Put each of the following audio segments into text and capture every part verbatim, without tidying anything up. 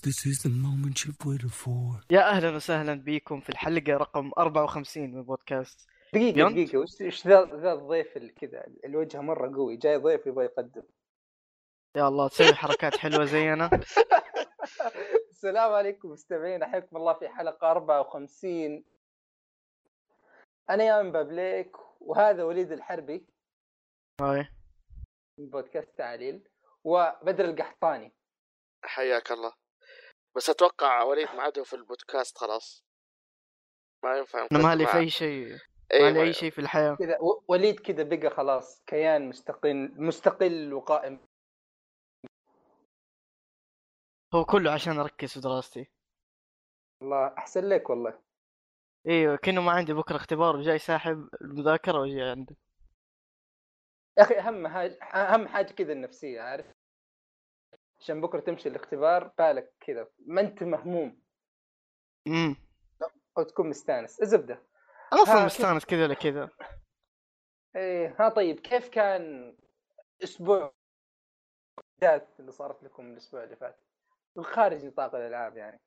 This is the moment you've waited for. يا أهلا وسهلا بكم في الحلقة رقم أربعة وخمسين من بودكاست دقيقة بيوند. دقيقة وش إيش ذا ذا الضيف اللي كذا الوجه مرة قوي جاي ضيف يبغى يقدم. يا الله تسوي حركات حلوة زينا. السلام عليكم مستمعين، حياكم الله في حلقة أربعة وخمسين. أنا يا بابليك وهذا وليد الحربي هاي من بودكاست تعليل، وبدر القحطاني. حياك الله. بس أتوقع وليد ما عاده في البودكاست خلاص، ما ينفع. أنا مالي في أي شيء، مالي أي شيء في الحياة كذا وليد كذا بقى خلاص كيان مستقل مستقل وقائم. هو كله عشان أركز في دراستي. الله أحسن لك والله. إيوه كأنه ما عندي بكرة اختبار وجاي ساحب المذاكرة وجاي عندي. يا أخي أهم حاجة أهم حاجة كذا النفسية، عارف، عشان بكرة تمشي الاختبار بالك كذا ما أنت مهموم امم أو تكون مستانس. الزبدة أنا أصلا مستانس كذا ولا كذا. إيه ها طيب، كيف كان أسبوع ذات اللي صارت لكم الأسبوع اللي فات خارج نطاق الألعاب؟ يعني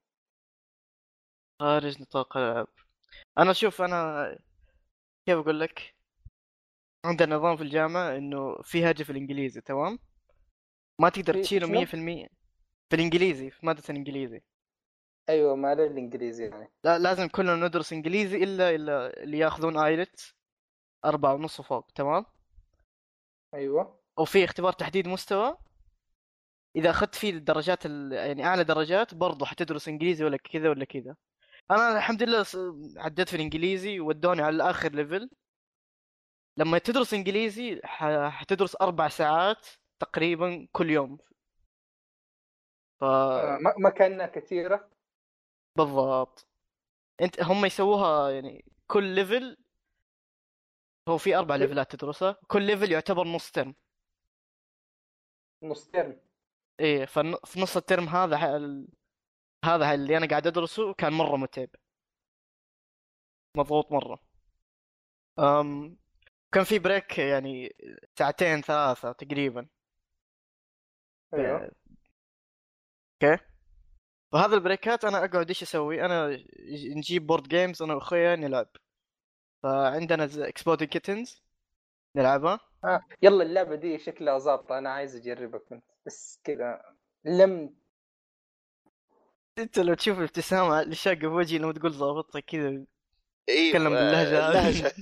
خارج نطاق الألعاب، أنا شوف أنا كيف أقول لك، عندنا نظام في الجامعة إنه في هاجة في الإنجليزي، تمام؟ ما تقدر في تشيله شنو؟ مية في المية في الإنجليزي، في مادة الإنجليزي. أيوة ما له الإنجليزي يعني. لا لازم كلنا ندرس إنجليزي إلا إلا اللي يأخذون آيلت أربعة ونص فوق، تمام؟ أيوة. وفي اختبار تحديد مستوى، إذا أخذت فيه الدرجات ال... يعني أعلى درجات برضو حتدرس إنجليزي ولا كذا ولا كذا. أنا الحمد لله عديت في الإنجليزي ودوني على آخر ليفل. لما تدرس إنجليزي ح... حتدرس أربع ساعات تقريبا كل يوم. ف... آه ما ما كاننا كثيرة بالضبط. أنت هم يسووها يعني كل ليفل، هو في أربع ليفلات تدرسها، كل ليفل يعتبر نص ترم. نص ترم. إيه ففي نص الترم هذا ح... ال... هذا اللي أنا قاعد أدرسه كان مرة متعب، مضغوط مرة. أم... كان في بريك يعني ساعتين ثلاثة تقريبا. أيوة. اوكي، وهذا البريكات انا اقعد ايش اسوي، انا نجيب بورد جيمز انا واخويا نلعب. فعندنا اكسبودي كيتنز نلعبها. آه يلا اللعبة دي شكلها ظابطة، أنا عايز أجربها كنت بس كذا لم. انت لو تشوف الابتسامة الشاقة بوجهي لما تقول ظابطة كذا ايوه تكلم باللهجة اللهجة.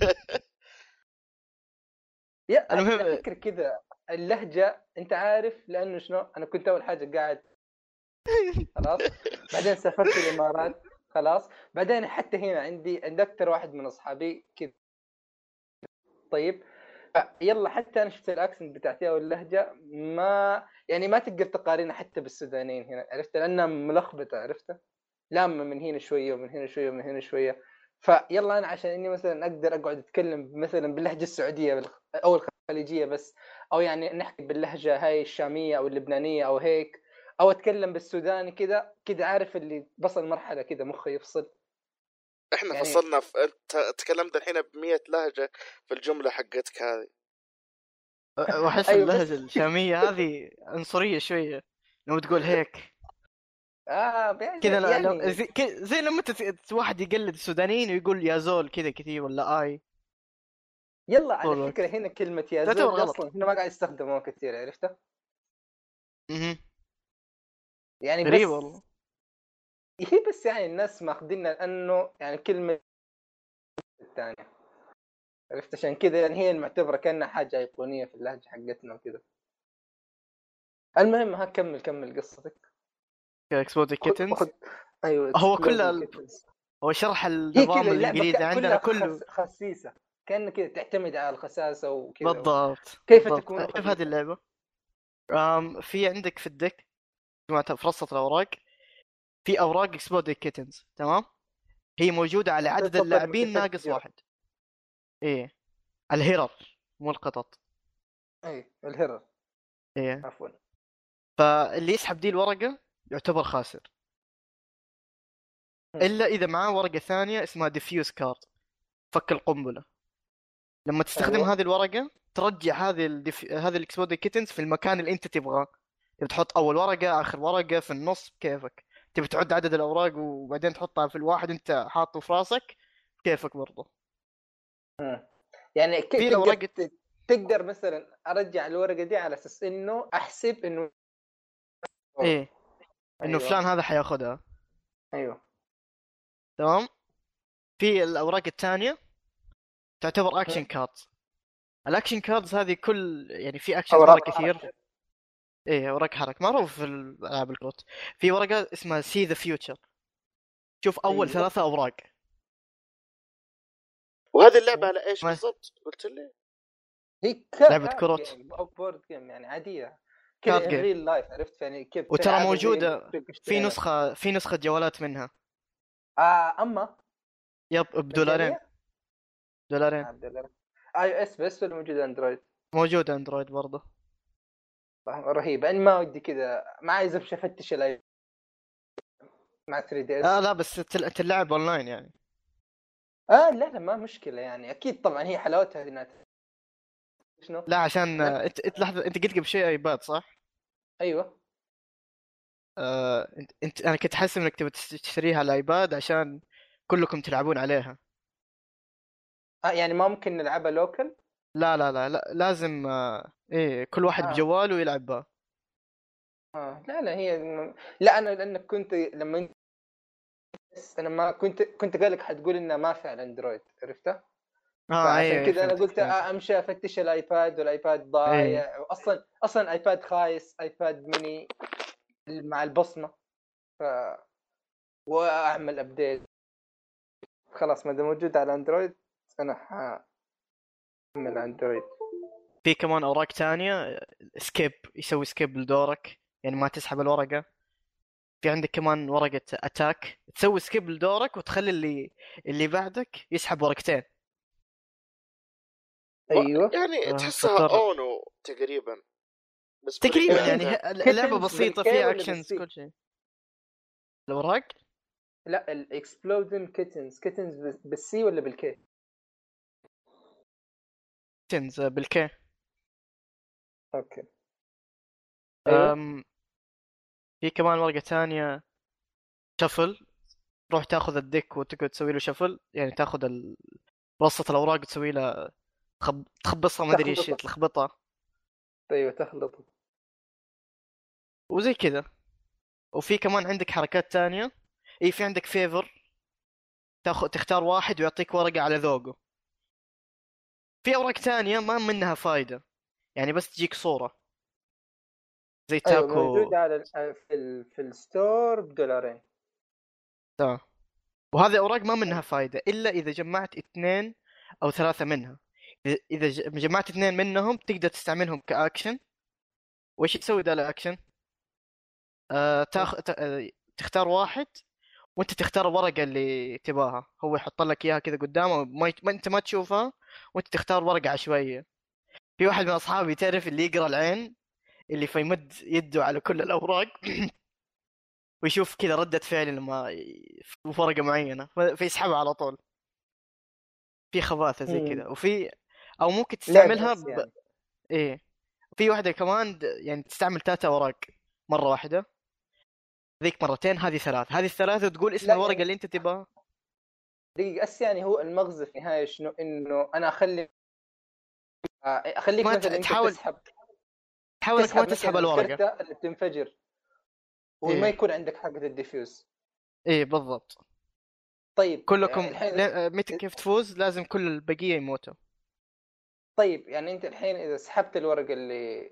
يا المهم على فكرة كذا اللهجة، أنت عارف لأنه شنو، أنا كنت أول حاجة قاعد خلاص، بعدين سافرت الإمارات خلاص، بعدين حتى هنا عندي عند أكثر واحد من أصحابي كذا. طيب يلا حتى أنا شفت الأكسنت بتاعتي أو اللهجة ما يعني ما تقدر تقارنها حتى بالسودانيين هنا، عرفت، لأنها ملخبطة، عرفته، لامة من هنا شوية ومن هنا شوية ومن هنا شوية. فيلا أنا عشان إني مثلا أقدر أقعد أتكلم مثلا باللهجة السعودية أو الخليجية بس، أو يعني نحكي باللهجة هاي الشامية أو اللبنانية أو هيك، أو أتكلم بالسوداني كذا كذا، عارف اللي بصل مرحلة كذا مخي يفصل. احنا يعني فصلنا في... انت تكلمت الحين بمية لهجة في الجملة حقتك هذه. واحس أيوة اللهجة بس الشامية هذه عنصرية شوية لما تقول هيك آه يعني كذا. لا يعني لا زي, كي- زي لما تت... واحد يقلد السودانيين ويقول يا زول كذا كثير ولا اي. يلا على طول فكرة الوقت هنا كلمة يا تعتبر زول غلط. أصلا هنا ما قاعد يستخدموها كثير، عرفته اها يعني غريب بس والله. هي بس يعني الناس ماخذينها لأنه يعني كلمة الثانية، عرفت، عشان كذا يعني هي المعتبرة كأنها حاجة أيقونية في اللهجة حقتنا وكذا. المهم ها كمل كمل قصتك. اكسبودي كيتنز خد أيوة هو كل Exploding ال... Kittens. هو شرح هي النظام كذا اللعبة الانجليزي ك- عندنا كلها كله. خس... خسيسة، كأنها كذا تعتمد على الخساسة وكذا و... بالضبط كيف بالضبط. تكون كيف هذه خبيثا. اللعبة؟ أم في عندك في الدك جماعة في رصة الأوراق في أوراق اكسبودي كيتنز، تمام؟ هي موجودة على عدد تطلع اللاعبين بكتات ناقص كثيرة. واحد. إيه الهرر مو القطط. أي الهرر إيه عفوا. فاللي يسحب دي الورقة يعتبر خاسر، إلا إذا معاه ورقة ثانية اسمها ديفيوز كارد، فك القنبلة. لما تستخدم أيوة. هذه الورقة ترجع هذه الدف... هذه الاكسبودي كيتنز في المكان اللي أنت تبغاه. تبي تحط أول ورقة آخر ورقة في النص كيفك، تبي تعد عدد الاوراق وبعدين تحطها في الواحد انت حاطه في راسك كيفك برضه. مم. يعني ك- في تقدر الأوراق ت- تقدر مثلا ارجع الورقه دي على اساس انه احسب انه ايه انه ايوه فلان هذا حياخدها. ايوه تمام. في الاوراق الثانيه تعتبر اكشن مم. كاردز. الاكشن كاردز هذه كل يعني في اكشن اوراق مره كثير. ايه اوراق حركه معروف في الالعاب الكروت. في ورقه اسمها سي ذا فيوتشر، شوف اول أيوة. ثلاثة اوراق. وهذه اللعبه على ايش ما- بالضبط قلت لي؟ هي ك... لعبة كارد كروت. جيم او بورد جيم يعني عاديه كارد كذا جيم. ريل لايف، عرفت يعني كيف وترى تلعبها زي موجوده اللي تسوق في اشتريها. نسخه في نسخه جوالات منها. اه اما يب بدولارين. مجانية؟ دولارين. عبد الله اي او اس بس ولا موجود اندرويد؟ موجوده اندرويد برضه. رهيب. انا ما ودي كذا معي زبشه افتش الاي مع ثري دي اس. اه لا بس تل- تلعب اونلاين يعني. اه لا لا ما مشكله يعني، اكيد طبعا هي حلاوتها انها شنو. لا عشان لا. آه، انت انت لحظه، انت قلت قبل شيء ايباد صح؟ ايوه آه، انت انت انا كنت حاسس انك تبي تشتريها على الايباد عشان كلكم تلعبون عليها. آه يعني ما ممكن نلعبها لوكل. لا لا لا, لا لازم آه، ايه كل واحد آه. بجواله يلعب بها. آه. لا لا هي لا انا لانك كنت لما انت انا ما كنت كنت قال لك حتقول انها ما في على اندرويد، عرفته؟ اه فعشان ايه كذا انا فهمتك قلت فهمتك. آه امشي افتش الايباد والايباد ايه ضايع، اصلا اصلا ايباد خايس، ايباد ميني مع البصمه. ف واعمل ابديت خلاص ما دام موجود على اندرويد انا حاعمل اندرويد. في كمان اوراق تانية سكيب، يسوي سكيب لدورك يعني ما تسحب الورقة. في عندك كمان ورقة اتاك تسوي سكيب لدورك وتخلي اللي اللي بعدك يسحب ورقتين. ايوه يعني آه، تحسها تضطر اونو تقريبا بس تقريبا بطريقة يعني ثانية. ه- اللعبة كيتنز بسيطة بالكي فيها ولا اكشنز بالسي؟ كل شيء. الاوراق لا الاكسبلودن كيتنز كيتنز بالسي ولا بالكي؟ اكشنز بالكي. اوكي ايوه أم في كمان ورقة تانية شفل، تروح تاخذ الديك وتقعد تسوي له شفل، يعني تاخذ ال- رصة الأوراق وتسوي لها تخب... تخبصها ما أدري إيش تخلطه. تلخبطها ايوه تخلطه. وزي كذا. وفي كمان عندك حركات تانية. إيه في عندك فيفر، تاخذ تختار واحد ويعطيك ورقة على ذوقه. في أوراق تانية ما منها فايدة، يعني بس تجيك صورة زي ايوه تاكو. موجود على ال- في ال... في الستور بدولارين. تمام. وهذه أوراق ما منها فايدة إلا إذا جمعت اثنين أو ثلاثة منها. إذا- إذا ج- جمعت اثنين منهم تقدر تستعملهم كأكشن. وإيش تسوي ده الأكشن؟ آه تاخ... ت... آه، تختار واحد وانت تختار الورقة اللي تباها، هو يحط لك اياها كذا قدامه ما, يت... ما انت ما تشوفها، وانت تختار ورقة عشوائية. في واحد من اصحابي تعرف اللي يقرا العين، اللي فيمد يده على كل الاوراق ويشوف كذا ردة فعل لما ي- في ورقة معينة ف- فيسحبها على طول. في خباثة زي مم. كذا. وفي او ممكن لعب تستعملها نفس ب... يعني. ايه في واحدة كمان د- يعني تستعمل ثلاثة اوراق مرة واحدة، ذيك مرتين، هذه ثلاث، هذه الثلاثة تقول اسم لا الورقة يعني اللي انت تباها. دقيقة اس يعني هو المغزى في النهاية شنو؟ انه انا اخلي آه، اخليك ما مثلا ت- انت تحاول تسحب تحاول انك ما تسحب تسحب مثلا الورقة. الكرتة اللي بتنفجر وما ايه يكون عندك حقة الديفيوز. ايه بالضبط. طيب كلكم الحين لا- متى كيف تفوز لازم كل البقية يموتوا. طيب يعني انت الحين اذا سحبت الورقة اللي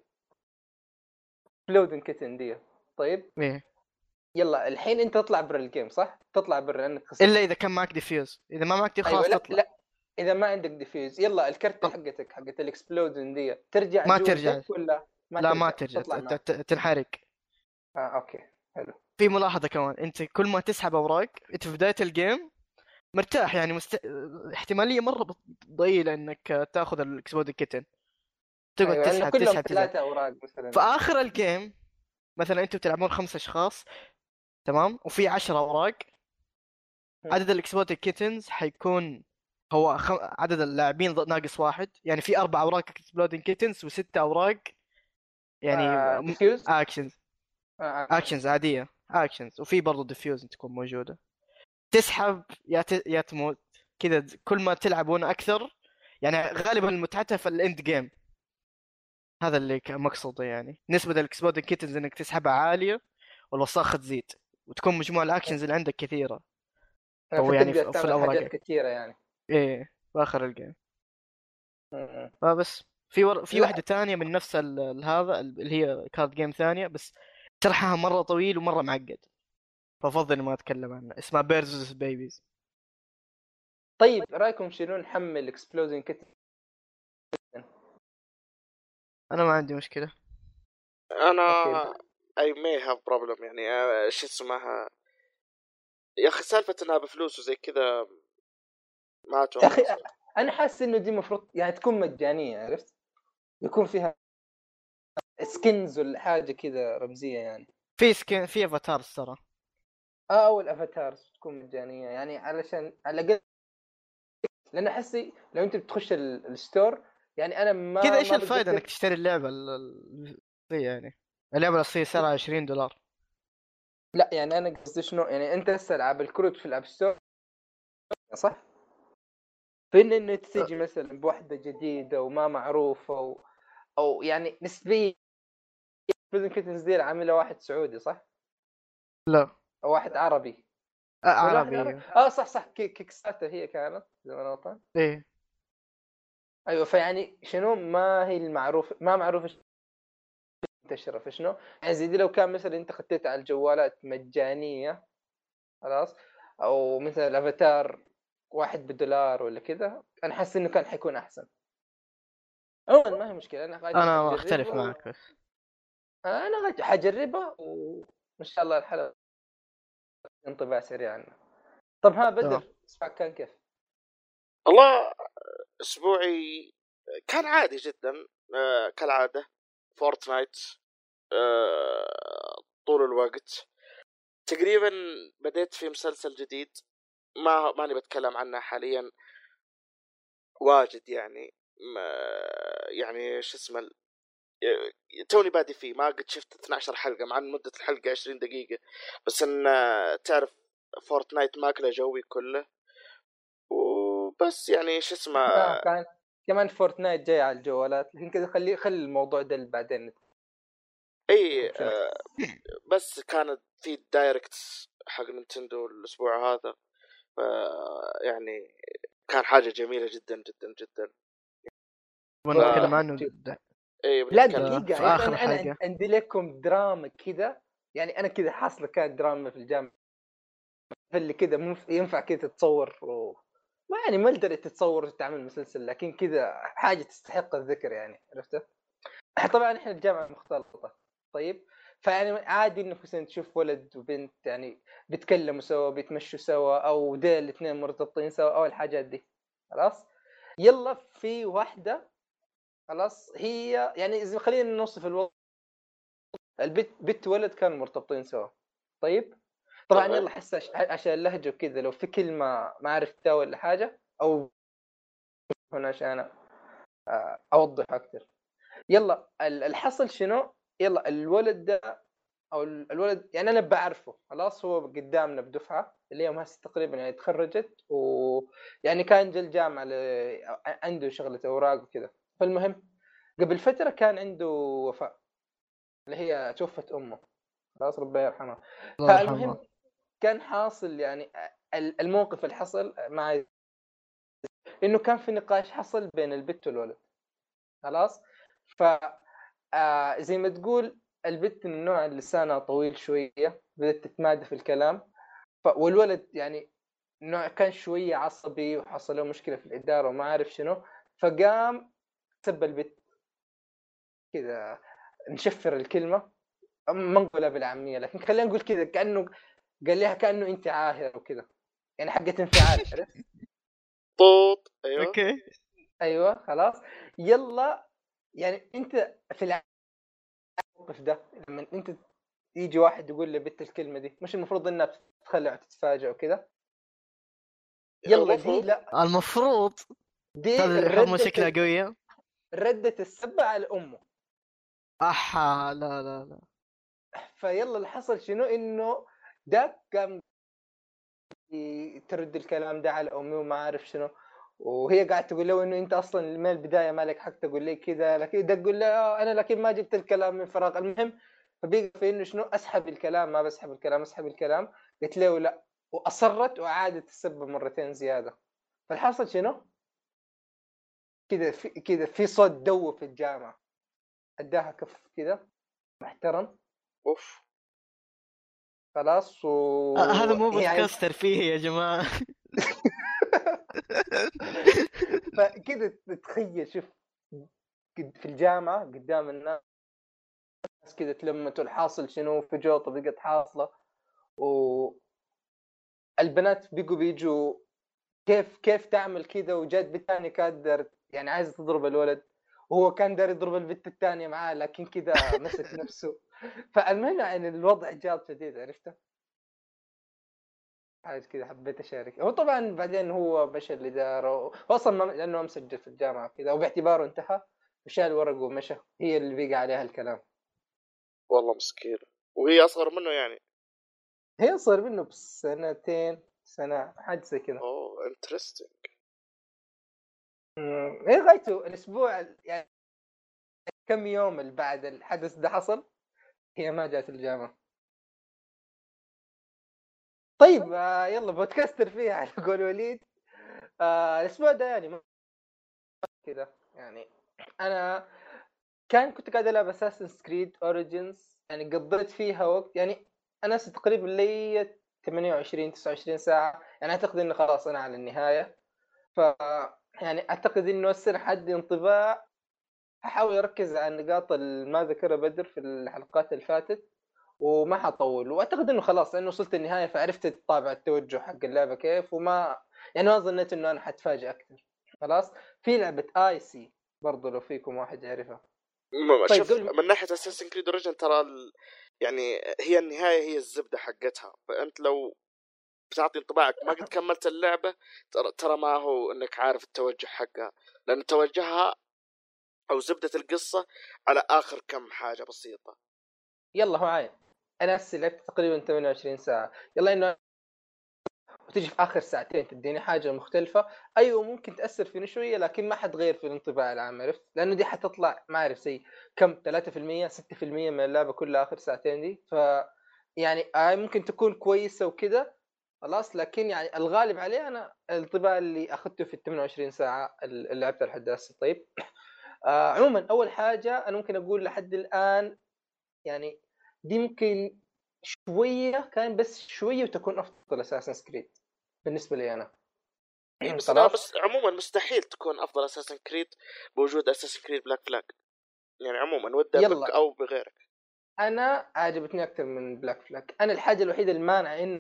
لودن كيتن دي، طيب ايه يلا الحين انت تطلع برا الجيم صح؟ تطلع برا لانك خسرت. الا اذا كان معك ديفيوز، اذا ما معك ديفيوز ايوه خلاص لا تطلع. لا اذا ما عندك ديفيوز يلا الكرتة طل- حقتك حقت الاكسبلودن دي ترجع ما جوا ترجع. الدك ولا ما لا ترجع؟ ما ترجع ت- تطلع معك. ت- ت- تنحرق. اه اوكي حلو. في ملاحظة كمان، انت كل ما تسحب اوراق انت في بداية الجيم مرتاح، يعني مست... احتمالية مرة ضئيلة انك تاخذ الاكسبود كيتن، تقعد ايوه لانه تسحب كلهم تسحب تسحب. ثلاثة اوراق مثلا. في اخر الجيم مثلا انتم تلعبون خمس اشخاص تمام وفي عشرة اوراق، عدد الاكسبوت كيتنز حيكون هو خم... عدد اللاعبين ض- ناقص واحد، يعني في اربع اوراق اكسبلودين كيتنز وستة اوراق يعني آه م... ديفيوز. اكشنز آه اكشنز عاديه. اكشنز، وفي برضه ديفيوز تكون موجوده، تسحب يا ت... يا تموت كذا. كل ما تلعبون اكثر يعني غالبا متعتها في الاند جيم، هذا اللي كان مقصده. يعني نسبه الاكسبلودنج كيتنز انك تسحبها عاليه والوساخه تزيد، وتكون مجموع الاكشنز اللي عندك كثيره، او يعني فتقدر في, في تعمل الاوراق حاجات كثيره يعني. ايه في اخر الجيم. م-م. فبس في ور... في لا واحده ثانيه من نفس ال... ال- هذا اللي هي كارد جيم ثانيه، بس شرحها مره طويل ومره معقد، فافضل ما اتكلم عنها. اسمها بيرزوس بيبيز. طيب رايكم شنو نحمل اكسبلوجن كيتن؟ انا ما عندي مشكله. انا اوكي اي may have problem يعني آه، شو اسمها يا اخي سالفه انها بفلوس وزي كذا ما يا اتوقع اخي صراحة. انا حاسس انه دي مفروض يعني تكون مجانيه، عرفت؟ يكون فيها سكنز ولا حاجه كذا رمزيه يعني. في سكين، في افاتار ترى. اه او الافاتارز تكون مجانيه يعني علشان على الاقل، لان احسي لو انت بتخش ال- الستور يعني انا كذا ما ايش ما الفائده انك بتذكر. تشتري اللعبه ال- ال- الأصلية يعني؟ اللعبه الاصليه سعرها عشرين دولار. لا يعني انا قصدي شنو يعني، انت هسه العاب الكروت في الاب ستور صح؟ فين انه تيجي مثلا بوحده جديده وما معروفه او, أو يعني نسبيا بزن كيتنز دي عامله واحد سعودي صح؟ لا او واحد عربي. آه ولا واحد عربي. عربي اه صح صح كيك, كيك ستارتر هي كانت زي ما أنا غلطان. ايه ايوه فيعني شنو ما هي المعروف ما معروف ايش منتشره في شنو يعني. زي دي لو كان مثلا انت خطيت على الجوالات مجانيه خلاص، او مثلا افاتار واحد بدولار ولا كذا، انا حاسس انه كان حيكون احسن. عموما ما هي مشكله، انا قاعد انا حجربها اختلف و... معك بس. انا قاعد حجربها وان شاء الله الحلقه انطباع سريع عنها. طب ها تمام. بدر اسمعك كان كيف؟ والله اسبوعي كان عادي جدا آه كالعاده فورتنايت آه طول الوقت تقريبا. بديت في مسلسل جديد ما ماني بتكلم عنه حاليا واجد يعني ما يعني شو اسمه ال- توني بادي فيه ما قد شفت اثنا عشر حلقة مع ان مدة الحلقة عشرين دقيقة، بس ان تعرف فورتنايت ماكله جوي كله وبس يعني شو اسمه. آه كان كمان فورتنايت جاي على الجوالات، لكن كذا خلي خلي الموضوع ده بعدين. اي آه بس كانت في الدايركت حق نينتندو الاسبوع هذا ف يعني كان حاجة جميلة جدا جدا جدا. ونتكلم عنه د- اي لا بنتكلم د- دقيقة في يا أخي، اخر أنا أنا حلقه. عندي لكم دراما كذا يعني. أنا كذا حاصلة كانت دراما في الجامعة اللي كذا مو ينفع كذا تتصور و... ما يعني ما قدرت تتصور وتعمل مسلسل، لكن كذا حاجة تستحق الذكر يعني، عرفته؟ طبعا إحنا الجامعة مختلطة طيب، فيعني عادي إنك مثلا تشوف ولد وبنت يعني بيتكلموا سوا بيتمشوا سوا أو ديل الاثنين مرتبطين سوا أو الحاجات دي خلاص. يلا في واحدة خلاص هي يعني إذا خلينا نوصف الوضع، البت بنت ولد كانوا مرتبطين سوا طيب. طبعا يلا حس عشان اللهجه وكذا لو في كلمه ما عرفتها ولا حاجه او هنا عشان اوضح اكثر. يلا الحصل شنو، يلا الولد ده او الولد يعني انا بعرفه خلاص، هو قدامنا بدفعه اللي يوم هسه تقريبا يعني تخرجت ويعني كان جا الجامعه ل... عنده شغله اوراق وكذا. فالمهم قبل فتره كان عنده وفاه اللي هي توفت امه خلاص ربنا يرحمها. الله يرحمه. فالمهم كان حاصل يعني الموقف اللي حصل مع انه كان في نقاش حصل بين البت والولد خلاص. ف آه زي ما تقول البت من النوع اللي لسانها طويل شويه بدات تتمادى في الكلام، ف... والولد يعني نوع كان شويه عصبي وحصل له مشكله في الاداره وما عارف شنو، فقام سب البت كذا، نشفر الكلمه ما نقولها بالعاميه لكن خلينا نقول كذا كانه قال لها كانه انت عاهر وكذا يعني حقت انفعال عرفت. طوط ايوه اوكي ايوه خلاص. يلا يعني انت في الموقف ده لما انت يجي واحد يقول لبنت الكلمه دي مش المفروض انها تتخلع وتتفاجئ وكذا؟ يلا دي لا، المفروض دي هذا الحكمه ردة شكلها قويه. ردة السبة على امه. احا لا لا لا فيلا اللي حصل شنو انه ده قام ترد الكلام ده على امي وما عارف شنو، وهي قاعده تقول له انه انت اصلا من البدايه مالك حق تقول لي كذا، لكن ده تقول له آه انا لكن ما جبت الكلام من فراغ. المهم فبيقى في انه شنو اسحب الكلام، ما بسحب الكلام اسحب الكلام. قلت له لا، واصرت وعادت تسبب مرتين زياده. فالحاصل شنو كذا في كذا في صوت دو في الجامعه، اداها كف كذا محترم اوف خلاص. و آه، هذا مو يعني بودكاست ترفيهي يا جماعه. فكذا تتخيل شوف قد- في الجامعه قدام الناس كذا تلمت، والحاصل شنو في جوطه بقت حاصله، والبنات بقوا بيجوا كيف كيف تعمل كذا، وجات بتاني كانت يعني عايزه تضرب الولد، وهو كان داري يضرب البت الثانيه معاه لكن كذا مسك نفسه. فالمهم يعني الوضع جاب شديد، عرفته حاجه كذا حبيت اشارك. هو طبعا بعدين هو مشى اللي داره، هو اصلا ما لانه مسجل في الجامعه كذا وباعتباره انتهى وشال ورقه ومشى، هي اللي بقى عليها الكلام. والله مسكين، وهي اصغر منه يعني. هي صار منه بسنتين سنه حاجه زي كذا. اوه انترستنج. ايه غايته الاسبوع يعني كم يوم اللي بعد الحدث ده حصل هي ما جات الجامعه. طيب آه يلا بودكاست ترفيه على قول وليد. آه الاسبوع ده يعني ما كذا يعني انا كان كنت قاعد العب اساسن سكريد اوريجينز، يعني قضيت فيها وقت يعني انا تقريبا لي ثمانية وعشرين تسعة وعشرين ساعه، يعني اعتقد انه خلاص انا على النهايه. ف يعني اعتقد انه السنه حدي انطباع، هحاول اركز على النقاط اللي ما ذكرها بدر في الحلقات اللي فاتت وما حطول، واعتقد انه خلاص لانه وصلت النهايه فعرفت الطابع التوجه حق اللعبه كيف، وما يعني ما ظنيت انه انا حتفاجئ اكثر. خلاص في لعبه اي سي برضو لو فيكم واحد يعرفها. م- طيب شوف، قبل من ناحيه اساسن كريد اوريجن ترى ال... يعني هي النهايه هي الزبده حقتها، فانت لو بتعطي انطباعك ما قد كملت اللعبه ترى ترى ما هو انك عارف التوجه حقها، لان توجهها او زبده القصه على اخر كم حاجه بسيطه. يلا هو عاين انا هسه لعبت تقريبا ثمانية وعشرين ساعه، يلا انه وتجي في اخر ساعتين تديني حاجه مختلفه، ايوه ممكن تاثر فيني شويه لكن ما حتغير في الانطباع العام، عرفت؟ لانه دي حتطلع ما اعرف زي كم ثلاثة بالمية ستة بالمية من اللعبه كلها اخر ساعتين دي. ف يعني آه ممكن تكون كويسه وكذا خلاص، لكن يعني الغالب عليه انا الانطباع اللي اخذته في ال ثمانية وعشرين ساعه اللي لعبتها لحد هسه. طيب آه عموما اول حاجه انا ممكن اقول لحد الان يعني دي ممكن شويه كان بس شويه وتكون افضل اساسن سكريد بالنسبه لي انا. اي بس انا خلاص مس... عموما مستحيل تكون افضل اساسن كريد بوجود اساسن كريد بلاك فلاج، يعني عموما وده بك يلا او بغيرك. انا عجبتني اكثر من بلاك فلاج. انا الحاجه الوحيده المانعه ان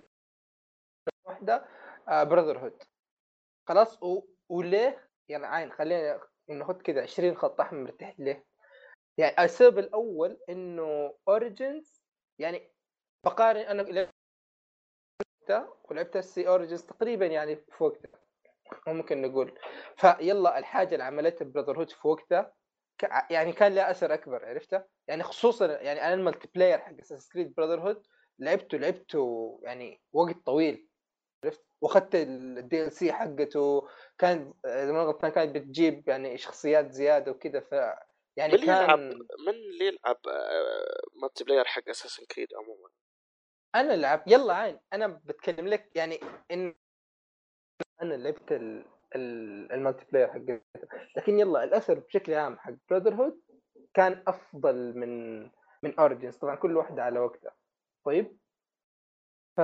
واحده آه براذر هود خلاص. و... وليه يعني عين خلينا نحط كذا عشرين خط احمر تحت ليه. يعني السبب الاول انه اوريجينز يعني بقارن انا لعبتها ولعبت السي اوريجينز تقريبا يعني في وقتها ممكن نقول. فيلا الحاجه اللي عملتها براذر هود في وقتها ك... يعني كان لها اثر اكبر، عرفته؟ يعني خصوصا يعني انا الملتي بلاير حق اساس كريد براذر هود لعبته لعبته يعني وقت طويل، عرفت؟ واخذت الدي ال سي حقته، كان اذا ما غلطان كانت بتجيب يعني شخصيات زياده وكذا، ف من يعني اللي يلعب كان من اللي يلعب مالتي بلاير حق اساسن كريد عموما؟ انا لعب يلا عين انا بتكلم لك يعني ان انا لعبت ال... ال... الملتي بلاير حق، لكن يلا الاثر بشكل عام حق براذر هود كان افضل من من اوريجينز، طبعا كل واحده على وقتها. طيب ف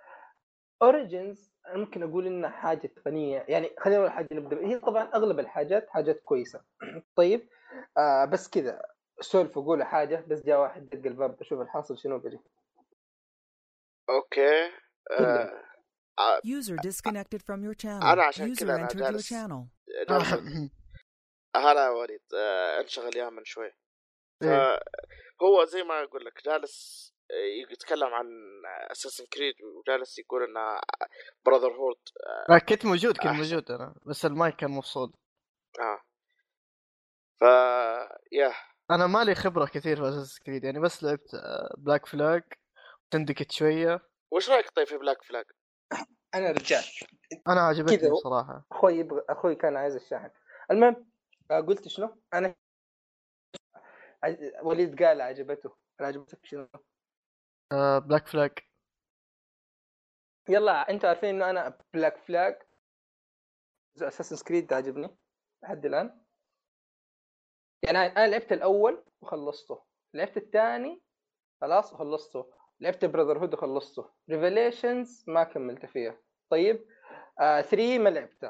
اوريجينز ممكن اقول انها حاجه تقنيه، يعني خلينا اول حاجه نبدا، هي طبعا اغلب الحاجات حاجات كويسه. طيب آه بس كذا سولف اقول حاجه بس جاء واحد دق الباب بشوف الحاصل شنو بجي. اوكي. كلم. آه... آه، User disconnected from your channel. انا عشان User كذا انا entered your جالس channel. جالس هلا وليد، آه... انشغل يا من شوي. إيه. فهو زي ما اقول لك جالس يتكلم عن اساسن كريد وجالس يقول ان براذر هود لا كنت موجود كنت أحسن. موجود انا بس المايك كان مفصول. اه ف يا انا مالي خبره كثير في اساس كريد، يعني بس لعبت بلاك فلاج سندكت شويه. وش رايك طيب في بلاك فلاج؟ انا رجال انا كذا. عجبتني بصراحه. اخوي يبغى، اخوي كان عايز الشاحن. المهم آه، قلت شنو انا عج- وليد قال عجبته. أنا عجبتك شنو؟ آه بلاك فلاج. يلا انتوا عارفين انه انا بلاك فلاج اساسن كريد عجبني لحد الان. يعني انا لعبت الاول وخلصته، لعبت الثاني خلاص وخلصته، لعبت براذر هود وخلصته، ريفيليشنز ما كملت فيها. طيب آه ثلاثة ما لعبته،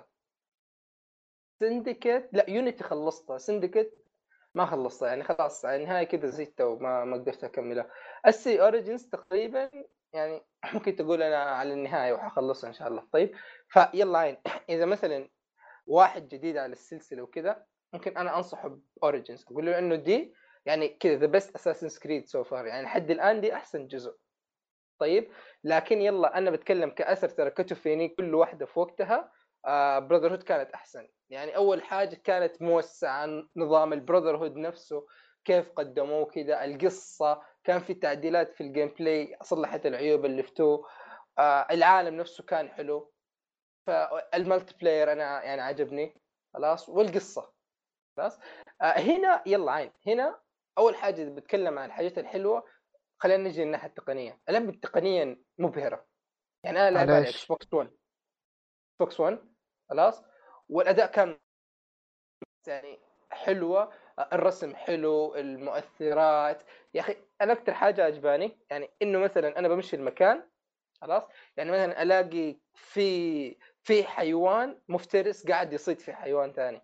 سندكت لا يونيتي خلصتها، سندكت ما خلصتها يعني خلاص على النهايه كذا زيتها وما ما قدرت اكملها. السي اوريجينز تقريبا يعني ممكن تقول انا على النهايه وحخلصها ان شاء الله. طيب فيلا عين اذا مثلا واحد جديد على السلسله وكذا ممكن انا انصحه باوريجينز، اقول له انه دي يعني كذا ذا بيست اساسن كريد سو فار، يعني لحد الان دي احسن جزء. طيب لكن يلا انا بتكلم كاثر تركته فيني كل واحده في وقتها. آه براذر هود كانت احسن. يعني اول حاجه كانت موسعه، نظام البراذر هود نفسه كيف قدموه كذا، القصه كان في تعديلات في الجيم بلاي صلحت العيوب اللي فتوه. آه العالم نفسه كان حلو، فالمالتي بلاير انا يعني عجبني خلاص، والقصه خلاص. آه هنا يلا عين هنا اول حاجه بتكلم عن الحاجات الحلوه. خلينا نجي الناحيه التقنيه. اللعبه تقنيا مبهره، يعني انا لعب على اكس معليش. بوكس واحد، بوكس واحد خلاص، والاداء كان يعني حلوه، الرسم حلو، المؤثرات. يا اخي انا اكثر حاجه عجباني يعني انه مثلا انا بمشي المكان خلاص، يعني مثلا الاقي في في حيوان مفترس قاعد يصيد في حيوان ثاني،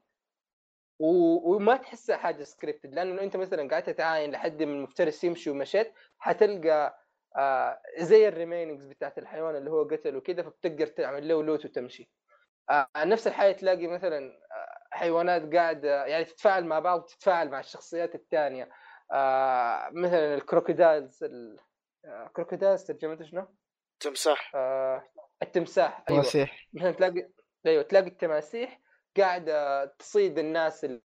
وما تحسها حاجه سكريبتد، لانه انت مثلا قاعد تتعاين لحد من المفترس يمشي ومشيت حتلقى آه زي الريمينينجز بتاعت الحيوان اللي هو قتله كده، فبتقدر تعمل له لوت وتمشي. آه نفس الحاجه تلاقي مثلا آه حيوانات قاعده يعني تتفاعل مع بعض وتتفاعل مع الشخصيات الثانيه. آه مثلا الكروكودايلز ال... آه كروكودايلز ترجمته شنو؟ تمساح. آه التمساح ايوه. مسيح. مثلا تلاقي ايوه تلاقي التماسيح قاعده تصيد الناس ال...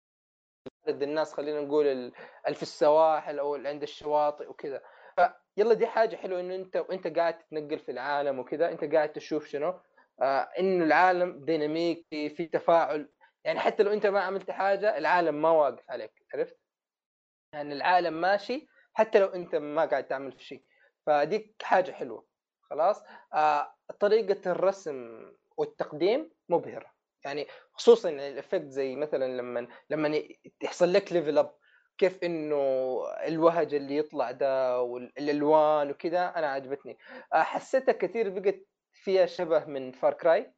الناس خلينا نقول اللي في السواحل او اللي عند الشواطئ وكذا. فيلا دي حاجه حلوه انه انت وانت قاعد تتنقل في العالم وكذا انت قاعد تشوف شنو آه انه العالم ديناميكي في تفاعل. يعني حتى لو انت ما عملت حاجه العالم ما واقف عليك، عرفت؟ يعني العالم ماشي حتى لو انت ما قاعد تعمل في شيء. فدي حاجه حلوه خلاص. آه طريقه الرسم والتقديم مبهره، يعني خصوصا الافكت زي مثلا لما لما يحصل لك ليفل اب، كيف انه الوهج اللي يطلع ده والالوان وكذا انا عجبتني. آه حسيتها كثير بقت فيها شبه من فار كراي.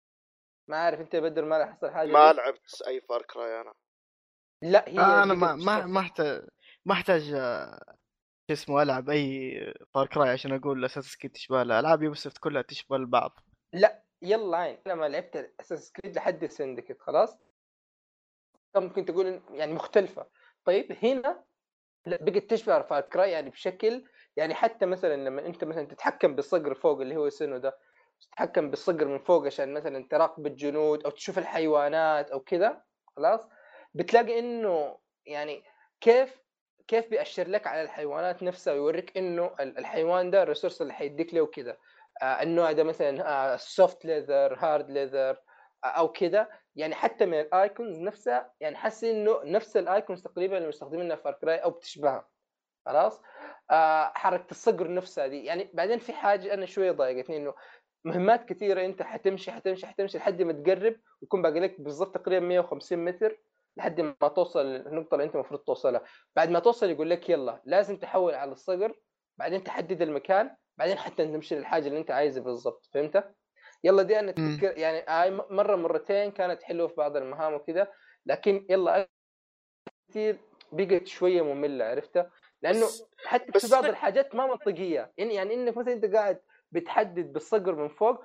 ما عارف انت بدر ما لاحظت الحاجه ما دي؟ لعبت اي فار كراي انا. لا هي آه انا بقت ما ما بالشكل. ما احتاج ما احتاج آه، شو اسمه العب اي فار كراي عشان اقول اساس كيد تشبه لها. العاب يوبسفت كلها تشبه البعض. لا يلا عين انا ما لعبت اساس كريد لحد السندكت خلاص، ممكن تقول يعني مختلفه. طيب هنا لا بقت تشبه فار كراي يعني بشكل، يعني حتى مثلا لما انت مثلا تتحكم بالصقر فوق اللي هو سنو ده، تتحكم بالصقر من فوق عشان مثلا تراقب الجنود او تشوف الحيوانات او كذا خلاص، بتلاقي انه يعني كيف كيف بيأشر لك على الحيوانات نفسها ويوريك انه الحيوان ده الريسورس اللي حيديك له كذا. آه النوع ده مثلا سوفت ليذر، هارد ليذر او كذا. يعني حتى من الايكونز نفسها يعني حاسس انه نفس الايكونز تقريبا اللي مستخدمينها في فار كراي او بتشبهها خلاص. آه حركه الصقر نفسها دي يعني. بعدين في حاجه انا شويه ضايقتني انه مهمات كثيره انت حتمشي حتمشي حتمشي لحد ما تقرب ويكون باقي لك بالضبط تقريبا مية وخمسين متر لحد ما توصل للنقطه اللي انت المفروض توصلها. بعد ما توصل يقول لك يلا لازم تحول على الصقر، بعدين تحدد المكان، بعدين حتى تمشي للحاجه اللي انت عايزها بالضبط. فهمت؟ يلا دي انا امم اتذكر يعني آه مره مرتين كانت حلوه في بعض المهام وكذا، لكن يلا كثير بقت شويه ممله، عرفتها؟ لانه بس حتى في بس بعض صدق. الحاجات ما منطقيه، يعني يعني انك مثلا انت قاعد بتحدد بالصقر من فوق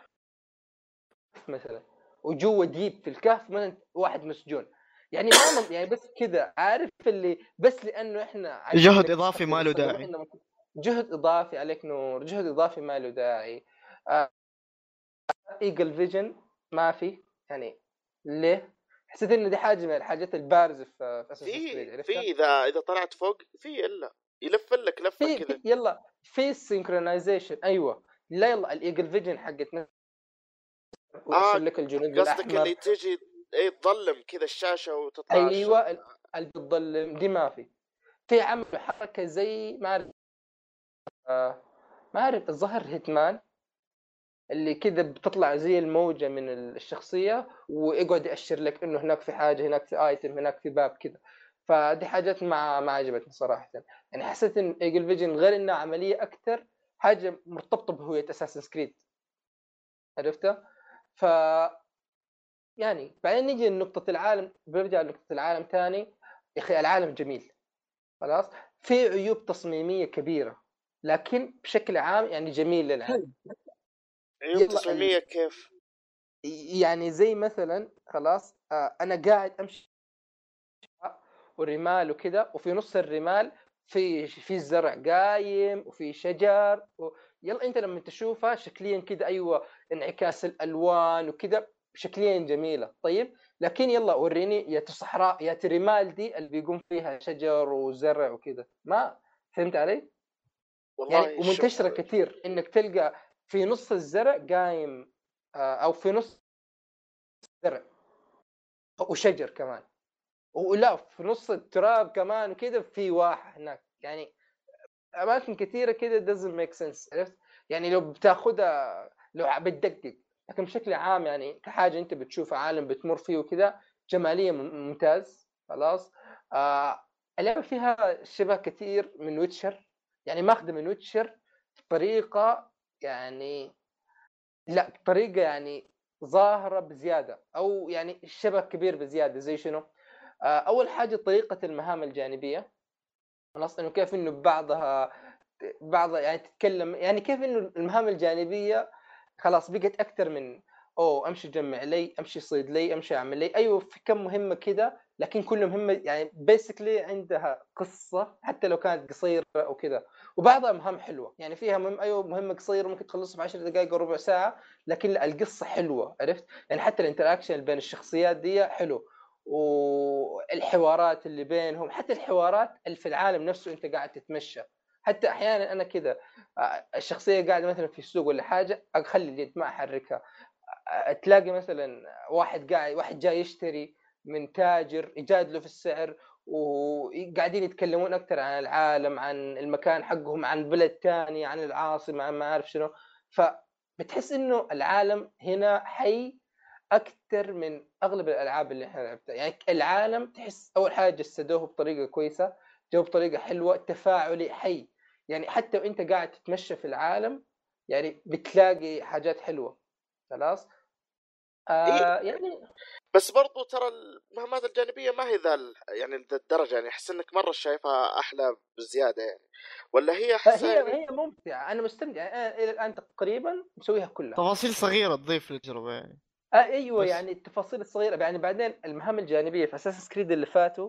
مثلا وجوه ديب في الكهف مثلا واحد مسجون، يعني ما من... يعني بس كذا عارف اللي بس لانه احنا عايزين جهد انك اضافي تستخدم ما له الصقر داعي. واحنا ممكن... جهد اضافي عليك نور، جهد اضافي ما له داعي. آه... ايجل فيجن ما في يعني ليه؟ حسيت انه دي حاجه من الحاجات البارزه في في اساسن كريد، في عرفت؟ في اذا اذا طلعت فوق في الا يلف لك لفه في كذا. في يلا في السينكرونايزيشن، ايوه لا يلا الايجل فيجن حقت اه ويأشر لك الجنود قصدك اللي الاحمر. تجي ايه تظلم كذا الشاشه وتطلع الشاشة. ايوه ال- اللي بتضلم دي ما في. في عمل حركه زي ما اعرف آه ما اعرف الظهر هيتمان اللي كذا بتطلع زي الموجه من الشخصيه ويقعد يأشر لك انه هناك في حاجه، هناك في ايتم، هناك في باب كذا. فدي حاجات ما ما عجبتني صراحه. يعني حسيت ان ايجل فيجن غير انها عمليه اكثر حاجه مرتبطه بهويه اساسن كريد، عرفتها؟ ف يعني بعدين نيجي لنقطة العالم، برجع لنقطة العالم تاني. يا أخي العالم جميل خلاص، في عيوب تصميمية كبيرة لكن بشكل عام يعني جميل للعالم. عيوب يلا ال... تصميميه كيف؟ يعني زي مثلا خلاص آه أنا قاعد أمشي ورمال وكذا، وفي نص الرمال في في زرع قايم وفي شجر و... يلا انت لما تشوفها شكليا كذا ايوه انعكاس الالوان وكذا شكليا جميله. طيب لكن يلا وريني يا صحراء يا رمال دي اللي بيقوم فيها شجر وزرع وكذا، ما فهمت علي؟ يعني والله شوف، ومنتشره كثير انك تلقى في نص الزرع قايم آه، او في نص زرع وشجر كمان، ولا في نص التراب كمان وكذا في واحة هناك. يعني اماكن كثيره كذا doesn't make sense، عرفت؟ يعني لو بتاخذها لو بتدقق، لكن بشكل عام يعني كحاجه انت بتشوف عالم بتمر فيه وكذا جماليا ممتاز خلاص. آه اللعبه فيها شبه كثير من ويتشر، يعني ماخذه من ويتشر بطريقه يعني لا بطريقه يعني ظاهره بزياده، او يعني شبه كبير بزياده. زي شنو؟ آه اول حاجه طريقه المهام الجانبيه خلاص، انه كيف انه بعضها بعض يعني تتكلم يعني كيف انه المهام الجانبيه خلاص بقت اكثر من اوه امشي جمع لي، امشي صيد لي، امشي اعمل لي. ايوه في كم مهمه كذا لكن كل مهمه يعني بيسكلي عندها قصه حتى لو كانت قصيره او كذا. وبعضها مهام حلوه، يعني فيها مهم ايوه مهمه قصيره ممكن تخلصها في عشر دقائق او ربع ساعه لكن لا القصه حلوه، عرفت؟ يعني حتى الانتراكشن بين الشخصيات دي حلو، والحوارات اللي بينهم، حتى الحوارات اللي في العالم نفسه انت قاعد تتمشى. حتى احيانا انا كذا الشخصيه قاعده مثلا في السوق ولا حاجه اخلي اليد ما احركها، تلاقي مثلا واحد قاعد واحد جاي يشتري من تاجر يجادله في السعر وقاعدين يتكلمون اكثر عن العالم، عن المكان حقهم، عن بلد تاني، عن العاصمه، عن ما اعرف شنو. فبتحس انه العالم هنا حي اكثر من اغلب الالعاب اللي احنا لعبتها. يعني العالم تحس اول حاجه جسدوه بطريقه كويسه، جو بطريقه حلوه، تفاعلي حي. يعني حتى وانت قاعد تتمشى في العالم يعني بتلاقي حاجات حلوه خلاص. إيه آه يعني بس برضو ترى المهمات الجانبيه ما هي ذا ال- يعني ذا الدرجه، يعني احس انك مره شايفها احلى بزياده يعني، ولا هي احسها هي يعني. هي ممتعه، انا مستمتع أنا الى الان تقريبا مسويها كلها. تفاصيل صغيره تضيف للتجربه يعني. آه ايوه بس يعني التفاصيل الصغيره. يعني بعدين المهام الجانبيه في اساس كريد اللي فاتوا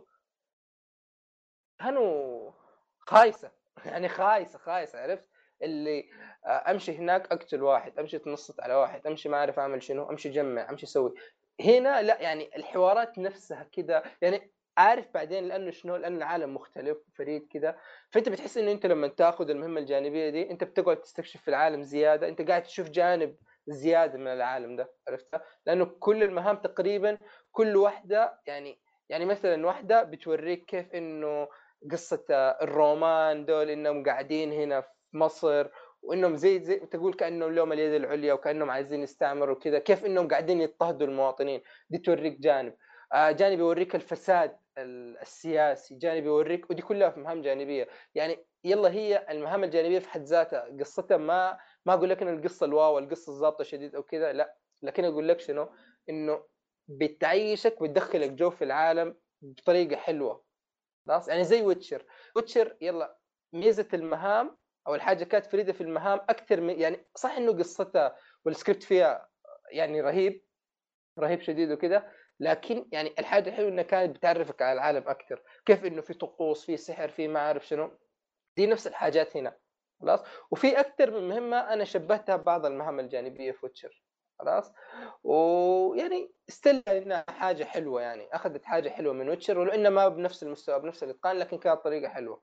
كانوا خايسه يعني خايسه خايسه، عرفت؟ اللي آه، امشي هناك اقتل واحد، امشي اتنصت على واحد، امشي ما اعرف اعمل شنو، امشي جمع، امشي اسوي. هنا لا يعني الحوارات نفسها كذا يعني عارف بعدين لانه شنو، لانه العالم مختلف وفريد كذا. فانت بتحس انه انت لما تاخذ المهمه الجانبيه دي انت بتقعد تستكشف في العالم زياده، انت قاعد تشوف جانب زياده من العالم ده، عرفت؟ لانه كل المهام تقريبا كل واحده يعني يعني مثلا واحده بتوريك كيف انه قصة الرومان دول انهم قاعدين هنا في مصر وانهم زي زي تقول كانهم لهم اليد العليا وكانهم عايزين يستعمروا كذا، كيف انهم قاعدين يضطهدوا المواطنين. دي توريك جانب. آه جانب يوريك الفساد السياسي، جانب يوريك، ودي كلها في مهام جانبيه. يعني يلا هي المهام الجانبيه في حد ذاتها قصتها ما ما اقول لك ان القصه الواو القصه الضابطه شديد او كذا لا، لكن اقول لك شنو، انه بتعيشك وتدخلك جو في العالم بطريقه حلوه خلاص. يعني زي ويتشر. ويتشر يلا ميزه المهام او الحاجه كانت فريده في المهام اكثر من يعني صح انه قصتها والسكريبت فيها يعني رهيب رهيب شديد وكذا، لكن يعني الحاجه الحلوه انها كانت بتعرفك على العالم اكثر، كيف انه في طقوس، في سحر، في ما اعرف شنو. دي نفس الحاجات هنا خلاص. وفي اكثر من مهمه انا شبهتها ببعض المهام الجانبيه في ويتشر خلاص. ويعني استل انها حاجه حلوه، يعني اخذت حاجه حلوه من ويتشر، ولو انه ما بنفس المستوى بنفس الاتقان، لكن كانت طريقه حلوه.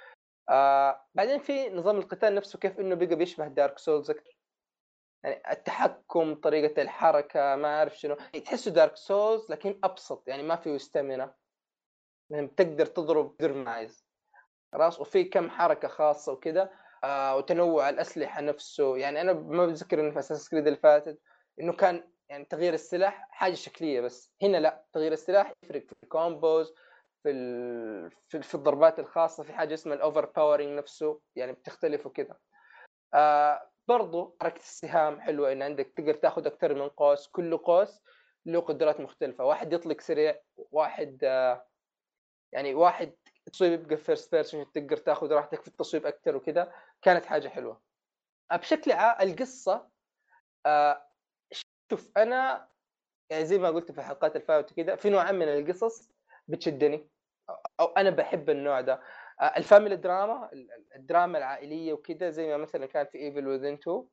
آه بعدين في نظام القتال نفسه، كيف انه بقى بيشبه دارك سولز اكثر، يعني التحكم، طريقه الحركه، ما اعرف شنو، تحسه دارك سولز لكن ابسط، يعني ما فيه ستامينا، يعني تقدر تضرب قدر ما عايز خلاص، وفي كم حركه خاصه وكذا. آه وتنوع الاسلحه نفسه، يعني انا ما بتذكر انه في اساس كريد اللي فاتت انه كان يعني تغيير السلاح حاجه شكليه، بس هنا لا، تغيير السلاح يفرق في الكومبوز، في ال... في, في الضربات الخاصه، في حاجه اسمها الاوفر باورينج نفسه، يعني بتختلف وكذا. آه برضو حركه السهام حلوه، ان عندك تقدر تاخذ اكثر من قوس، كل قوس له قدرات مختلفه، واحد يطلق سريع، واحد آه يعني واحد تصويب يبقى فيرست بيرسون، تقدر تاخذ راحتك في التصويب اكثر وكذا. كانت حاجه حلوه. بشكل عام القصه، آه شوف انا يعني زي ما قلت في الحلقات الفاتت كذا، في نوع من القصص بتشدني، او انا بحب النوع ده. آه الفاميلي دراما، الدراما العائليه وكذا، زي ما مثلا كان في ايفل وذين تو،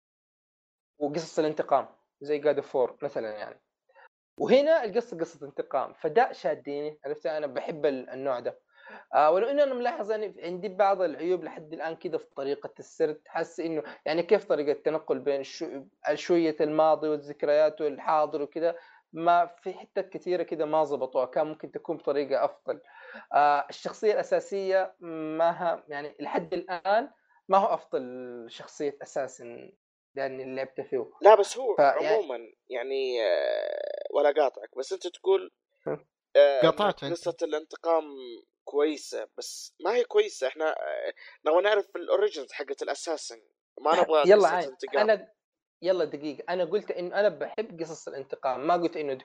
وقصص الانتقام زي جاد اوف فور مثلا يعني. وهنا القصه قصه انتقام، فده شاديني، عرفت، انا بحب النوع ده. آه ولو انه انا ملاحظ يعني عندي بعض العيوب لحد الان كده في طريقه السرد، حاسس انه يعني كيف طريقه التنقل بين الشو... شويه الماضي والذكريات والحاضر وكذا، ما في حتات كثيره كده ما زبطوها، كان ممكن تكون بطريقه افضل. آه الشخصيه الاساسيه ما ها يعني لحد الان ما هو افضل شخصيه اساسا لاني لعبت فيه. لا بس هو فيعني عموما يعني آه، ولا قاطعك، بس انت تقول آه، ان قاطعته انت. قصة الانتقام كويسة، بس ما هي كويسة. احنا آه، نبغى نعرف الاوريجنز حقت الاساسن، ما نبغى يلا قصة عاي. انتقام. انا يلا دقيقه، انا قلت انه انا بحب قصص الانتقام، ما قلت انه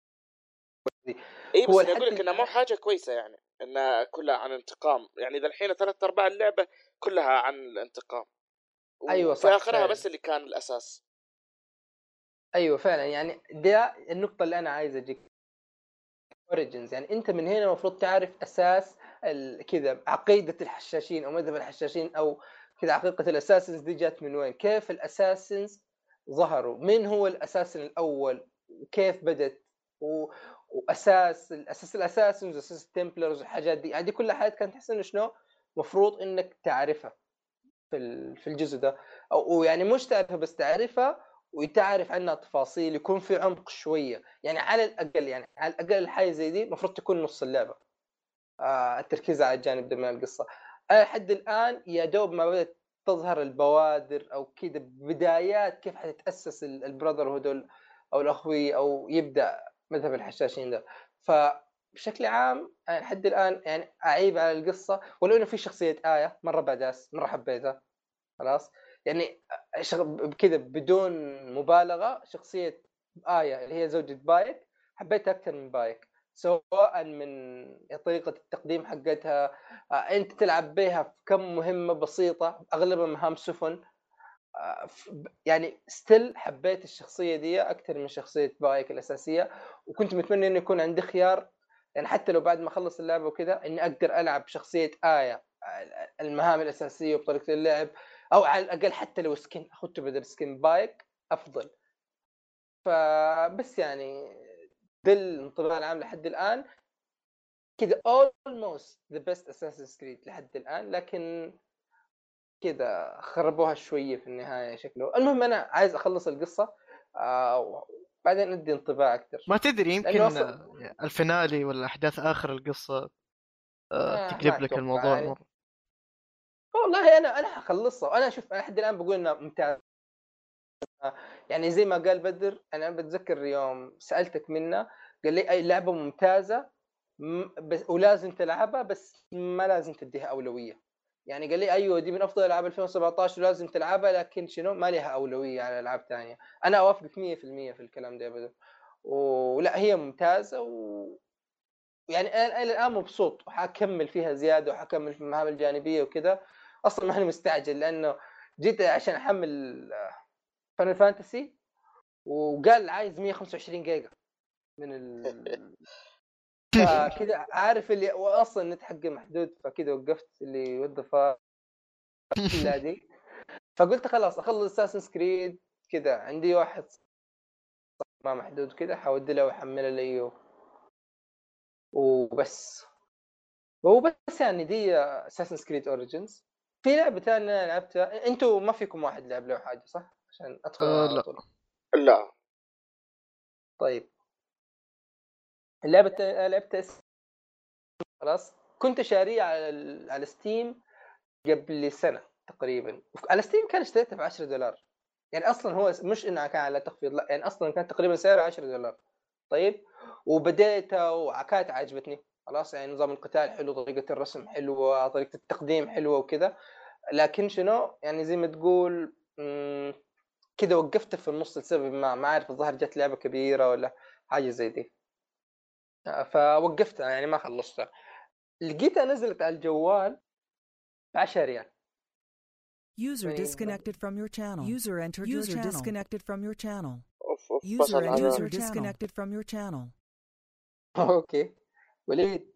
دي. اي هو بس انا اقول لحد لك انها مو الان حاجة كويسة، يعني انها كلها عن انتقام. يعني ذا الحين ثلاث ارباع اللعبة كلها عن الانتقام، ايوه وفي صح اخرها فعلا، بس اللي كان الاساس. ايوه فعلا، يعني ده النقطه اللي انا عايز اجيك اوريجنز، يعني انت من هنا المفروض تعرف اساس ال- كذا عقيده الحشاشين او مذهب الحشاشين، او كذا عقيده الاساسنز دي جات من وين، كيف الاساسنز ظهروا، من هو الاساسن الاول، وكيف بدت، و... واساس الاساس الاساسنز واساس التمبلرز والحاجات دي، يعني دي كلها حاجات كانت تحس انه شنو مفروض انك تعرفها في ال- في الجزء ده، او يعني مش تعرفها بس تعرفها وتعرف عنها تفاصيل، يكون في عمق شويه، يعني على الاقل يعني على الاقل الحاجه زي دي المفروض تكون نص اللعبه. آه التركيز على الجانب ده من القصه. أنا لحد الان يا دوب ما بدات تظهر البوادر او كذا بدايات كيف حتتاسس ال- البراذر هود او الاخوي، او يبدا مذهب الحشاشين ده. فبشكل عام أنا لحد الان يعني اعيب على القصه، ولو انه في شخصيه آية مره بداس مره حبيتها خلاص، يعني شغ- كذا بدون مبالغه، شخصيه آية اللي هي زوجة بايك حبيتها اكثر من بايك، سواء من طريقه التقديم حقتها، آه، انت تلعب بها في كم مهمه بسيطه اغلبها مهام سفن، آه، ف- يعني ستيل حبيت الشخصيه دي اكثر من شخصيه بايك الاساسيه، وكنت متمنى انه يكون عندي خيار، يعني حتى لو بعد ما اخلص اللعبه وكذا اني اقدر العب بشخصيه آية آه، المهام الاساسيه وطريقه اللعب، او على الاقل حتى لو سكين اخذته بدل سكين بايك افضل. فبس يعني ده الانطباع العام لحد الان كذا، almost the best Assassin's Creed لحد الان، لكن كذا خربوها شويه في النهايه شكله. المهم انا عايز اخلص القصه، آه بعدين ادي انطباع اكثر، ما تدري لانه يمكن اصلا آه، الفينالي ولا احداث اخر القصه آه، آه ما تقلب لك اتوقع الموضوع يعني. مره. والله انا انا حخلصها، وانا شوف انا لحد الان بقول انها ممتازه، يعني زي ما قال بدر، انا بتذكر يوم سالتك منه قال لي اي لعبه ممتازه، م- بس ولازم تلعبها، بس ما لازم تديها اولويه، يعني قال لي ايوه دي من افضل العاب ألفين وسبعطعش ولازم تلعبها، لكن شنو ما لها اولويه على العاب ثانيه. انا اوافقك مية بالمية في الكلام ده ابدا، ولا هي ممتازه، و يعني انا أنا الان مبسوط وحكمل فيها زياده، وحكمل في المهام الجانبيه وكذا، اصلا ما انا مستعجل لانه جيت عشان احمل فاينل فانتسي وقال عايز مية وخمسة وعشرين جيجا من ال... فكذا عارف اللي واصلا النت حقي محدود، فكذا وقفت اللي وظف الا دي، فقلت خلاص اخلص اساسن كريد كذا. عندي واحد ما محدود كده، حودي له ويحملها لي وبس. وهو بس يعني دي اساسن كريد اوريجينز. في لعبه ثانيه لعبتها، انتوا ما فيكم واحد لعب له حاجه صح عشان ادخل أه على لا. طول؟ لا طيب اللعبه الت- لعبتها اس- خلاص كنت شاريه على ال... على ستيم قبل سنه تقريبا. على ستيم كان اشتريتها ب عشرة دولار، يعني اصلا هو مش انها كان على تخفيض، لا يعني اصلا كان تقريبا سعرها عشرة دولار. طيب وبديتها وكانت عجبتني خلاص، يعني نظام القتال حلو، طريقه الرسم حلوه، طريقه التقديم حلوه وكذا. لكن شنو يعني زي ما تقول كذا وقفت في النص لسبب ما ما عارف، الظاهر جت لعبه كبيره ولا حاجه زي دي، فوقفتها يعني ما خلصتها. لقيتها نزلت على الجوال ب عشرة ريال. User يعني disconnected from your channel. User entered your User channel. disconnected. Disconnected from your channel. اوف اوف User فصل entered هذا. your channel. Disconnected from your channel. اوكي وليد.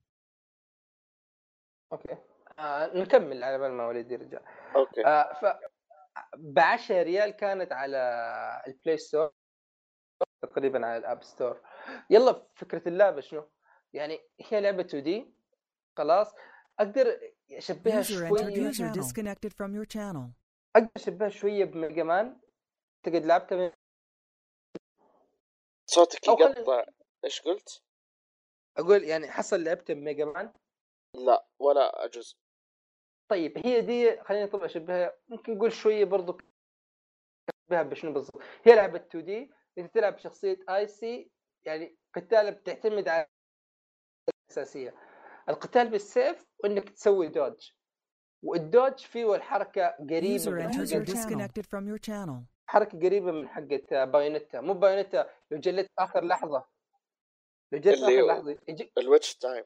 اوكي آه نكمل على بال ما وليد يرجع. اوكي آه ف ب عشرة ريال كانت على البلاي ستور، تقريبا على الاب ستور. يلا فكره اللعبه شنو؟ يعني هي لعبه اثنين دي خلاص، اقدر اشبهها User entered شويه، your User disconnected from your channel. اقدر اشبهها شويه بميجا مان. تقعد لعبتها من... صوتك أو خلي- يقطع. ايش قلت؟ اقول يعني حصل لعبت بميجا مان. لا ولا جزء. طيب هي دي خلينا طبعا اشبهها، ممكن نقول شويه برضو اشبهها بشنو بالضبط. هي لعبه اثنين دي انت تلعب شخصيه اي سي، يعني قتال بتعتمد على الاساسيه، القتال بالسيف وانك تسوي دوج، والدوج فيه الحركه قريبه User من entered your حقت disconnected from your channel. حركه قريبه من حقت بايونيتا. مو بايونيتا لو جلت في اخر لحظه، لو جلت في اللي اخر هو لحظه يجي. الويتش تايم.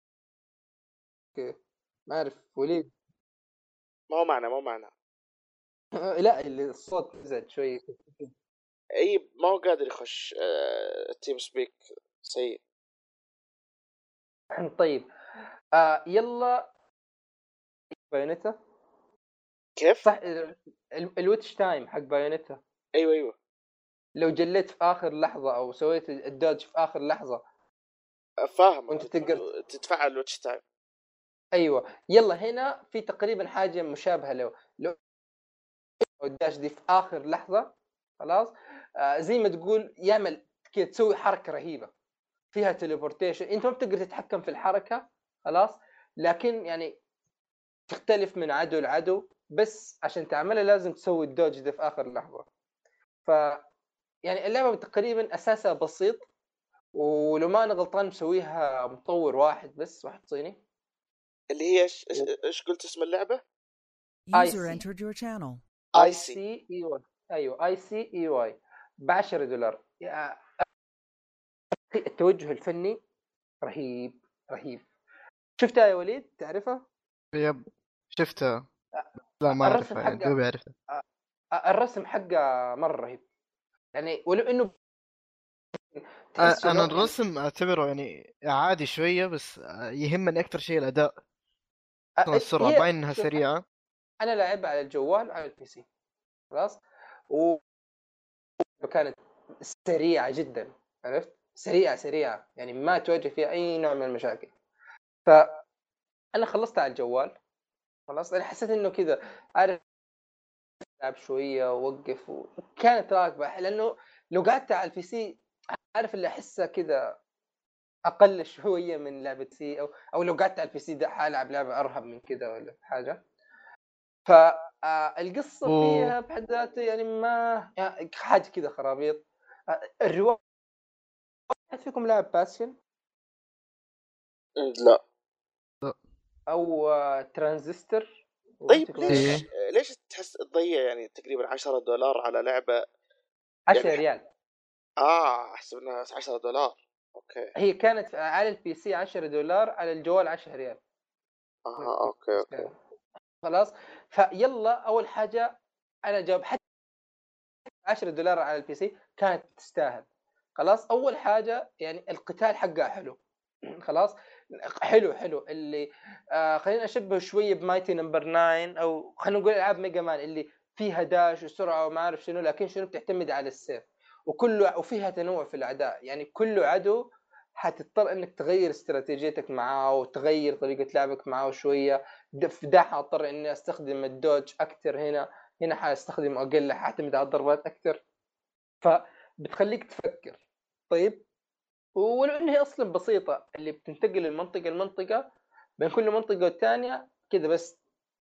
ما اعرف وليد. ما هو معنى ما هو معنى لا اللي الصوت نزل شوي. اي ما هو قادر يخش آه... تيم سبيك سيء. طيب آه يلا بايونيتا كيف؟ صح. الويتش تايم حق بايونيتا ايوه ايوه لو جليت في اخر لحظه او سويت الدوج في اخر لحظه فاهم. وانت تقدر تتفعل الويتش تايم. ايوه. يلا هنا في تقريبا حاجه مشابهه، لو لو الداش دي في اخر لحظه خلاص آه زي ما تقول يعمل كذا، تسوي حركه رهيبه فيها تليبورتيشن. انت ما بتقدر تتحكم في الحركه خلاص، لكن يعني تختلف من عدو لعدو، بس عشان تعملها لازم تسوي الدوج ده في اخر لحظه. ف يعني اللعبه تقريبا اساسها بسيط، ولو ما انا غلطان مسويها مطور واحد بس، واحد صيني. اللي هي ايش ايش قلت اسم اللعبه؟ User I C. entered your channel. اي سي اي واي. ايوه اي سي اي واي ب عشرة دولار. يا التوجه الفني رهيب رهيب. شفتها يا وليد تعرفها؟ يب شفتها. لا ما الرسم اعرفها يعني حقه دوبي عرفتها. الرسم حقه مره رهيب، يعني ولو انه تحس أ- انا شنو يعني. الرسم اعتبره يعني عادي شويه، بس يهمني اكثر شيء الاداء، أ- السرعه هي باين انها شوف، سريعه. انا لعبها على الجوال وعلى البي سي خلاص، وكانت سريعه جدا، عرفت؟ سريعه سريعه يعني ما تواجه فيها اي نوع من المشاكل. فانا خلصت على الجوال خلاص، انا حسيت انه كذا عارف العب شويه ووقف، وكانت راكبه. لانه لو قعدت على البي سي عارف اللي احسها كذا اقل شويه من لعبه سي، او او لو قعدت على البي سي ده حالعب لعبه ارهب من كذا ولا حاجه. فالقصه و... فيها بحد ذاتها يعني ما يعني حاجه كذا خرابيط. آه، الروايه، حد فيكم لعب باسيون لا. او آه، ترانزستور؟ طيب ليش إيه. ليش تحس تضيع يعني تقريبا عشرة دولار على لعبه؟ عشرة يعني... ريال. اه احسب انها عشرة دولار. اوكي هي كانت على البي سي عشرة دولار، على الجوال عشرة ريال. اه اوكي اوكي خلاص فيلا اول حاجه انا جاب حتى عشرة دولار على البي سي كانت تستاهل. خلاص اول حاجه يعني القتال حقها حلو خلاص حلو حلو اللي آه خلينا اشبه شويه بمايتي نمبر تسعة، او خلينا نقول العاب ميجا مان اللي فيها داش وسرعه وما اعرف شنو، لكن شنو بتعتمد على السيف. وكله وفيها تنوع في الاعداء، يعني كل عدو حتضطر انك تغير استراتيجيتك معاه وتغير طريقه لعبك معاه شويه. د- في ده حاضطر اني استخدم الدوج اكثر، هنا هنا حاستخدم اقل، حاعتمد على الضربات اكثر، فبتخليك تفكر. طيب، ولو ان هي اصلا بسيطه، اللي بتنتقل من منطقه لمنطقه، بين كل منطقه والثانيه كذا بس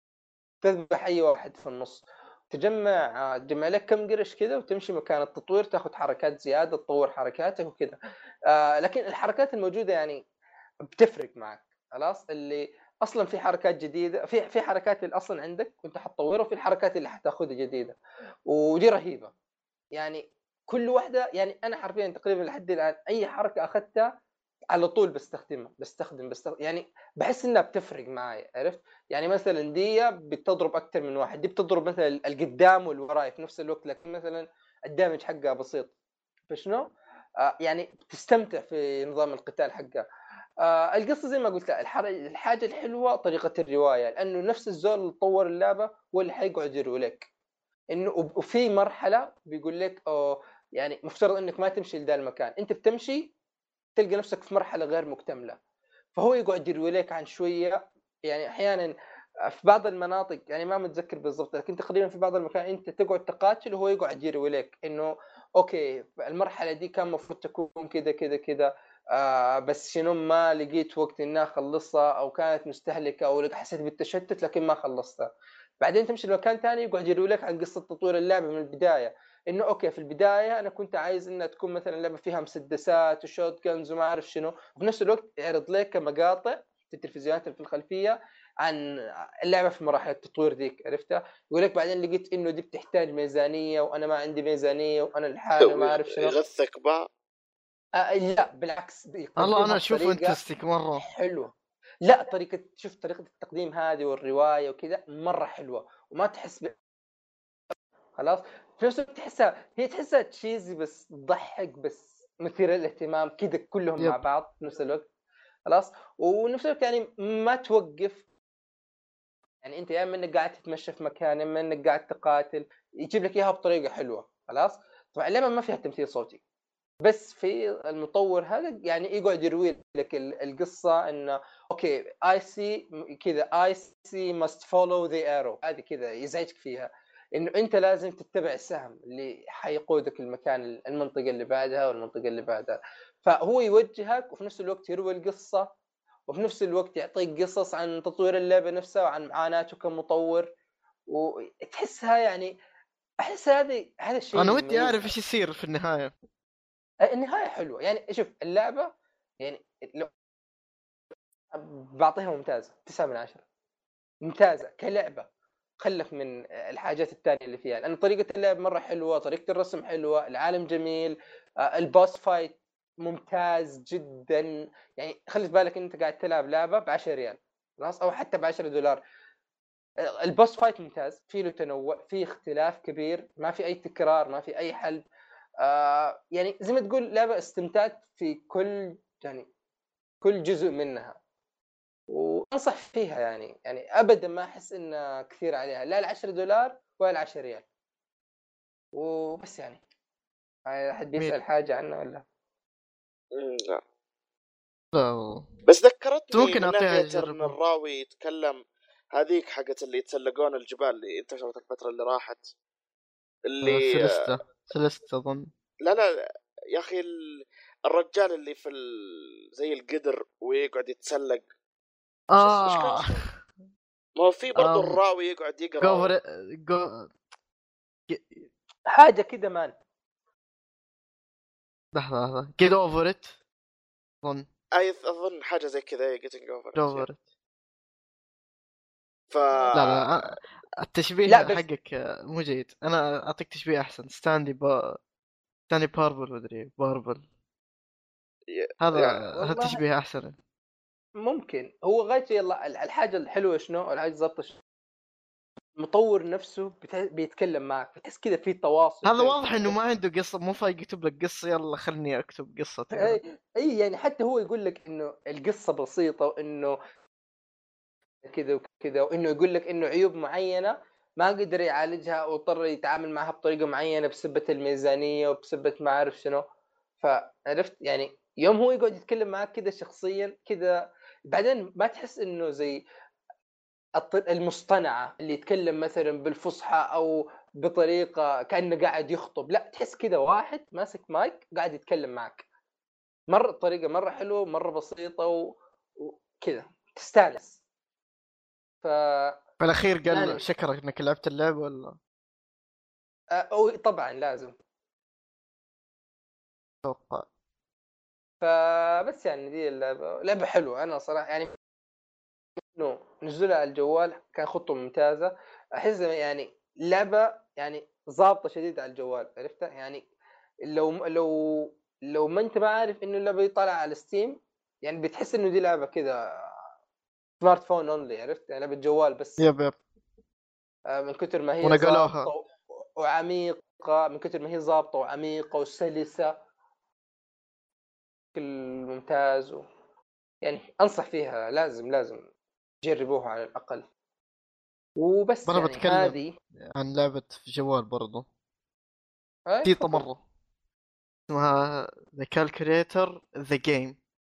تذبح اي واحد في النص، تجمع تجمع لك كم قرش كذا، وتمشي مكان التطوير تاخذ حركات زياده، تطور حركاتك وكذا. آه لكن الحركات الموجوده يعني بتفرق معك. خلاص، اللي اصلا في حركات جديده، في في حركات اللي اصلا عندك وانت حتطورها، وفي الحركات اللي حتاخذها جديده، ودي رهيبه. يعني كل واحده، يعني انا حرفيا تقريبا لحد الان اي حركه اخذتها على طول بستخدمها، بستخدم بستخدم يعني بحس انها بتفرق معي، عرفت؟ يعني مثلا دي بتضرب اكثر من واحد، دي بتضرب مثلا القدام والوراي في نفس الوقت، لكن مثلا الدامج حقها بسيط. فشنو؟ آه يعني بتستمتع في نظام القتال حقها. آه القصه زي ما قلت، الحر... الحاجه الحلوه طريقه الروايه، لانه نفس الزول اللي طور اللعبه هو اللي حيقعد يروي لك، انه وفي مرحله بيقول لك أوه، يعني مفترض انك ما تمشي لذا المكان، انت بتمشي تلقى نفسك في مرحله غير مكتمله، فهو يقعد يروي لك عن شويه. يعني احيانا في بعض المناطق، يعني ما متذكر بالضبط، لكن تقريبا في بعض المكان انت تقعد تقاتل وهو يقعد يروي لك انه اوكي المرحله دي كان المفروض تكون كذا كذا كذا، آه بس شنو ما لقيت وقت اني اخلصها، او كانت مستهلكه، او حسيت بالتشتت لكن ما خلصتها. بعدين تمشي لمكان ثاني يقعد يروي لك عن قصه تطوير اللعبه من البدايه، انه اوكي في البدايه انا كنت عايز انها تكون مثلا لعبه فيها مسدسات وشوت جنز وما اعرف شنو، وفي نفس الوقت يعرض لك مقاطع في التلفزيونات اللي في الخلفيه عن اللعبه في مراحل التطوير ذيك، عرفتها؟ يقول لك بعدين لقيت انه دي بتحتاج ميزانيه، وانا ما عندي ميزانيه، وانا لحالي وما اعرف شنو. يغثك بقى. آه لا بالعكس، والله بيقدمها انا اشوف بطريقه انترستيك مره. حلوه. لا طريقه، شوف طريقه التقديم هذه والروايه وكذا مره حلوه، وما تحس ب... خلاص. في نفس الوقت تحسها، هي تحسها تشيزي بس تضحك، بس مثير للاهتمام كذا كلهم مع يب. بعض في نفس الوقت. خلاص، ونفس الوقت يعني ما توقف، يعني انت يا اما انك قاعد تتمشى في مكان، اما انك قاعد تقاتل، يجيب لك اياها بطريقه حلوه. خلاص. طبعا اللعبه ما فيها تمثيل صوتي، بس في المطور هذا يعني يقعد يروي لك القصه انه اوكي اي سي كذا، اي سي ماست فولو ذا ايرو، هذه كذا يزعجك فيها انه انت لازم تتبع السهم اللي حيقودك المكان، المنطقه اللي بعدها والمنطقه اللي بعدها. فهو يوجهك وفي نفس الوقت يروي القصه، وفي نفس الوقت يعطيك قصص عن تطوير اللعبه نفسها وعن معاناته كمطور، وتحسها يعني احس هذه هذا الشيء انا اللي ودي اعرف يميزها. ايش يصير في النهايه. النهايه حلوه، يعني شوف اللعبه، يعني لو بعطيها ممتازه تسعة من عشرة، ممتازه كلعبه، خلف من الحاجات الثانيه اللي فيها، لان طريقه اللعب مره حلوه، طريقه الرسم حلوه، العالم جميل، البوس فايت ممتاز جدا. يعني خلي في بالك انت قاعد تلعب لعبه ب عشرة ريال، خلاص، او حتى ب عشرة دولار. البوس فايت ممتاز، في له تنوع، في اختلاف كبير، ما في اي تكرار، ما في اي حل. آه يعني زي ما تقول لعبه استمتعت في كل، يعني كل جزء منها، وانصح فيها. يعني يعني ابدا ما احس انه كثير عليها، لا العشرة دولار ولا العشرة ريال. وبس يعني حد بيسأل حاجة عنه ولا؟ مم، لا. لا. بس ذكرتني ممكن من اعطيها ناحية ان اجربها. الراوي يتكلم، هذيك حقت اللي يتسلقون الجبال اللي انتشرت الفترة اللي راحت، اللي سيليستا سيليستا اظن. لا لا يا اخي ال- الرجال اللي في ال... زي القدر ويقعد يتسلق. ايش ايش كان اه اسمه؟ ما هو في برضو ام الراوي يقعد يقرا جوفر جو... حاجة كده مان. لحظه لحظه جيت اوفر ات اظن. اي اظن حاجه زي كذا getting over it اوفر يعني. ات. ف لا لا التشبيه لا بس حقك مو جيد، انا اعطيك تشبيه احسن. ستاندي با... ستاندي باربل مدري باربل، ي- هذا يعني هذا والله تشبيه احسن. ممكن هو غاية، يلا الحاجة الحلوة شنو، الحاجة ضبط المطور نفسه بت- بيتكلم معك، بتحس كده في تواصل هذا بينكم، واضح انه ما عرفت؟ عنده قصه، مو فايق يكتب لك قصه، يلا خلني اكتب قصتي انا. اي اي يعني حتى هو يقول لك انه القصة بسيطة، وانه كذا وكذا، وانه يقول لك انه عيوب معينة ما قدر يعالجها واضطر يتعامل معها بطريقه معينه بسبه الميزانيه وبسبه ما اعرف شنو. فعرفت يعني يوم هو يقعد يتكلم معك كذا شخصيا كذا، بعدين ما تحس انه زي الط- المصطنعه اللي يتكلم مثلا بالفصحى او بطريقه كانه قاعد يخطب، لا تحس كذا واحد ماسك مايك قاعد يتكلم معك. مره الطريقه مره حلوه مره بسيطه و- وكذا تستانس. ف في الاخير قال يعني شكرك انك لعبت اللعبه ولا آه، أو طبعا لازم. اتوقع؟ فبس يعني دي اللعبه لعبه حلوه انا صراحه يعني انه نزلها على الجوال كان خطوه ممتازه. احس يعني لعبه يعني ضابطه شديد على الجوال، عرفتها يعني. لو لو لو ما انت ما عارف انه اللعبه دي طالعه على ستيم، يعني بتحس انه دي لعبه كذا سمارت فون اونلي، عرفت يعني لعبه جوال بس. يب يب. آه، من كثر ما هي ونقلوها. ضابطه وعميقه، من كثر ما هي ضابطه وعميقه وسلسه بشكل ممتاز و... يعني انصح فيها، لازم لازم تجربوها على الاقل. وبس انا يعني بتكلم هذه عن لعبه في جوال برضو اي بسيطه تفضل. مره، اسمها The Calculator The Game.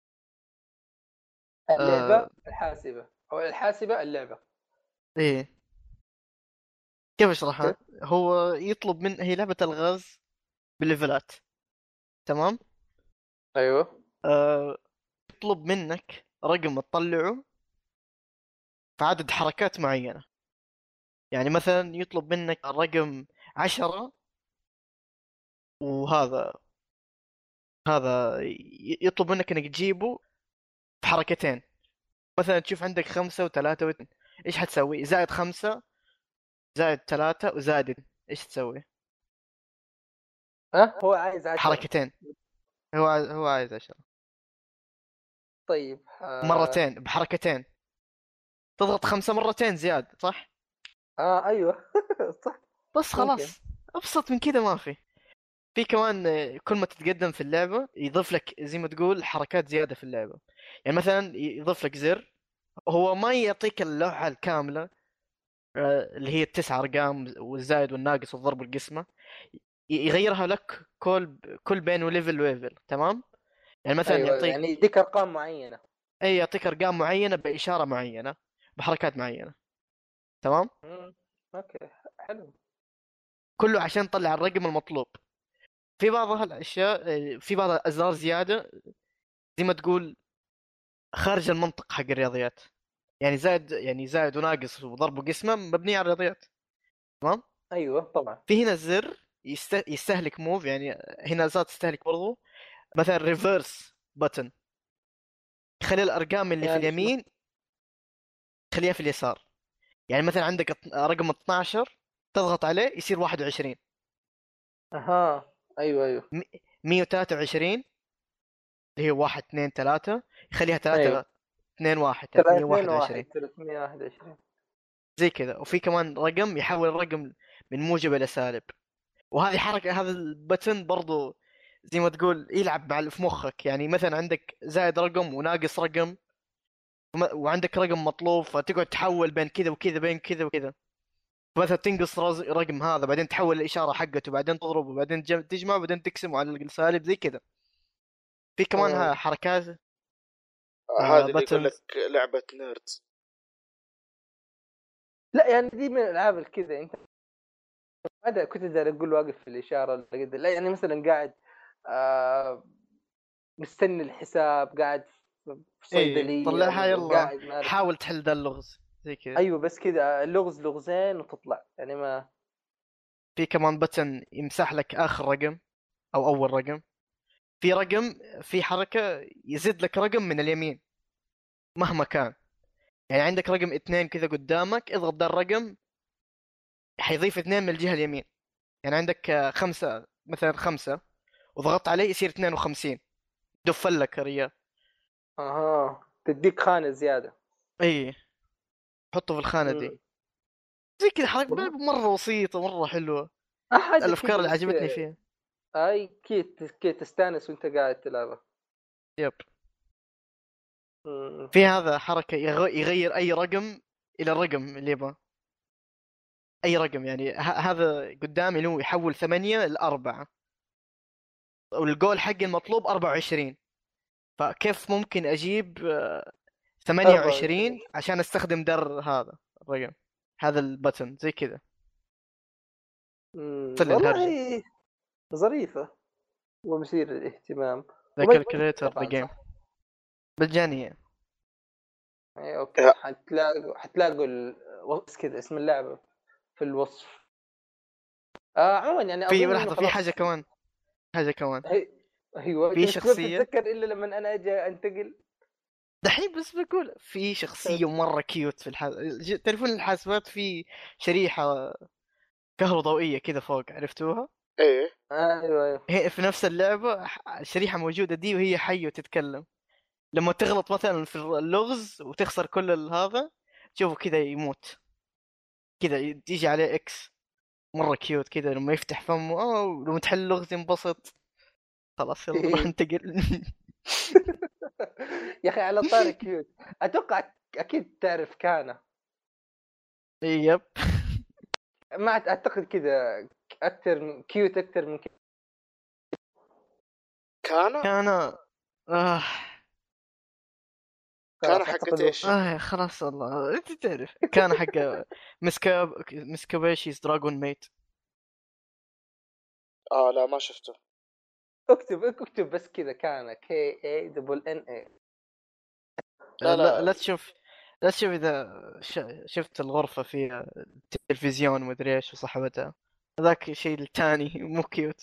اللعبه آه الحاسبه او الحاسبه اللعبه. ايه، كيف كيف؟ اشرحها؟ هو يطلب من هي لعبه الغاز بالليفلات، تمام؟ ايوه آه يطلب منك رقم تطلعه في عدد حركات معينه. يعني مثلا يطلب منك الرقم عشرة، وهذا هذا ي- يطلب منك انك تجيبه في حركتين. مثلا تشوف عندك خمسة وثلاثة واثنين، ايش حتسوي؟ زائد خمسة زائد ثلاثة وزائد اثنين، ايش تسوي؟ ها هو عايز عشرة. حركتين. هو عايز هو عايز عشرة طيب آه... مرتين بحركتين، تضغط خمسة مرتين زيادة، صح؟ اه ايوه صح. بس ممكن. خلاص، ابسط من كذا ما في. في كمان آه، كل ما تتقدم في اللعبة يضيف لك زي ما تقول حركات زيادة في اللعبة. يعني مثلا يضيف لك زر، هو ما يعطيك اللوحة الكاملة آه، اللي هي التسع ارقام والزائد والناقص والضرب والقسمة، ي- يغيرها لك كل كل بين وليفل وليفل، تمام؟ يعني مثلا ايوه أيوة، يعني يعطيك، يديك ارقام معينه. اي يعطيك ارقام معينة بإشارة معينة بحركات معينة، تمام؟ مم. اوكي حلو. كله عشان تطلع الرقم المطلوب. في بعض هالاشياء آه، في بعض الازرار زيادة زي ما تقول خارج المنطق حق الرياضيات. يعني زائد يعني زائد وناقص وضرب وقسمة مبنية على الرياضيات، تمام؟ ايوه طبعا. في هنا الزر يست... يستهلك موف، يعني هنا زاد تستهلك برضو مثلا ريفرس بutton، يخلي الارقام اللي في يعني شنو؟ اليمين خليها في اليسار. يعني مثلا عندك ات- رقم اثناشر تضغط عليه يصير واحد وعشرين. اها ايوه ايوه م- مية وثلاثة وعشرين اللي هي واحد اثنين ثلاثة يخليها ايوه ثلاثة اثنين واحد ثلاثة اثنين واحد ثلاثمية وواحد وعشرين. ثلاثمية وواحد وعشرين. زي كذا. وفي كمان رقم يحول الرقم من موجب الى سالب. وهذه حركة، هذا البتن برضو زي ما تقول يلعب مع اللي في مخك. يعني مثلا عندك زائد رقم وناقص رقم وم- وعندك رقم مطلوب، فتقعد تحول بين كذا وكذا بين كذا وكذا. مثلا تنقص رز- رقم هذا بعدين تحول الإشارة حقته بعدين تضربه بعدين تجم- تجمع بعدين تقسمه على السالب زي كذا. في كمان مم. ها حركات هذه اللي يقول باتنز. لك لعبه نيرد. لا يعني دي من الالعاب الكذا انت هذا كنت داير اقول واقف في الاشاره ولا كده، لا يعني مثلا قاعد آه مستني الحساب، قاعد في اي صيدليه طلعها ولا يلا قاعد ما أعرف. حاول تحل ذا اللغز زي كذا. ايوه بس كذا لغز لغزين وتطلع يعني ما. في كمان بتن يمسح لك آخر رقم أو أول رقم. في رقم، في حركة يزيد لك رقم من اليمين مهما كان. يعني عندك رقم اثنين كذا قدامك، اضغط ذا الرقم حيضيف اثنين من الجهة اليمين. يعني عندك آه، خمسة مثلا، خمسة وضغطت عليه يصير اثنين وخمسين، دفل لك ريال. اها تديك خانه زياده. اي حطه في الخانة امم دي. زي كذا حركة والله مرة بسيطة مرة حلوة. آه، حاجه الأفكار كذا اللي بس عجبتني كذا. فيها. اي كي كي تستانس وانت قاعد تلعبها. يب. مم. في هذا حركة يغ- يغير أي رقم إلى الرقم اللي يبغاه. اي رقم يعني ه- هذا قدامي لو يحول ثمانية لأربعة، والجول حقي المطلوب أربعة وعشرين، فكيف ممكن اجيب آه، ثمانية أربعة وعشرين. وعشرين عشان استخدم در هذا الرقم، هذا البتن زي كذا. مم، وصل لي الهرجة. والله ظريفة ومثير للاهتمام. ذا ومجانية كالكوليتر ذا طبعا جيم صح؟ مجانية. اي اوكي، حتلاقوا حتلاقوا ال... بس كذا اسم اللعبة في الوصف. آه عموما يعني في اظن انه لحظة، في حاجة خلاص. كمان، حاجة كمان. هي... ايوه انت في مش تقدر شخصية تتذكر الا لما انا اجي انتقل. دحين بس بقول في شخصية مرة كيوت في الح... ج- تلفون الحاسبات، في شريحة كهروضوئية كذا فوق، عرفتوها؟ ايه ايوه ايوه. هي في نفس اللعبة ح- الشريحة موجودة دي، وهي حية وتتكلم. لما تغلط مثلا في اللغز وتخسر كل ال- هذا، تشوفه كذا يموت، كذا ي- تيجي عليه اكس. مرة كيوت كذا لما يفتح فمه، اوه لما تحل اللغز ينبسط. خلاص يلا نروح ننتقل. يا اخي على طاري كيوت، اتوقع اكيد تعرف كانا. يب. ما أعت- اعتقد كذا اكثر من كيوت اكثر من كذا. كان كان آه. كان خلاص حقت اعتقد ايش؟ وصل. آه خلاص والله انت تعرف، كان حق مسكاب مسكابيشيز دراجون ميت. اه لا ما شفته. اكتب اكتب بس كذا كانا، كي اي دبل ان اي. لا لا لا لا تشوف، لا تشوف اذا ش... شفت الغرفة فيها تلفزيون ومدري ايش وصاحبتها، هذاك الشيء الثاني مو كيوت.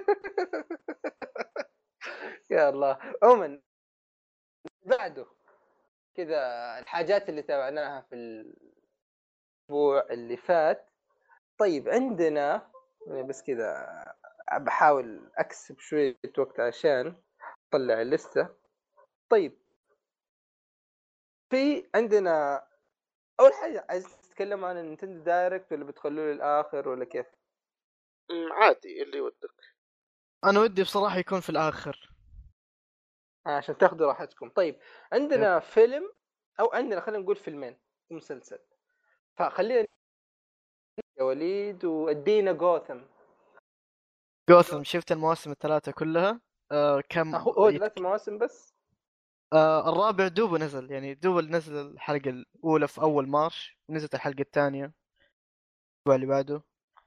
يا الله. عموما بعده كذا الحاجات اللي تابعناها في الاسبوع اللي فات. طيب عندنا بس كذا بحاول اكسب شويه وقت عشان اطلع الليسته. طيب في عندنا اول حاجه عايز تتكلم عن النينتندو دايركت ولا بتخلوه للاخر ولا كيف؟ أمم، عادي اللي ودك. انا ودي بصراحة يكون في الاخر. آه، عشان تاخذوا راحتكم. طيب يب. عندنا فيلم او عندنا خلينا نقول فيلمين ومسلسل، فخلينا يا وليد وادينا جوثم. جوثم شفت المواسم الثلاثة كلها. آه آه، كم هو هو ثلاث يتك... مواسم بس. آه الرابع دوبه نزل، يعني دوبه نزل الحلقة الأولى في أول مارش، ونزلت الحلقة الثانية الأسبوع اللي بعده.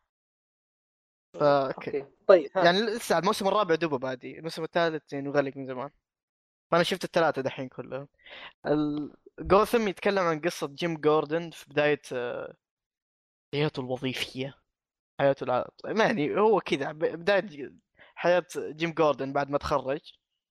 مم، فا اوكي طيب ها. يعني لسه الموسم الرابع دوبه بادي، الموسم الثالث يعني غلق من زمان. فانا شفت الثلاثه دحين كلهم. ال- جوثم يتكلم عن قصه جيم جوردن في بدايه آه، حياته الوظيفيه، حياته الع... ما يعني هو كذا ب- بدايه ج- حياه جيم جوردن بعد ما تخرج،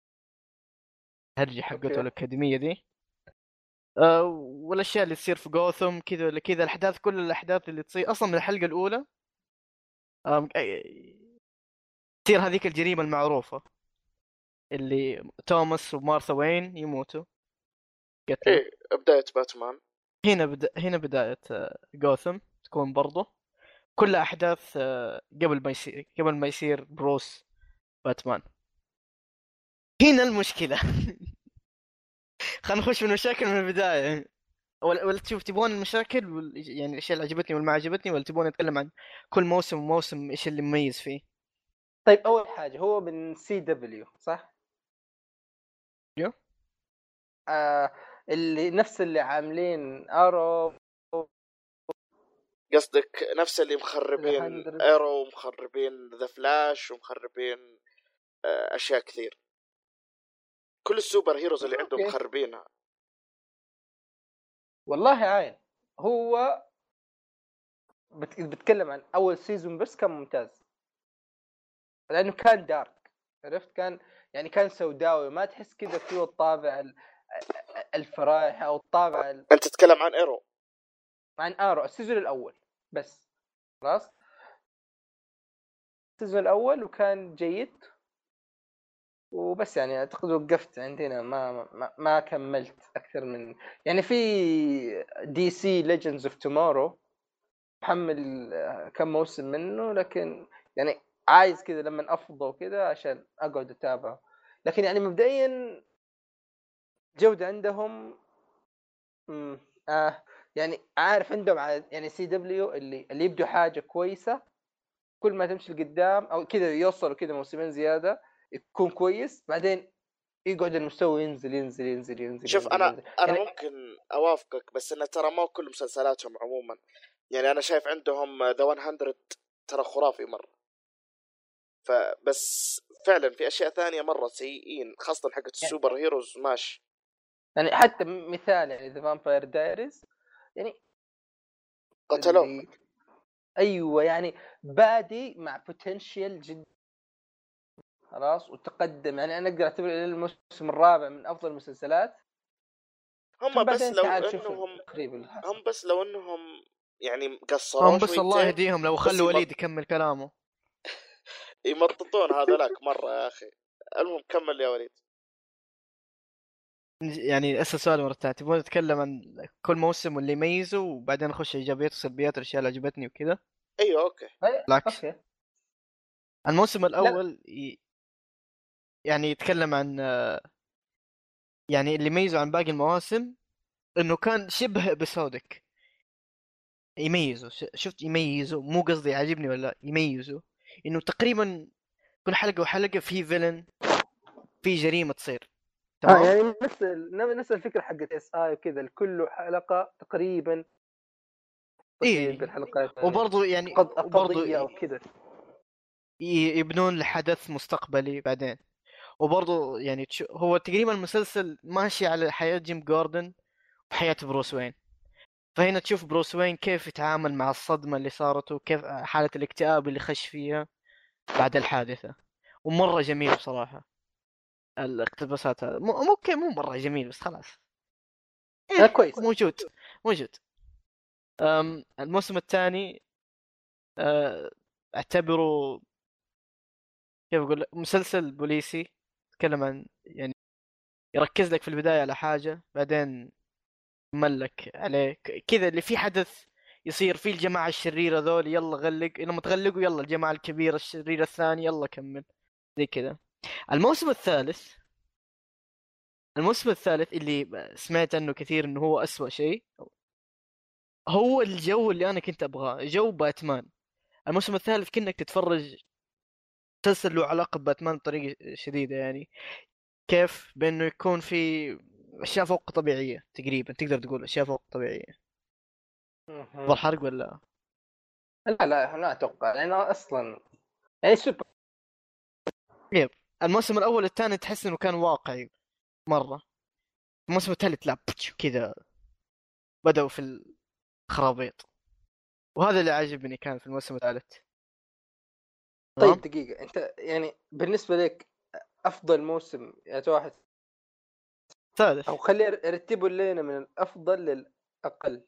هرجي حقته اوكي الاكاديميه دي. أه والاشياء اللي تصير في جوثم كذا ولا كذا، الاحداث كل الاحداث اللي تصير اصلا من الحلقه الاولى. أم... أي- تصير هذيك الجريمه المعروفه، اللي توماس ومارثا وين يموتوا، قتله. ايه بداية باتمان. هنا بدا... هنا بداية آه، جوثم تكون برضه كل أحداث آه، قبل ما يصير قبل ما يصير بروس باتمان. هنا المشكلة. خلينا نخش من المشاكل من البداية، ولا ولا تشوف تبغون المشاكل وال... يعني الأشياء اللي عجبتني والما عجبتني، ولا تبغون نتكلم عن كل موسم وموسم إيش اللي مميز فيه؟ طيب اول حاجه هو من سي دبليو صح؟ يو. آه اللي نفس اللي عاملين ارو قصدك نفس اللي مخربين هندرد. ايرو ومخربين ذا فلاش ومخربين آه، اشياء كثير. كل السوبر هيروز اللي عندهم أوكي. مخربينها. والله عين. هو بت- بتكلم عن اول سيزون بس كان ممتاز لانه كان دارك، عرفت؟ كان يعني كان سوداوي، ما تحس كذا فيه الطابع ال- الفرايح او الطابع ال- انت تتكلم عن ايرو. عن ارو السيزون الاول بس. خلاص السيزون الاول وكان جيد وبس، يعني اعتقد وقفت عندنا ما ما, ما كملت اكثر من يعني في دي سي ليجندز اوف تومورو محمل آه، كم موسم منه، لكن يعني عايز كذا لما افضى كذا عشان اقعد اتابعه. لكن يعني مبدئيا جودة عندهم مم. آه يعني عارف عندهم على يعني سي دبليو اللي اللي يبدو حاجه كويسه كل ما تمشي لقدام او كذا يوصلوا كذا موسمين زياده يكون كويس بعدين يقعد المستوى ينزل ينزل ينزل ينزل شوف ينزل انا ينزل. انا يعني ممكن اوافقك، بس انه ترى ما كل مسلسلاتهم عموما. يعني انا شايف عندهم ذا مية ترى خرافي مره، فبس فعلا في اشياء ثانيه مره سيئين، خاصه حقت السوبر هيروز ماشي. يعني حتى مثال يعني ذا فامباير دايريز يعني قتلوه. اللي... ايوه يعني بادي مع بوتنشيال جدا خلاص وتقدم. يعني انا اقدر اعتبر الى الموسم الرابع من افضل المسلسلات. هم بس لو تعال شوف انهم تقريبا هم بس لو انهم يعني قصروا هم بس الله شويتين يهديهم لو بس خلوا يمط- وليد يكمل كلامه. يمططون هذاك مره يا اخي. المهم كمل يا وليد. يعني اسال سؤال مرة ثانية، تبغون نتكلم عن كل موسم واللي يميزه وبعدين نخش ايجابيات وسلبيات الاشياء اللي عجبتني وكذا؟ ايوه اوكي. بالعكس، اوكي الموسم الاول ي... يعني يتكلم عن يعني اللي يميزه عن باقي المواسم انه كان شبه ابيسودك. يميزه ش- شفت يميزه، مو قصدي عاجبني ولا يميزه، انه تقريبا كل حلقة وحلقة في فيلن، في جريمة تصير. اه تمام. يعني نفس ال- نفس الفكره حقت اس اي وكذا كل حلقه تقريبا ايه، بالحلقات وبرضه يعني قض... وبرضه قضيه او كذا. ي- يبنون لحدث مستقبلي بعدين. وبرضه يعني تشو هو تقريبا المسلسل ماشي على حياة جيم جوردن وحياة بروس وين. فهنا تشوف بروس وين كيف يتعامل مع الصدمة اللي صارت وكيف حالة الاكتئاب اللي خش فيها بعد الحادثة. ومرة جميل بصراحة الاقتباسات هذا. مو مو اوكي مو مرة جميل بس خلاص. آه إيه كويس. موجود موجود. أم الموسم الثاني أه، اعتبره كيف اقول لك، مسلسل بوليسي. يتكلم عن يعني يركز لك في البداية على حاجة بعدين ملك عليه ك- كذا اللي في حدث يصير فيه الجماعة الشريرة ذول يلا غلق، لما تغلقوا يلا الجماعة الكبيرة الشريرة الثانية يلا كمل زي كذا. الموسم الثالث الموسم الثالث اللي سمعت عنه كثير انه هو أسوأ شيء، هو الجو اللي انا كنت ابغاه، جو باتمان. الموسم الثالث كأنك تتفرج مسلسل له علاقة بباتمان بطريقة شديدة، يعني كيف بانه يكون في اشياء فوق طبيعية، تقريبا تقدر تقول اشياء فوق طبيعية. مهم. بالحرق ولا؟ لا لا لا اتوقع لانه اصلا يعني سوبر. يب. الموسم الاول الثاني تحس انه كان واقعي مرة. الموسم الثالث لا بتش كذا بدأوا في الخرابيط، وهذا اللي عجبني كان في الموسم الثالث. تمام؟ طيب دقيقه انت يعني بالنسبه لك افضل موسم يا واحد ثالث. او خلي رتبوا لنا من الافضل للاقل.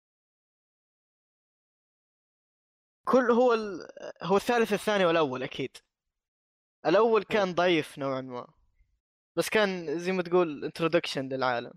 كل هو ال... هو الثالث الثاني والاول اكيد. الاول كان ضعيف نوعا ما، بس كان زي ما تقول انترودكشن للعالم.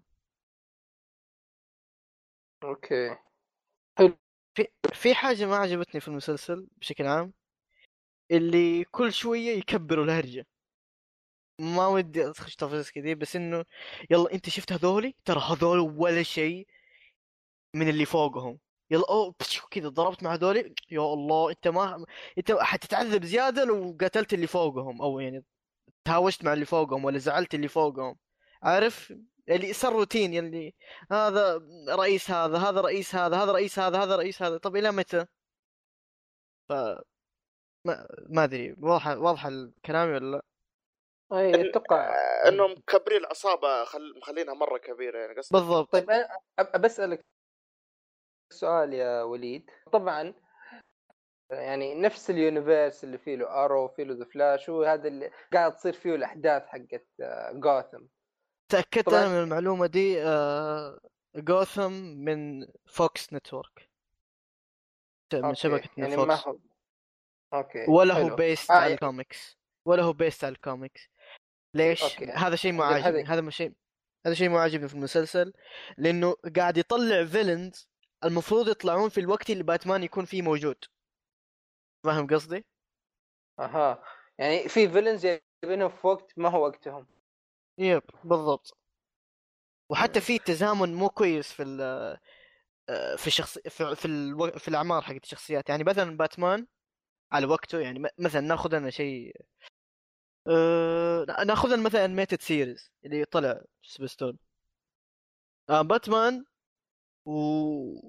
اوكي في في حاجة ما عجبتني في المسلسل بشكل عام، اللي كل شوية يكبروا الهرجة. ما ودي ادخل تفاصيل كذي، بس انه يلا انت شفت هذولي، ترى هذول ولا شيء من اللي فوقهم. يلا اوه بشو كذا ضربت مع هذولي، يا الله انت ما انت حتتعذب زيادة لو قتلت اللي فوقهم، او يعني تهاوشت مع اللي فوقهم ولا زعلت اللي فوقهم. عارف اللي صار روتين، يلي هذا رئيس هذا هذا رئيس هذا هذا رئيس هذا هذا رئيس هذا، طب الى متى؟ ف ما ما ادري واضحه واضحه الكلام ولا لا؟ اي إن... اتوقع آه، انهم مكبرين العصابه خل... مخلينها مره كبيره يعني قصدك. بالضبط. طيب انا أب- بسالك سؤال يا وليد. طبعا يعني نفس اليونيفيرس اللي فيه له ارو فيه له ذا فلاش وهذا اللي قاعد تصير فيه الاحداث حقت جوثم. تاكدت طبعاً. انا من المعلومه دي. آه... جوثم من فوكس نتورك، من اوكي شبكه يعني ما فوكس. هو اوكي ولا هو حلو. بيست آه على يعني... الكوميكس، ولا هو بيست على الكوميكس. ليش؟ اوكي هذا شيء مو أجل عاجبني، هذه هذا مو شيء هذا شيء مو عاجبني في المسلسل، لانه قاعد يطلع فيلنز المفروض يطلعون في الوقت اللي باتمان يكون فيه موجود. فاهم قصدي؟ اها يعني في فيلنز جايبينهم في وقت ما هو وقتهم. يب بالضبط. وحتى في تزامن مو كويس في ال- آه، في الشخص في في, الو... في الاعمار حقت الشخصيات. يعني مثلا باتمان على وقته، يعني م- مثلا ناخذ لنا شيء، أه... ناخذ لنا مثلا انيميتد سيريز اللي طلع سبيستون، آه باتمان و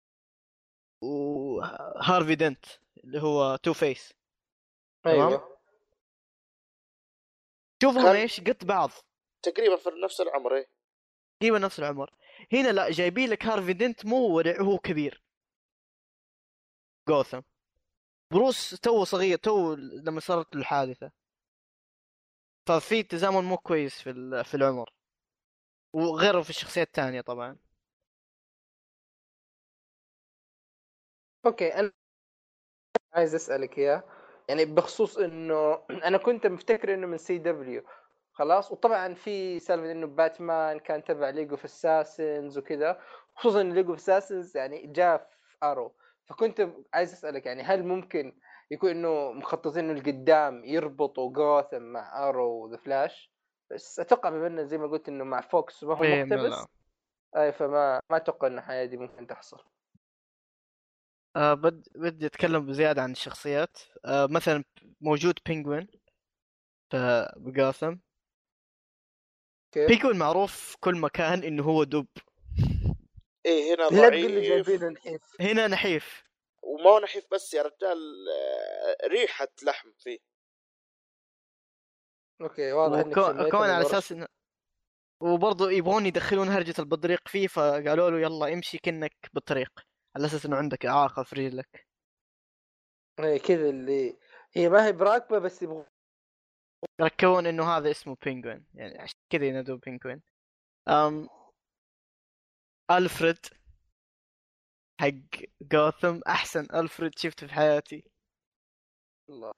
وهارفي دنت اللي هو تو فيس. تمام، ايوه شوفهم كان ايش قد بعض، تقريبا في نفس العمر. إيه. تقريبا نفس العمر. هنا لا، جايبين لك هارفي دنت مو ورع، هو كبير جوثم. بروس تو صغير، تو لما صارت له الحادثة، ففي تزامن مو كويس في ال- في العمر، وغيره في الشخصيات الثانية طبعا. اوكي. انا عايز اسالك اياه، يعني بخصوص انه انا كنت مفتكر انه من سي دبليو خلاص، وطبعا في سالفه انه باتمان كان تبع ليجو اوف اساسنز وكذا، خصوصا ان ليجو اوف اساسنز يعني جاء في ارو. فكنت عايز اسالك يعني هل ممكن يكون انه مخططين انه القدام يربطوا جوثم مع ارو وذا فلاش؟ بس اتوقع بما انه زي ما قلت انه مع فوكس ما هو ايه لا مقتبس، لا. اي فما ما اتوقع ان الحياه دي ممكن تحصل. آه بد بدي اتكلم بزيادة عن الشخصيات. آه مثلا موجود بينجوين في بجاثم. كيف؟ بينجوين معروف في كل مكان انه هو دب. ايه هنا لا تقول لي ضعيف. جايبينه نحيف. هنا نحيف. وما هو نحيف بس يا رجال، آه، ريحة لحم فيه. اوكي واضح انك سميته وكمان من على ورا اساس الشيء. انه، وبرضه يبغون يدخلون هرجة البطريق فيه، فقالوا له يلا امشي كأنك بالطريق، على اساس انه عندك اعاقة في رجلك. اي كذا اللي هي ما هي براكبه بس يبغى. ركبون انه هذا اسمه بينجوين، يعني عشان كذا ينادوه بينجوين. ام الفريد حق جوثم، احسن الفريد شفته في حياتي. الله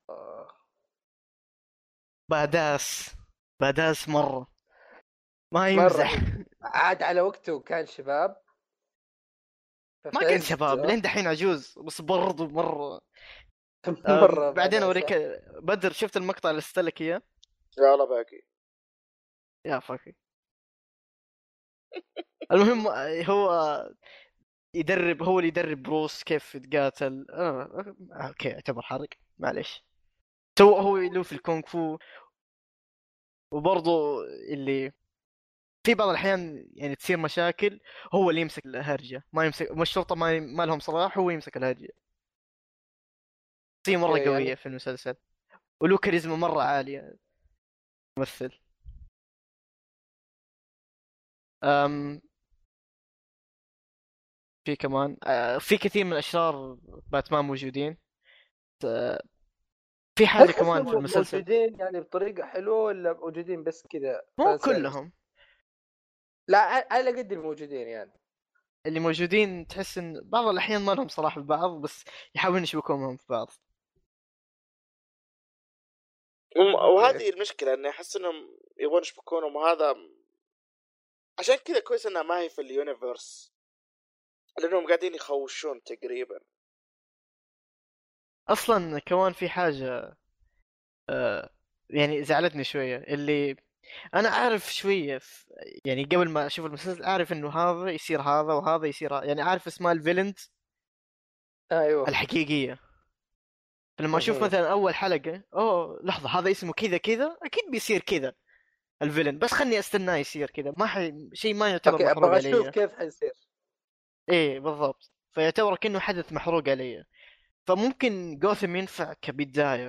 باداس، باداس مرة، ما مره يمزح. هي. عاد على وقته كان شباب، ما ففي كان شباب، عزه لين دحين عجوز، بس برضو مرة. مره أم، بعدين بعدها اوريك. صح. بدر، شفت المقطع اللي استلك اياه؟ يلا باقي. يا فاكي. المهم، هو يدرب، هو اللي يدرب بروس كيف يتقاتل. آه، آه، اوكي يعتبر حرق، معليش. تو هو له في الكونغ فو. وبرضه اللي في بعض الاحيان يعني تصير مشاكل، هو اللي يمسك الهرجه، ما يمسك، ما الشرطه ما, ما لهم صلاح، هو يمسك الهرجه. شخصيه مره اوكي قويه يعني في المسلسل، وله كاريزما مره عاليه ممثل. أم في كمان أه في كثير من الاشرار باتمان موجودين. أه في هل حاجه كمان في تحسهم المسلسل، موجودين يعني بطريقه حلوه ولا موجودين بس كذا مو فان سيرفيس؟ كلهم. لا ع- على قد الموجودين يعني. اللي موجودين تحس ان بعض الاحيان ما لهم صلاح ببعض، بس يحاولون يشبكونهم في بعض. وم- اوكي وهذه المشكلة، اني احس انهم يبغون يشبكونهم، وهذا عشان كذا كويس انها ما هي في اليونيفرس، لانهم قاعدين يخوشون تقريبا. اصلا كمان في حاجه أه يعني زعلتني شويه، اللي انا اعرف شويه في، يعني قبل ما اشوف المسلسل اعرف انه هذا يصير هذا وهذا يصير هذا، يعني عارف اسماء الفيلنز ايوه الحقيقيه. فلما اشوف مهم. مثلا اول حلقه، اوه لحظه هذا اسمه كذا كذا، اكيد بيصير كذا الفيلن، بس خلني استناه يصير كذا، ما حي... شيء ما يعتبر اوكي محروق ابغى اشوف علي. كيف حيصير. ايه بالضبط، فيعتبر كأنه حدث محروق علي. فممكن جوثم ينفع كبدايه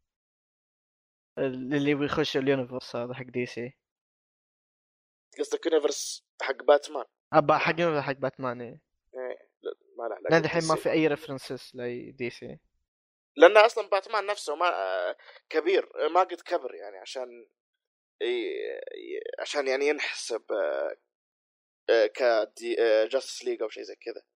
اللي بيخش اليونيفرس هذا حق دي سي. قصدك يونيفرس حق باتمان؟ ابا حق حق باتمان، ايه. إيه، لا، ما له لان علاقة بدي الحين ما سي. في اي ريفرنسز لاي دي سي. لان اصلا باتمان نفسه ما كبير، ما قد كبر يعني عشان ي- ي- عشان يعني ينحسب آه، آه، كدي جاستس ليج او شيء زي كذا.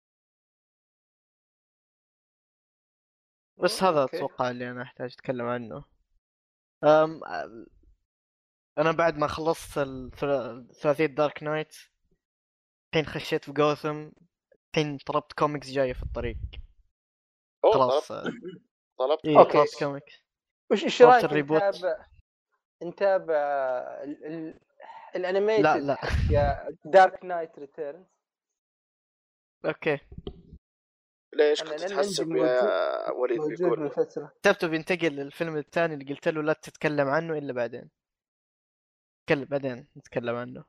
بس هذا اوكي اتوقع اللي انا احتاج اتكلم عنه. أم انا بعد ما خلصت الثلا- ثلاثية دارك نايت، الحين خشيت في جوثم، الحين طلبت كوميكس جايه في الطريق. اوه طلبت خلاص. طلبت ايه اوكي. طلبت كوميكس. كوميكس. وش ايش طلبت رايك الريبوت. نتابع نتابع ال... ال... لا الانيميتد لا حق دارك نايت ريتيرنز؟ اوكي ليش أنا كنت لأن تحسب عندي يا وليد موجود بيقول من فترة. كتبته بينتقل للفيلم الثاني اللي قلت له لا تتكلم عنه الا بعدين. تكلم بعدين نتكلم عنه.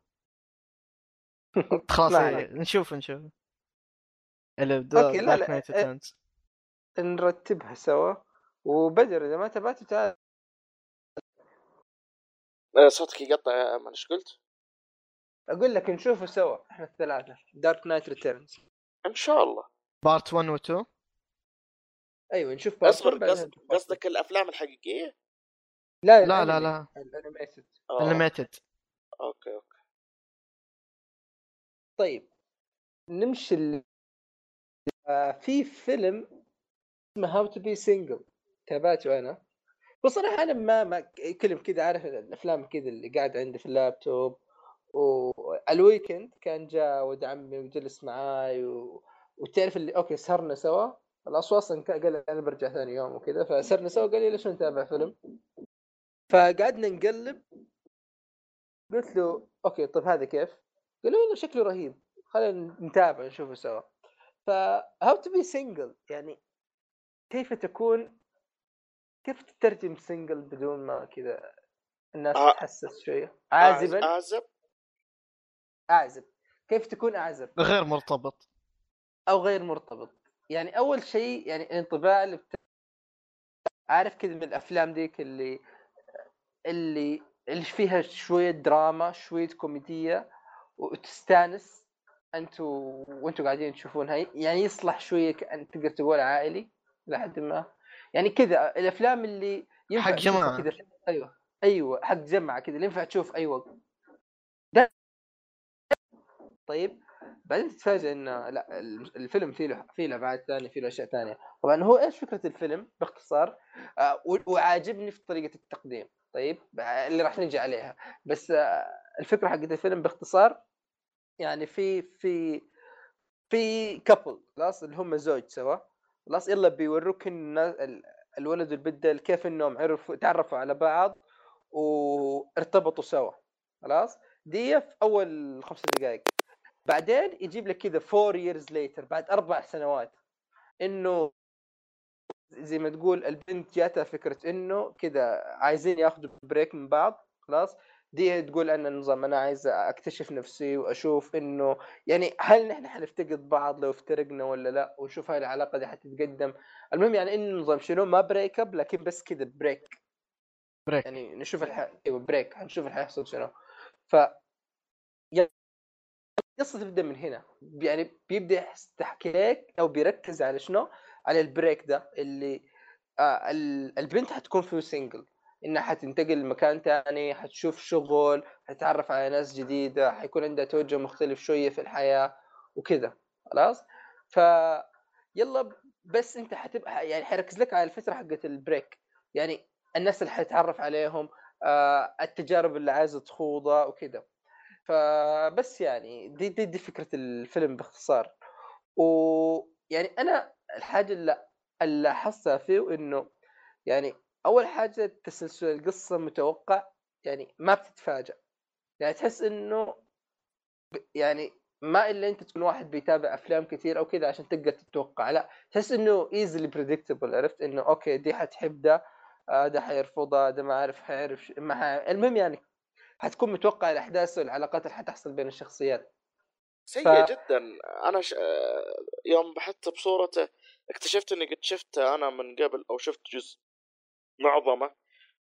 خلاص ما إيه، عليك. نشوف نشوف اللي أوكي لا دارك لا نايت أ- ريتيرنز. نرتبها سوا. وبدر إذا ما تبعته تعال. آه، صوتك يقطع يا أمان، ايش قلت؟ أقول لك نشوفه سوا إحنا الثلاثة دارك نايت ريتيرنز. ان شاء الله. بارت واحد و اثنين. أيوة نشوف بارت اصبر، واحد بعدين قصد نشوف بارت قصدك الافلام الحقيقيه؟ لا لا لا الأنمي لا الأنيميتد. اه انيميتد. اوكي اوكي. طيب نمشي ال... آه في فيلم اسمه هاو تو بي سينجل تابعته أنا. بصراحة أنا ما ما كلم كذا عارف الأفلام كذا اللي قاعد عندي في اللابتوب. والويكند كان جاء ولد عمي وجلس معاي و... وتعرف اللي أوكي سهرنا سوا. الأصوات أصلا قال لي أنا برجع ثاني يوم وكذا فسرنا سوا. قال لي ليش نتابع فيلم. فقعدنا نقلب. قلت له أوكي طب هذا كيف. قال لي والله شكله رهيب خلينا نتابع نشوفه سوا. فهاو تو بي سينجل يعني كيف تكون كيف تترجم سينجل بدون ما كذا الناس آه، تتحسس شويه. أعز- عازبا اعزب. اعزب. كيف تكون اعزب غير مرتبط. او غير مرتبط. يعني اول شيء يعني الانطباع اللي بت... عارف كذا من الافلام ديك اللي اللي اللي فيها شويه دراما شويه كوميديه وتستانس انتوا وانتوا قاعدين تشوفونها. يعني يصلح شويه كأن تقدر تقول عائلي لحد ما. يعني كذا الافلام اللي ينفع حق تشوفها جماعة. كذا. ايوه ايوه حق جمعه كذا اللي ينفع تشوف اي وقت. ده طيب بعدين تتفاجئ ان لا الفيلم فيه له فيه له ابعاد ثانيه فيه له اشياء ثانيه. طبعا هو ايش فكره الفيلم باختصار. آه وعاجبني في طريقه التقديم. طيب اللي راح نجي عليها. بس آه الفكره حقت الفيلم باختصار يعني في في في كابل خلاص اللي هم زوج سوا. خلاص يلا بيوروك الناس الولد والبنت كيف انهم عرفوا تعرفوا على بعض وارتبطوا سوا. خلاص دي في اول خمسة دقائق. بعدين يجيب لك كذا four years later بعد أربع سنوات إنه زي ما تقول البنت جاتها فكرة إنه كذا عايزين ياخذوا بريك من بعض. خلاص دي تقول أن النظام أنا عايز أكتشف نفسي وأشوف إنه يعني هل نحن حنفتقد بعض لو افترقنا ولا لا ونشوف هاي العلاقة دي حتتقدم. المهم يعني إنه النظام شنو ما بريك أب لكن بس كذا بريك. بريك. يعني نشوف الح... أيوة بريك هنشوف اللي حيحصل شنو. ف القصة تبدأ من هنا. يعني بيبدأ تحكيك أو بيركز على شنو على البريك ده اللي آه البنت حتكون فيه سينجل. إنها حتنتقل لمكان تاني حتشوف شغل حتتعرف على ناس جديدة حيكون عندها توجه مختلف شوية في الحياة وكذا. خلاص ف يلا بس أنت حتبقى يعني حيركز لك على الفترة حقت البريك. يعني الناس اللي حتتعرف عليهم آه التجارب اللي عايزة تخوضها وكذا. فبس يعني دي, دي دي فكرة الفيلم باختصار. ويعني أنا الحاجة اللي اللي لاحظتها فيه إنه يعني أول حاجة تسلسل القصة متوقع. يعني ما بتتفاجأ. يعني تحس إنه يعني ما إلا أنت تكون واحد بيتابع أفلام كثير أو كذا عشان تقدر تتوقع. لا تحس إنه easily predictable. عرفت إنه أوكي دي حتحب ده آه ده حيرفضها ده ما عارف حيعرف ما ح... المهم يعني حتكون متوقع الأحداث والعلاقات اللي حتحصل بين الشخصيات. ف سيء جدا. انا ش... آه، يوم بحثت بصورته اكتشفت اني قد شفته انا من قبل او شفت جزء معظمه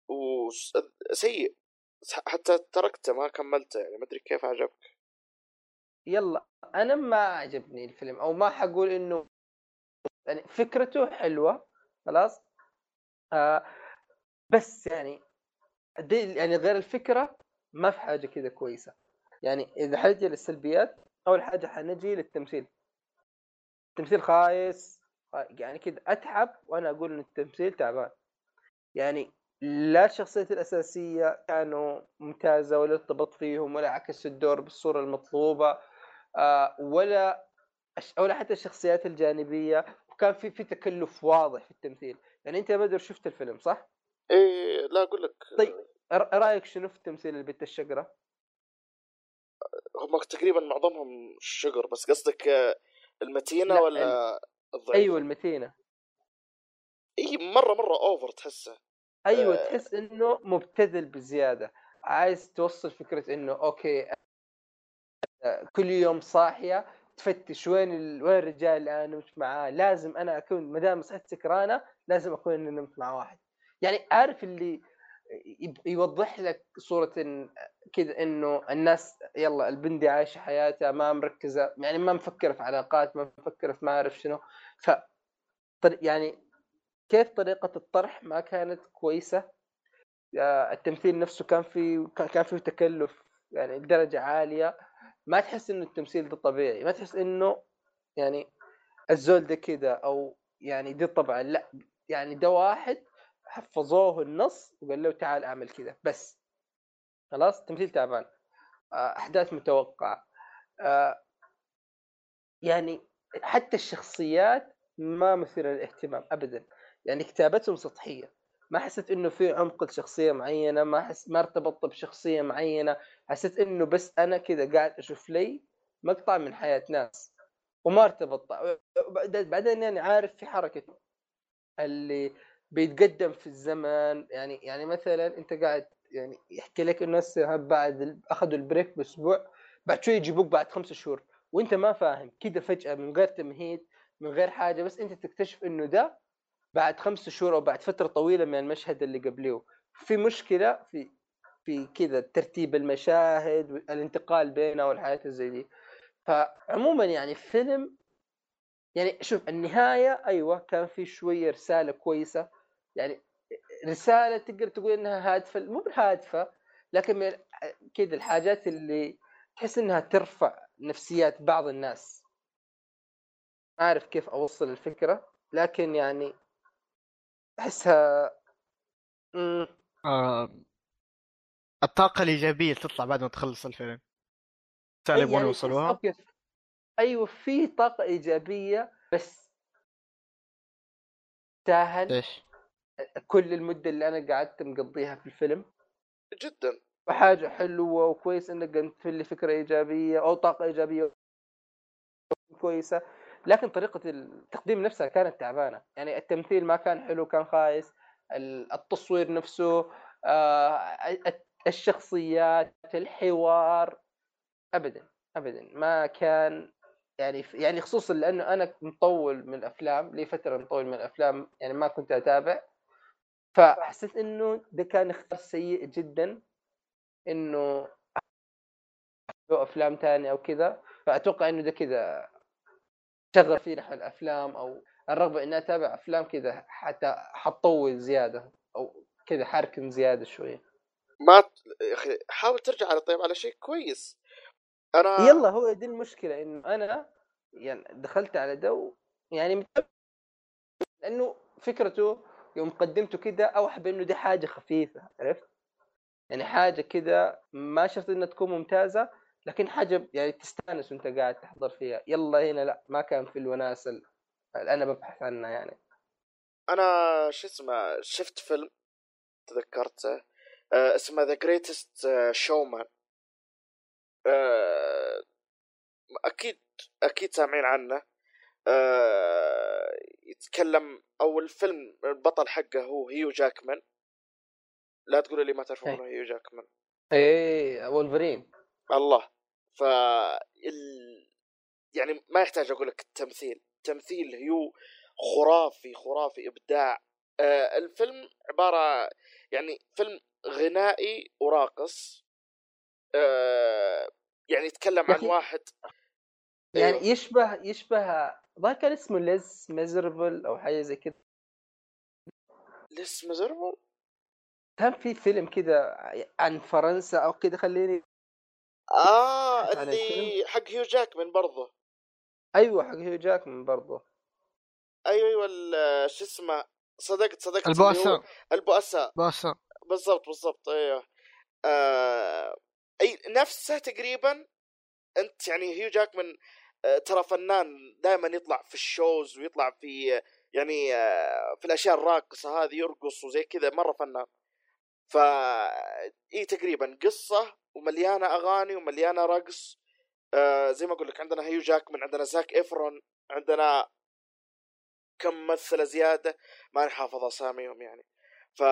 وسيء. حتى تركته ما كملته يعني ما ادري كيف عجبك. يلا انا ما عجبني الفيلم او ما حقول انه يعني فكرته حلوه. خلاص آه بس يعني دي يعني غير الفكره ما في حاجه كذا كويسه. يعني اذا حنجي للسلبيات اول حاجه حنجي للتمثيل. التمثيل خايس. يعني كذا اتعب وانا اقول ان التمثيل تعبان. يعني لا الشخصيات الاساسيه كانوا ممتازه ولا ارتبط فيهم ولا عكس الدور بالصوره المطلوبه آه ولا ولا حتى الشخصيات الجانبيه. وكان في في تكلف واضح في التمثيل. يعني انت يا بدر شفت الفيلم صح؟ ايه لا اقول لك. طيب رايك شنو في تمثيل البنت الشقره؟ هم تقريبا معظمهم شجر بس قصدك المتينة لا، ولا الضعيفة؟ ايوه المتينه. اي مره مره اوفر تحسه. ايوه آه، تحس انه مبتذل بزياده، عايز توصل فكره انه اوكي كل يوم صاحيه تفتش وين ال... وين الرجال اللي انا نمت معاه، لازم انا اكون ما دام صحيت سكرانه لازم اكون اني نمت مع واحد. يعني عارف اللي يب- يوضح لك صوره إن كذا انه الناس يلا البندي عايشه حياتها ما مركزه، يعني ما مفكره في علاقات، ما مفكره في ما اعرف شنو. ف طر- يعني كيف طريقه الطرح ما كانت كويسه. آه، التمثيل نفسه كان فيه كان فيه تكلف يعني بدرجه عاليه. ما تحس انه التمثيل ده طبيعي، ما تحس انه يعني الزول ده كده او يعني دي طبعا لا، يعني ده واحد حفظوه النص وقال له تعال اعمل كذا بس. خلاص تمثيل تعبان، آه، احداث متوقعه، آه، يعني حتى الشخصيات ما مثيرة للاهتمام ابدا، يعني كتابتهم سطحيه. ما حسيت انه في عمق لشخصيه معينه، ما حس ما ارتبطت بشخصيه معينه. حسيت انه بس انا كذا قاعد اشوف لي مقطع من حياه ناس وما ارتبطت. بعدين يعني عارف في حركه اللي بيتقدم في الزمن، يعني يعني مثلا انت قاعد يعني يحكي لك انه هسه بعد اخذوا البريك باسبوع، بعد شوي يجيبوك بعد خمسة شهور وانت ما فاهم كده فجأة من غير تمهيد من غير حاجة، بس انت تكتشف انه ده بعد خمسة شهور او بعد فترة طويلة من المشهد اللي قبله. في مشكلة في في كذا ترتيب المشاهد والانتقال بينها والحياة زي دي. فعموما يعني فيلم، يعني شوف النهاية أيوة كان في شوية رسالة كويسة، يعني رسالة تقدر تقول إنها هادفة، مو بهادفة لكن من كذا الحاجات اللي تحس إنها ترفع نفسيات بعض الناس. ما أعرف كيف أوصل الفكرة لكن يعني أحسها مم. آه، الطاقة الإيجابية تطلع بعد ما تخلص الفيلم، اللي أي يبغون يعني تحس يوصلوها. أوكي أيوة في طاقة إيجابية بس تاهل ليش؟ كل المدة اللي أنا قعدت مقضيها في الفيلم. جدا. وحاجة حلوة وكويس انك قلت لي فكرة ايجابية او طاقة ايجابية كويسة، لكن طريقة التقديم نفسها كانت تعبانة. يعني التمثيل ما كان حلو، كان خايس. التصوير نفسه، آه، الشخصيات، الحوار، ابدا ابدا ما كان. يعني يعني خصوصا لانه انا مطول من الافلام، لي فترة مطول من الافلام يعني ما كنت اتابع. فحسيت انه ده كان اختيار سيء جدا انه له افلام تانية او كذا. فاتوقع انه ده كذا شغل فيه نحو الافلام او الرغبه اني اتابع افلام كذا حتى حطول زياده او كذا حركن زياده شويه. ما ت- يا اخي حاول ترجع على طيب على شيء كويس. انا يلا هو دي المشكله انه انا يعني دخلت على دو يعني متابع، لانه فكرته يوم قدمته كذا اوحى بانه دي حاجه خفيفه، عرفت؟ يعني حاجه كذا ما شرط انها تكون ممتازه لكن حاجه يعني تستانس وانت قاعد تحضر فيها. يلا هنا لا، ما كان في الوناسه اللي انا ببحث عنها يعني. انا شو اسمه شفت فيلم تذكرته، آه اسمه ذا جريتست شومان. اكيد اكيد سامعين عنه. آه يتكلم او الفيلم البطل حقه هو هيو جاكمان. لا تقولوا لي ما تعرفون ايه منه هيو جاكمان. ايه وولفرين. الله. ف ال... يعني ما يحتاج اقول لك التمثيل تمثيل هيو خرافي خرافي ابداع. آه الفيلم عباره يعني فيلم غنائي وراقص. آه يعني يتكلم يا عن اخي واحد. يعني ايوه يشبه يشبه ظهر كان اسمه ليز ميزربل او حاجه زي كذا. لسه مزربل. كان في فيلم كذا عن فرنسا او كذا، خليني اه ابحث عن الفيلم. اللي حق هيو جاكمان برضه. ايوه حق هيو جاكمان برضه. ايوه ايوه ال- شو اسمه. صدقت صدقت اللي هو البؤساء. البؤساء. بؤساء. بالضبط بالضبط ايوه. آه اي نفسه تقريبا. انت يعني هيو جاكمان آه ترى فنان دائما يطلع في الشوز ويطلع في آه يعني آه في الاشياء الراقصه هذه يرقص وزي كذا مره فنان. ف اي تقريبا قصه ومليانه اغاني ومليانه رقص. آه زي ما اقول لك عندنا هيو جاكمان، عندنا زاك إفرون، عندنا كم ممثلة زيادة ما نحافظ اساميهم يعني. ف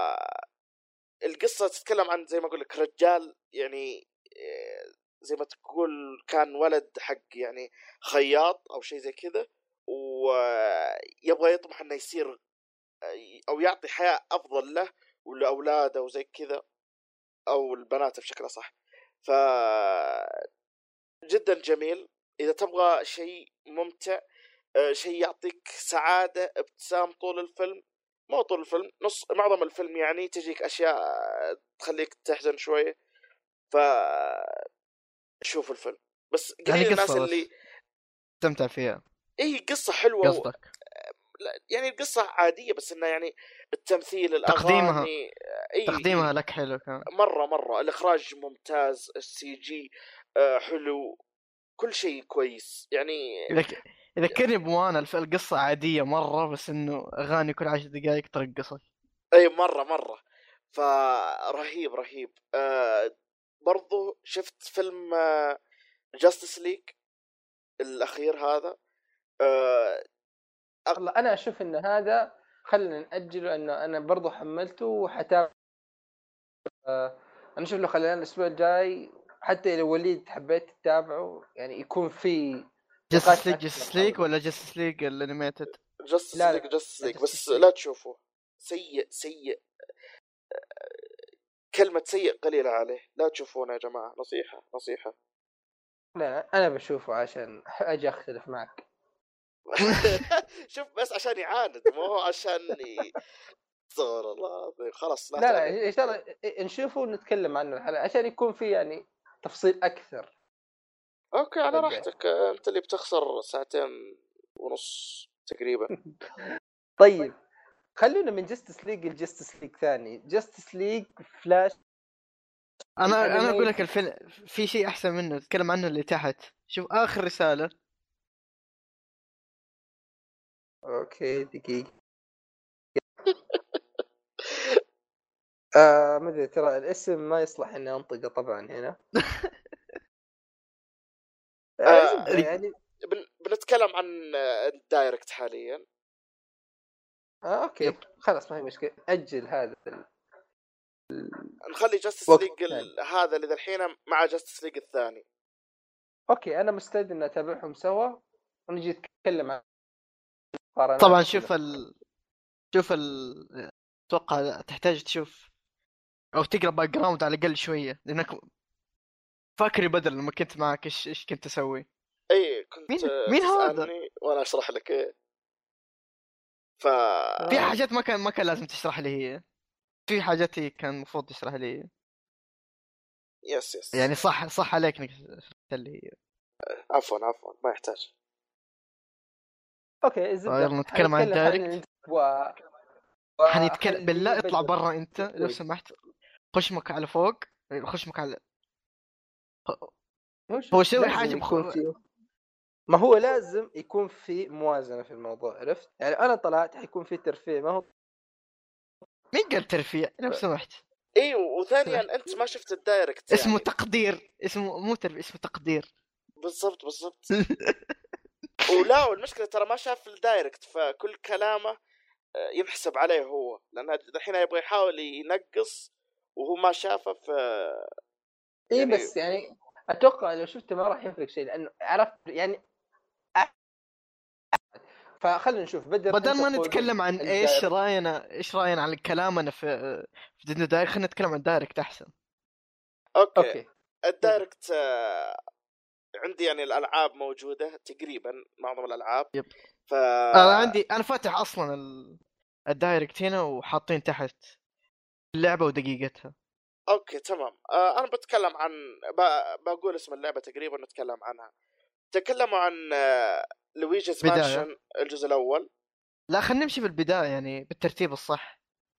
القصة تتكلم عن زي ما اقول لك رجال يعني زي ما تقول كان ولد حق يعني خياط او شيء زي كذا، ويبغى يطمح انه يصير او يعطي حياة افضل له ولاولاده وزي كذا او البنات بشكل صح. ف جدا جميل اذا تبغى شيء ممتع، شيء يعطيك سعادة ابتسام طول الفيلم، مو طول الفيلم، نص معظم الفيلم يعني تجيك اشياء تخليك تحزن شوية. ف شوف الفيلم بس قليل يعني الناس قصة اللي تستمتع فيها. اي قصة حلوة و... قصدك يعني القصة عادية بس انه يعني التمثيل الاغاني تقديمها اي تقديمها لك حلو كان مرة مرة، الاخراج ممتاز، السي جي حلو، كل شيء كويس يعني. يذكرني بوانا الف... القصة عادية مرة بس انه اغاني كل عشر دقائق ترقصك. اي مرة مرة فرهيب رهيب. آه برضو شفت فيلم آه جاستس ليج الاخير هذا. آه أق... والله انا اشوف ان هذا خلينا ناجله لانه انا برضو حملته وحتابع. آه انا اشوف له خلينا الاسبوع الجاي، حتى لو وليد حبيت تتابعه يعني يكون في جاستس ليج جاستس ليج ولا جاستس ليج الانيميتد؟ جاستس لا ليج لا جاستس لا ليج Justice بس League. لا تشوفه، سيء سيء، كلمة سيء قليلة عليه، لا تشوفونه يا جماعة، نصيحة نصيحة. لا انا بشوفه عشان اجي اختلف معك. شوف بس عشان يعاند مو هو عشان ي... صغر الله خلاص. لا لا ان شاء الله نشوفه ونتكلم عنه الحلقة عشان يكون في يعني تفصيل اكثر. اوكي على بدأ. راحتك، انت اللي بتخسر ساعتين ونص تقريبا. طيب خلونا من جاستس ليج الجاستس ليج ثاني، جاستس ليج فلاش. انا انا اقول لك الفيلم في شيء احسن منه تتكلم عنه اللي تحت. شوف اخر رسالة. اوكي دقيقة. آه ما ادري ترى الاسم ما يصلح اني انطقه طبعا هنا. آه يعني بن... بنتكلم عن الدايركت حاليا. آه اوكي يب. خلاص ما هي مشكلة، اجل هذا ال... نخلي جاستس وقت ليج ال... هذا اللي الحين مع جاستس ليج الثاني. اوكي انا مستعد ان اتابعهم سوا ونجي نتكلم عن طبعا شوف ال... شوف ال... اتوقع تحتاج تشوف او تقرا باك جراوند على الاقل شويه لانك فاكري بدل لما كنت معك ايش ايش كنت اسوي. اي كنت مين مين هذا وانا اشرح لك ايه. ف في حاجات ما كان ما كان لازم تشرح لي هي، في حاجات هي كان المفروض تشرح لي هي. يس يس يعني صح صح عليك انك شرحت لي هي. عفوا عفوا ما يحتاج. اوكي الزبده يلا نتكلم عن الدايركت و... حنتكلم بالله اطلع برا انت لو سمحت، خشمك على فوق، خشمك على هو يسوي حاجه بخ... فيه... ما هو لازم يكون في موازنه في الموضوع، عرفت يعني انا طلعت حيكون في ترفيه، ما هو مين قال ترفيه لو سمحت. ايوه وثانيا انت ما شفت الدايركت يعني. اسمه تقدير، اسمه مو ترفيه اسمه تقدير. بالضبط بالضبط. ولا والمشكله ترى ما شاف الدايركت فكل كلامه ينحسب عليه هو، لان الحين يبغى يحاول ينقص وهو ما شافه. ف اي يعني... بس يعني اتوقع لو شفته ما راح يفرق شيء لانه عرفت يعني. فخلينا نشوف بدر بدل ما نتكلم عن ايش الدايركت. راينا ايش راينا عن كلامنا في في الدايركت، خلينا نتكلم عن الدايركت احسن. اوكي, أوكي. الدايركت آه... عندي يعني الالعاب موجوده تقريبا معظم الالعاب. يب. ف انا عندي انا فاتح اصلا ال... الدايركت هنا وحاطين تحت اللعبه ودقيقتها. اوكي تمام. آه انا بتكلم عن ب... بقول اسم اللعبه تقريبا نتكلم عنها. تكلموا عن آه... لويجيز مانشن الجزء الاول. لا خلينا نمشي في البدايه يعني بالترتيب الصح.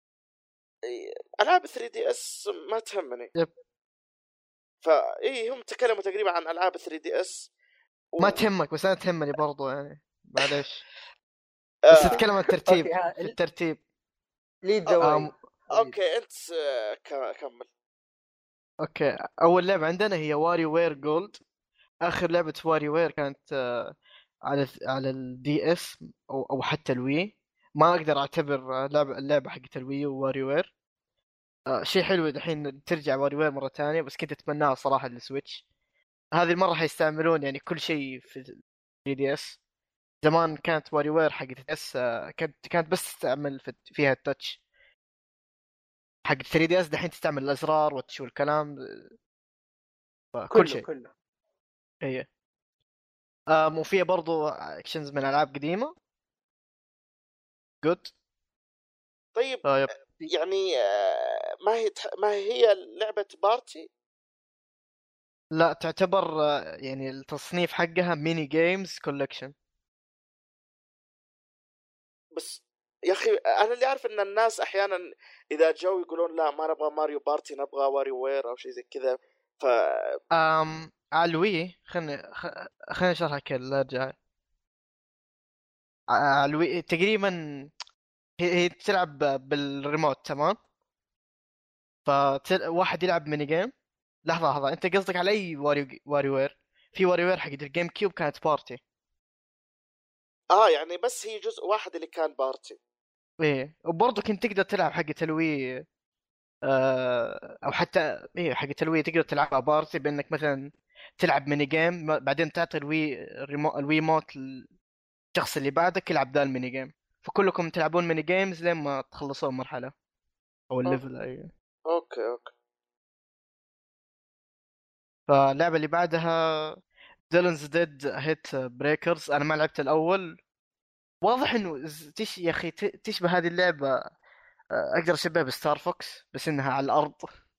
العاب ثري دي اس ما تهمني. يب. فا ايه هم تكلموا تقريبا عن العاب ثري دي اس و... ما تهمك بس انا تهمني برضو يعني معليش. بس نتكلم عن الترتيب في الترتيب لي دواي. أم... اوكي انت كمل. اوكي اول لعبه عندنا هي واري وير جولد. اخر لعبه واري وير كانت آه، على على الدي اس او او حتى الوي. ما اقدر اعتبر لعبه اللعبه حقت الوي واري وير آه، شيء حلو الحين ترجع واري وير مره ثانيه، بس كنت اتمناها صراحه للسويتش. هذه المره حيستعملون يعني كل شيء في ثري دي اس. زمان كانت واري وير حقت اس كانت كانت بس تستعمل في فيها التاتش. حق ثري دي اس دحين تستعمل الازرار والتش والكلام كل كله شيء. كله ايه. آم وفيها برضو اكشنز من العاب قديمه جود. طيب آه يب. يعني آه، ما هي تح- ما هي لعبة بارتي؟ لا تعتبر آه، يعني التصنيف حقها ميني جيمز كولكشن. بس يا اخي انا اللي اعرف ان الناس احيانا اذا جو يقولون لا ما نبغى ماريو بارتي نبغى واري وير او شيء زي كذا. ف آم على الوي خلني خ- خلني اشرحها كذا لا ارجع. على الوي تقريبا هي هي تلعب بالريموت تمام. فواحد يلعب ميني جيم. لحظه لحظه انت قصدك على اي واري واري وير؟ في واري وير حق الجيم كيوب كانت بارتي. اه يعني بس هي جزء واحد اللي كان بارتي. ايه وبرضه كنت تقدر تلعب حق الوي آه او حتى ايه حق الوي تقدر تلعبها بارتي بانك مثلا تلعب ميني جيم ما- بعدين تعطي الوي الريمو الوي موت للشخص اللي بعدك يلعب ذا الميني جيم. فكلكم تلعبون ميني جيمز لين ما تخلصون مرحله او أوكي. الليفل اي. اوكي اوكي. فاللعبه اللي بعدها ديلنز ديد هيت بريكرز. انا ما لعبت الاول. واضح انه ز- تش يا اخي ت- تشبه هذه اللعبه آه، اقدر اشبهها بستار فوكس بس انها على الارض.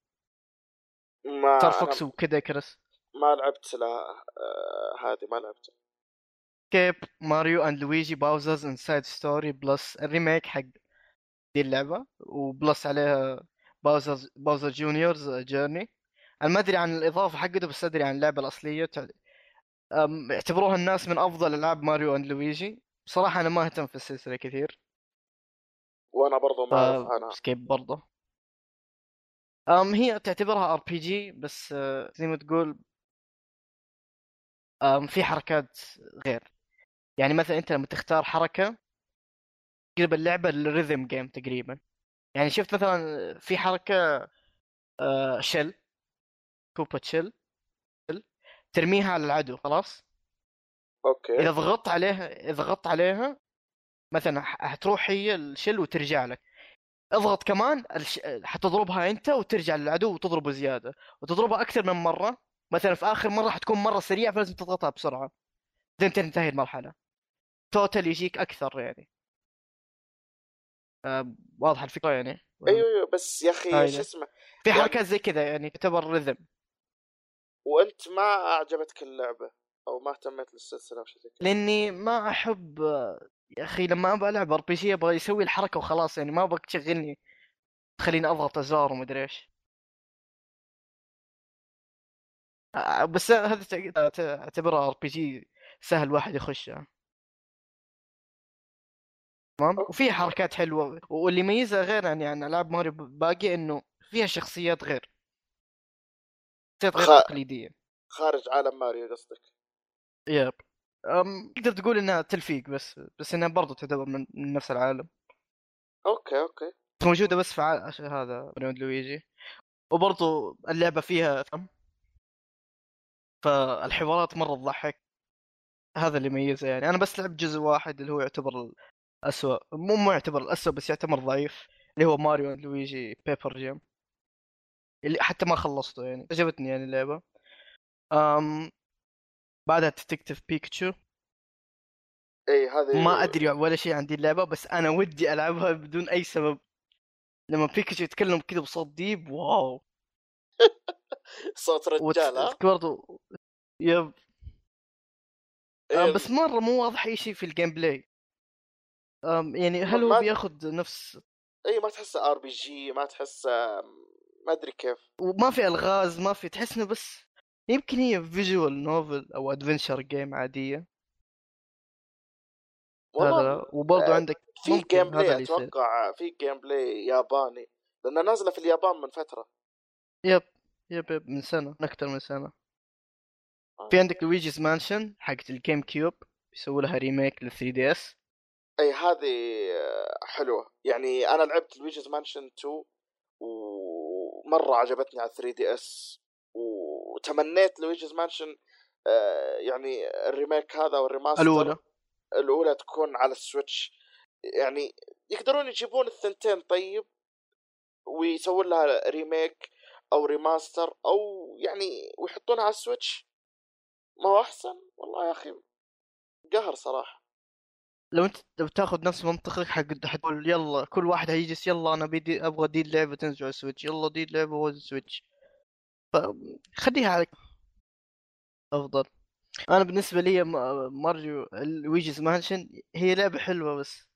ستار ما انا فوكس وكذا كرس. ما لعبت لها آه هذه ما لعبت. كيب ماريو اند لويجي باوزرز انسايد ستوري بلس الريميك حق دي اللعبه وبلس عليها باوزر باوزر جونيورز جيرني. انا ما ادري عن الاضافه حقته بس ادري عن اللعبه الاصليه. تع- أم، يعتبروها الناس من افضل العاب ماريو اند لويجي. بصراحه انا ما اهتم في السلسله كثير. وانا برضو ما اعرف عنها. فسكيب برضه أم هي تعتبرها ار بي جي بس آه، زي ما تقول أم في حركات غير. يعني مثلا انت لما تختار حركه تقلب اللعبه للريذم جيم تقريبا. يعني شفت مثلا في حركه آه، شل كوبا تشيل ترميها على العدو خلاص. اوكي اذا ضغطت عليها اذا ضغطت عليها مثلا ح- حتروح هي الشل وترجع لك. اضغط كمان الش... حتضربها انت وترجع للعدو وتضربه زياده وتضربها اكثر من مره. مثلا في اخر مره حتكون مره سريعه فلازم تضغطها بسرعه بعدين تنتهي المرحله. توتال يجيك اكثر يعني. آه واضحه الفكره يعني. ايوه ايوه بس يا اخي شو هاي اسمه في يعني حركات زي كذا يعني تعتبر رذم. وانت ما اعجبتك اللعبه او ما اهتميت للسلسله او شيء زي كذا؟ لاني ما احب آه، يا اخي لما ابغى العب ار بي جي ابغى يسوي الحركه وخلاص يعني ما ابغاك تشغلني تخليني اضغط ازرار ومدري ايش. آه، بس هذا تع- تعتبرها ار بي جي سهل واحد يخشها تمام. وفيها اوكي حركات حلوه واللي يميزها غير يعني عن العاب ماريو باقي انه فيها شخصيات غير شخصيات غير خ... تقليديه. خارج عالم ماريو قصدك؟ يب. أم تقدر تقول انها تلفيق بس بس انها برضو تعتبر من, من نفس العالم. اوكي اوكي. موجوده بس في ع- هذا ماريو لويجي. وبرضو اللعبه فيها فهم. فالحوارات مره تضحك. هذا اللي يميزها يعني. انا بس لعبت جزء واحد اللي هو يعتبر الأسوأ مو مو يعتبر الأسوأ بس يعتبر ضعيف اللي هو ماريو اند لويجي بيبر جيم اللي حتى ما خلصته يعني عجبتني يعني اللعبة. أم بعدها تكتف بيكاتشو. اي هذه ما ادري ولا شيء عن دي اللعبة بس انا ودي العبها بدون اي سبب. لما بيكاتشو يتكلم كذا بصوت ديب واو. صوت رجال ها. برضو يب. أم إيه بس مرة مو واضح اي شيء في الجيم بلاي. أم يعني هل هو ما بياخذ نفس اي ما تحس ار بي جي ما تحس ما ادري كيف. وما في الغاز ما في تحس انه بس يمكن هي فيجوال نوفل او ادفنشر جيم عاديه. والله هذا وبرضه آه، عندك في جيم ممكن هذا بلاي اللي يصير. اتوقع في جيم بلاي ياباني لانها نازله في اليابان من فتره. يب يب يب من سنه من اكثر من سنه. في عندك لويجيز مانشن حقت الجيم كيوب يسووا لها ريميك لل ثري دي اس. اي هذه آه، حلوه يعني. انا لعبت لويجيز مانشن تو ومره عجبتني على ثري دي اس، وتمنيت لويجيز مانشن آه، يعني الريميك هذا والريماستر الاولى الاولى تكون على السويتش. يعني يقدرون يجيبون الثنتين طيب ويسوون لها ريميك او ريماستر، او يعني ويحطونها على السويتش، ما هو احسن. والله يا اخي قهر صراحه. لو انت لو تاخذ نفس منطقك حق حتقول يلا كل واحد هيجلس يلا انا بدي ابغى دي اللعبه تنزل على السويتش، يلا دي اللعبه هو السويتش، فخليها عليك افضل. انا بالنسبه لي م- ماريو لويجيز مانشن هي لعبه حلوه بس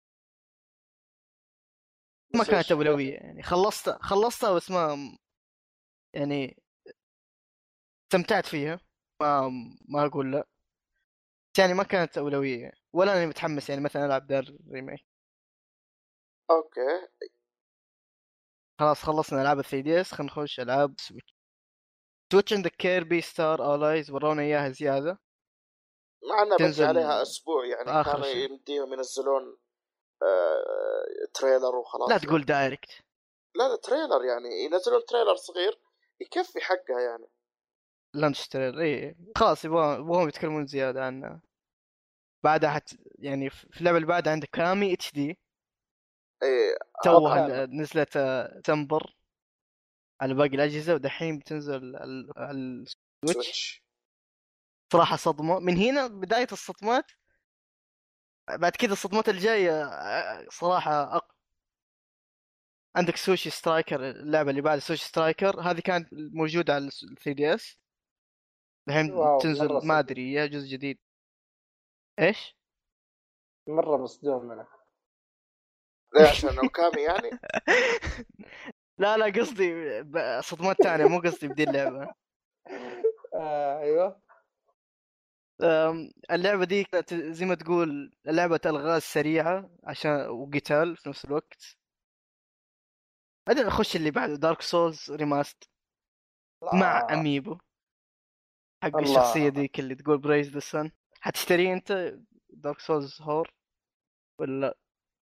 ما بس كانت إيش؟ اولويه. يعني خلصت خلصتها بس ما يعني استمتعت فيها، ما ما اقول لا، بس يعني ما كانت اولويه ولا انا متحمس يعني مثلا العب دار ريميك. اوكي خلاص خلصنا العاب ثري دي اس، خلينا نخش العاب سويتش. سويتش عندك كيربي ستار الايز ورونا اياها زياده مع انه بقي تنزل عليها اسبوع في يعني، اخر كانوا الشهر. يمديهم ينزلون آه تريلر وخلاص لا يعني. تقول دايركت. لا لا تريلر يعني، ينزلون تريلر صغير يكفي حقها يعني. لانش تريلر اي خلاص يبغون يبغون يتكلمون زياده عنها. بعدها حت يعني في اللعبه اللي بعدها عندك كامي اتش دي ايه توها كامي. ن- نزلت آه، سمبر على باقي الاجهزه ودحين بتنزل على على السويتش. سويتش. صراحه صدمه من هنا بدايه الصدمات. بعد كذا الصدمات الجايه آه، صراحه أق... عندك سوشي سترايكر، اللعبه اللي بعد سوشي سترايكر هذه كانت موجوده على ثري دي اس، الحين واو تنزل مرة ما صدق. ادري يا جزء جديد ايش. مرة مصدوم أنا. ليه؟ عشان اوكامي يعني. لا لا قصدي ب- صدمات تانية مو قصدي بدي اللعبة. آه أيوه. أم، اللعبة دي كانت زي ما تقول لعبة ألغاز سريعة عشان وقتال في نفس الوقت. بعدين أخش اللي بعده دارك سولز ريماست مع الله أميبو حق الشخصية الله. ديك اللي تقول برايز ذا سن. حتشتري أنت دارك سولز هور ولا؟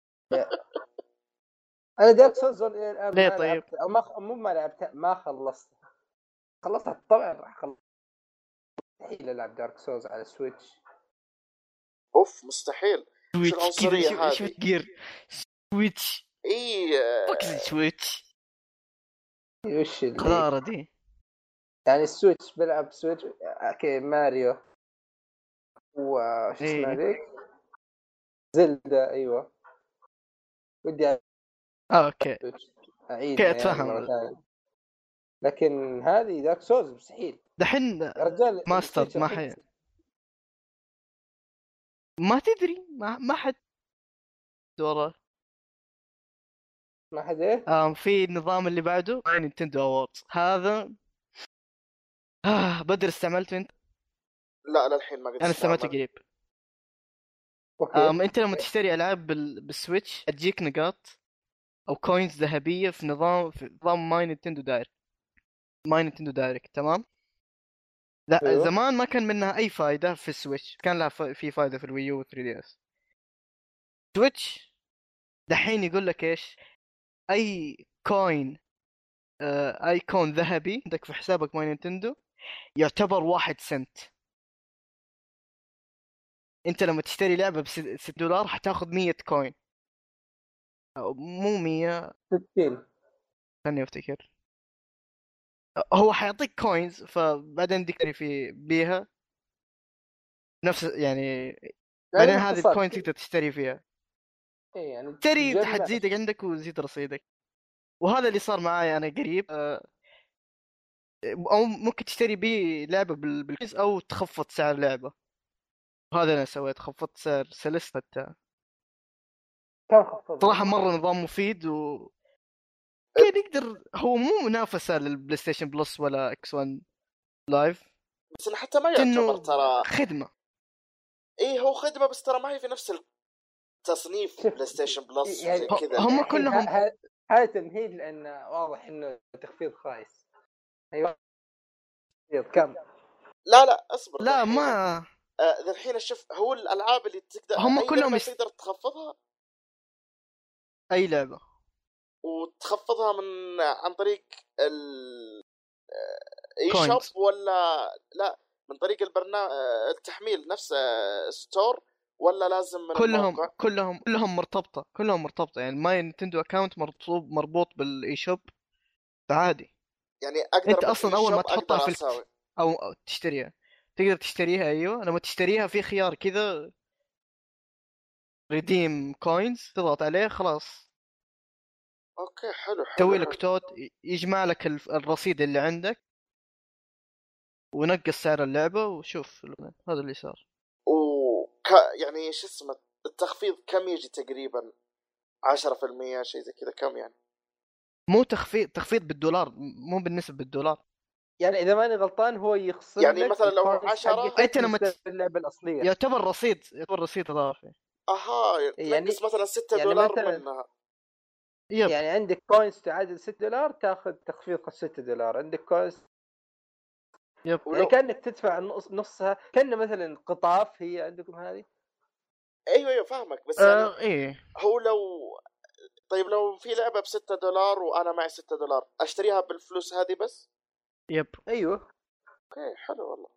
أنا دارك سولز الآن ليه ما طيب؟ لعبت، أو ما مو ما لعبتها، ما خلصتها. خلصتها طبعا راح خلص. مستحيل ألعب دارك سولز على سويتش. اوف مستحيل. شو سويتش كذا العنصريه شو شو هذه؟ تقير سويتش اي فك آه، سويتش وش اللي قرارة دي. يعني السويتش بلعب سويتش. اوكي ماريو وش اسمها ايه ذيك زلدا. ايوه ودي ألعب آه اوكي سويتش اوكي اعيدها يعني مره اتفهم. ثانيه، لكن هذه دارك سولز مستحيل دحين يا رجال. ماستر السويتش ما الحين حي... ما تدري ما ما حد وراه. ما حد ايه. آم في النظام اللي بعده نينتندو اووردز هذا آه بدر استعملته انت؟ لا للحين ما قد انا استعملته استعمل. قريب. اوكي آم انت لما تشتري العاب بال... بالسويتش تجيك نقاط او كوينز ذهبيه في نظام في نظام ماي نينتندو دايركت. ماي نينتندو دايركت تمام. لا ايوه زمان ما كان منها اي فائده في السويتش، كان لها ف... في فائده في الويو و ثري دي اس. سويتش دحين يقول لك ايش؟ اي كوين آه اي كون ذهبي عندك في حسابك ماي نينتندو يعتبر واحد سنت. انت لما تشتري لعبه ب ستة دولار حتاخذ مية كوين أو مو مية. ستين. خلني افتكر. هو حيعطيك كوينز فبعدين تقدر في بيها نفس يعني يعني بعدين هذه باختصار الكوينز تقدر تشتري فيها، ايه يعني تشتري تجمع. حتزيدك عندك وزيد رصيدك. وهذا اللي صار معاي انا قريب آه، او ممكن تشتري بيه لعبه بال- بالكوينز او تخفض سعر لعبه. وهذا اللي انا سويت خفضت سعر سلس حتى. كم خفض؟ صراحه مره نظام مفيد و كان يقدر هو مو منافسه للبلاي ستيشن بلس ولا اكس ون لايف، بس انه حتى ما يعتبر انه ترى. خدمه. ايه هو خدمه بس ترى ما هي في نفس التصنيف شوف بلاي ستيشن بلس يعني وزي ه- كذا. هم الحين كلهم ه- ه- هذا تمهيد لان واضح انه تخفيض خايس. ايوه كم؟ لا لا اصبر. لا ذا ما آه ذا الحين شوف، هو الالعاب اللي تقدر هم أي كلهم لعبة يس... تقدر تخفضها اي لعبه وتخفضها من عن طريق ال اي شوب كوينز. ولا لا من طريق البرنامج التحميل نفسه ستور ولا لازم من كلهم الموقع؟ كلهم كلهم مرتبطه كلهم مرتبطه يعني ماي نينتندو اكاونت مربوط مربوط بالاي شوب عادي. يعني اقدر انت من اصلا اي اول ما شوب تحطها اقدر في اساوي الك... او أو تشتريها تقدر تشتريها. ايوه لما تشتريها في خيار كذا ريديم كوينز تضغط عليه خلاص اوكي حلو حلو, تسوي حلو. لك تود يجمع لك الف- الرصيد اللي عندك ونقص سعر اللعبه وشوف هذا اللي صار. وك يعني شو اسمه التخفيض كم يجي تقريبا؟ عشرة في المية شيء زي كذا كم يعني؟ مو تخفيض تخفيض بالدولار مو بالنسبه بالدولار. يعني اذا ماني غلطان هو يخصم يعني لك مثلا لو الكوينز عشرة حقتك أنت لما بسعر ت- اللعبه الاصليه. يعتبر رصيد يعتبر رصيد اضافي. اها يعني تنقص مثلا ستة يعني دولار مثلاً منها. يب يعني عندك كوينز تعادل ستة دولار تاخذ تخفيض ستة دولار. عندك كوينز يب يعني ولو كانك تدفع نص نصها كأنه مثلا قطاف هي عندكم هذه. ايوه ايوه فاهمك بس يعني آه ايه هو لو طيب لو في لعبة بستة دولار وأنا معي ستة دولار أشتريها بالفلوس هذه بس؟ يب ايوه أوكي حلو والله.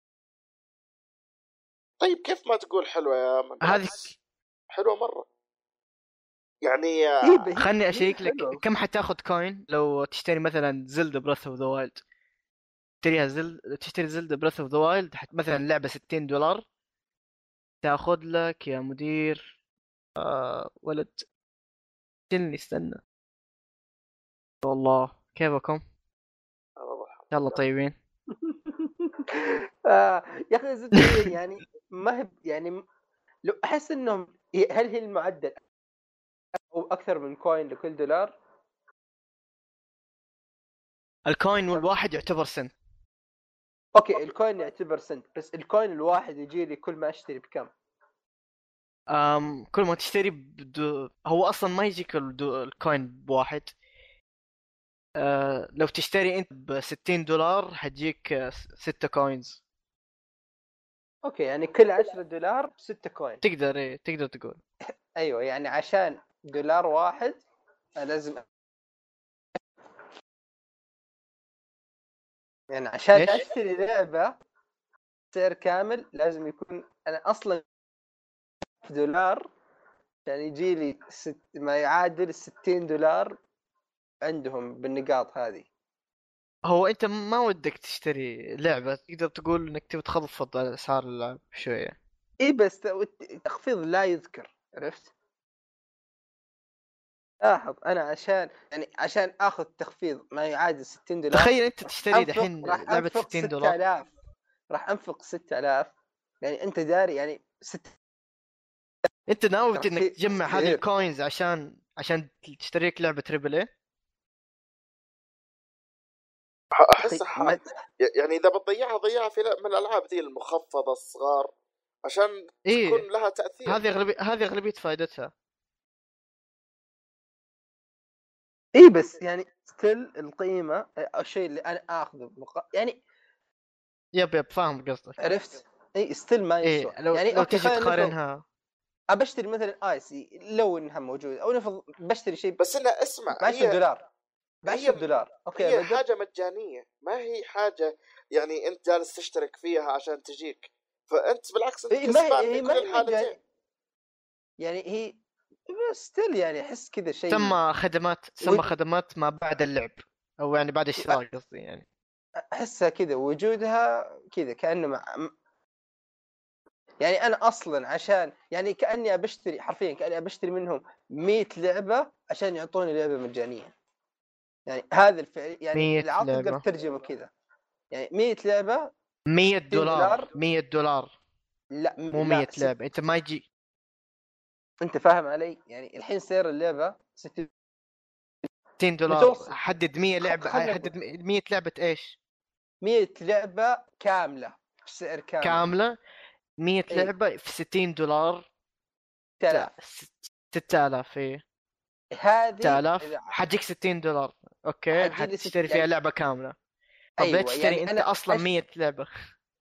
طيب كيف ما تقول حلوة يا من؟ هذه بالعكس حلوة مرة يعني. إيه ب- خلني هي اشيك لك حلوة. كم حتاخذ كوين لو تشتري مثلا زلدا براث اوف ذا وايلد. تشتريها زل تشتري زلدا براث اوف ذا وايلد مثلا لعبه ستين دولار تاخذ لك يا مدير آه ولد استني استنى والله كيفكم يلا طيبين. آه يا اخي زلدة يعني ما هي يعني م- لو احس انهم هل هي المعدل او اكثر من كوين لكل دولار؟ الكوين والواحد يعتبر سنت. اوكي الكوين يعتبر سنت بس الكوين الواحد يجي لي كل ما اشتري بكم؟ أم كل ما تشتري بدو... هو اصلا ما يجيك الدو... الكوين بواحد. أه لو تشتري انت ب ستين دولار حتجيك آه، ستة كوينز. اوكي يعني كل عشرة دولار ستة كوين. تقدر ايه تقدر تقول. ايوه يعني عشان دولار واحد أنا لازم يعني عشان إيش؟ اشتري لعبة سعر كامل لازم يكون انا اصلا دولار يعني يجي لي ست ما يعادل ستين دولار عندهم بالنقاط هذه. هو انت ما ودك تشتري لعبة تقدر تقول انك تبي تخفض على اسعار اللعب شوية. اي بس التخفيض لا يذكر عرفت. لاحظ انا عشان يعني عشان اخذ تخفيض ما يعادل ستين دولار تخيل انت تشتري دحين راح لعبة انفق ستين دولار. ستة آلاف راح انفق ستة آلاف يعني انت داري يعني ست انت ناوي ترى انك شيء تجمع هذه كثير. الكوينز عشان عشان تشتريك لعبة تريبل اي. أحس ح... ما- يعني إذا بتضيعها ضيعها في ل- من الألعاب دي المخفضة الصغار عشان إيه. تكون لها تأثير. هذه اغلبية هذه اغلبية فائدتها. اي بس يعني ستيل القيمه الشيء اللي انا اخذه مق... يعني يب يب فاهم قصدك. عرفت. اي ستيل ما يسوى ايه لو يعني لو أوكي تجي خلينا نفرض تقارنها. ابى اشتري مثلا اي سي لو انها موجوده او نفرض بشتري شيء بس إنها اسمع ب عشرة هي دولار ب هي عشرة دولار اوكي هي بدر حاجة مجانية ما هي حاجة يعني أنت جالس تشترك فيها عشان تجيك، فأنت بالعكس أنت إيه ما كسبان هي في هي كل ما هي الحالتين. مجانية. يعني هي بس ستيل يعني احس كذا شيء تسمى خدمات تسمى ود- خدمات ما بعد اللعب او يعني بعد الاشتراك قصدي يعني. احسها كذا وجودها كذا كانه مع م- يعني انا اصلا عشان يعني كاني ابشتري حرفيا كاني ابشتري منهم مية لعبه عشان يعطوني لعبه مجانيه. يعني هذا الفعل يعني مية العاطل تقدر لعبة تترجمه كذا يعني مية لعبه مية ستين دولار مية دولار لا مو لا مية ست... لعبة. انت ما يجي انت فاهم علي يعني الحين سعر اللعبه ستين ستين دولار متوسط. حدد مية لعبة خلنا حدد مية لعبة ايش مية لعبه كامله بسعر كامل كاملة. مية إيه. لعبة في ستين دولار ستة آلاف ستة آلاف ايه هذه ستة آلاف إذا حجيك ستين دولار اوكي حتجي لي ست- حتشتري فيها يعني- لعبة كاملة. طب ليه ايوه تشتري يعني انت انا اصلا أشت- مية لعبة؟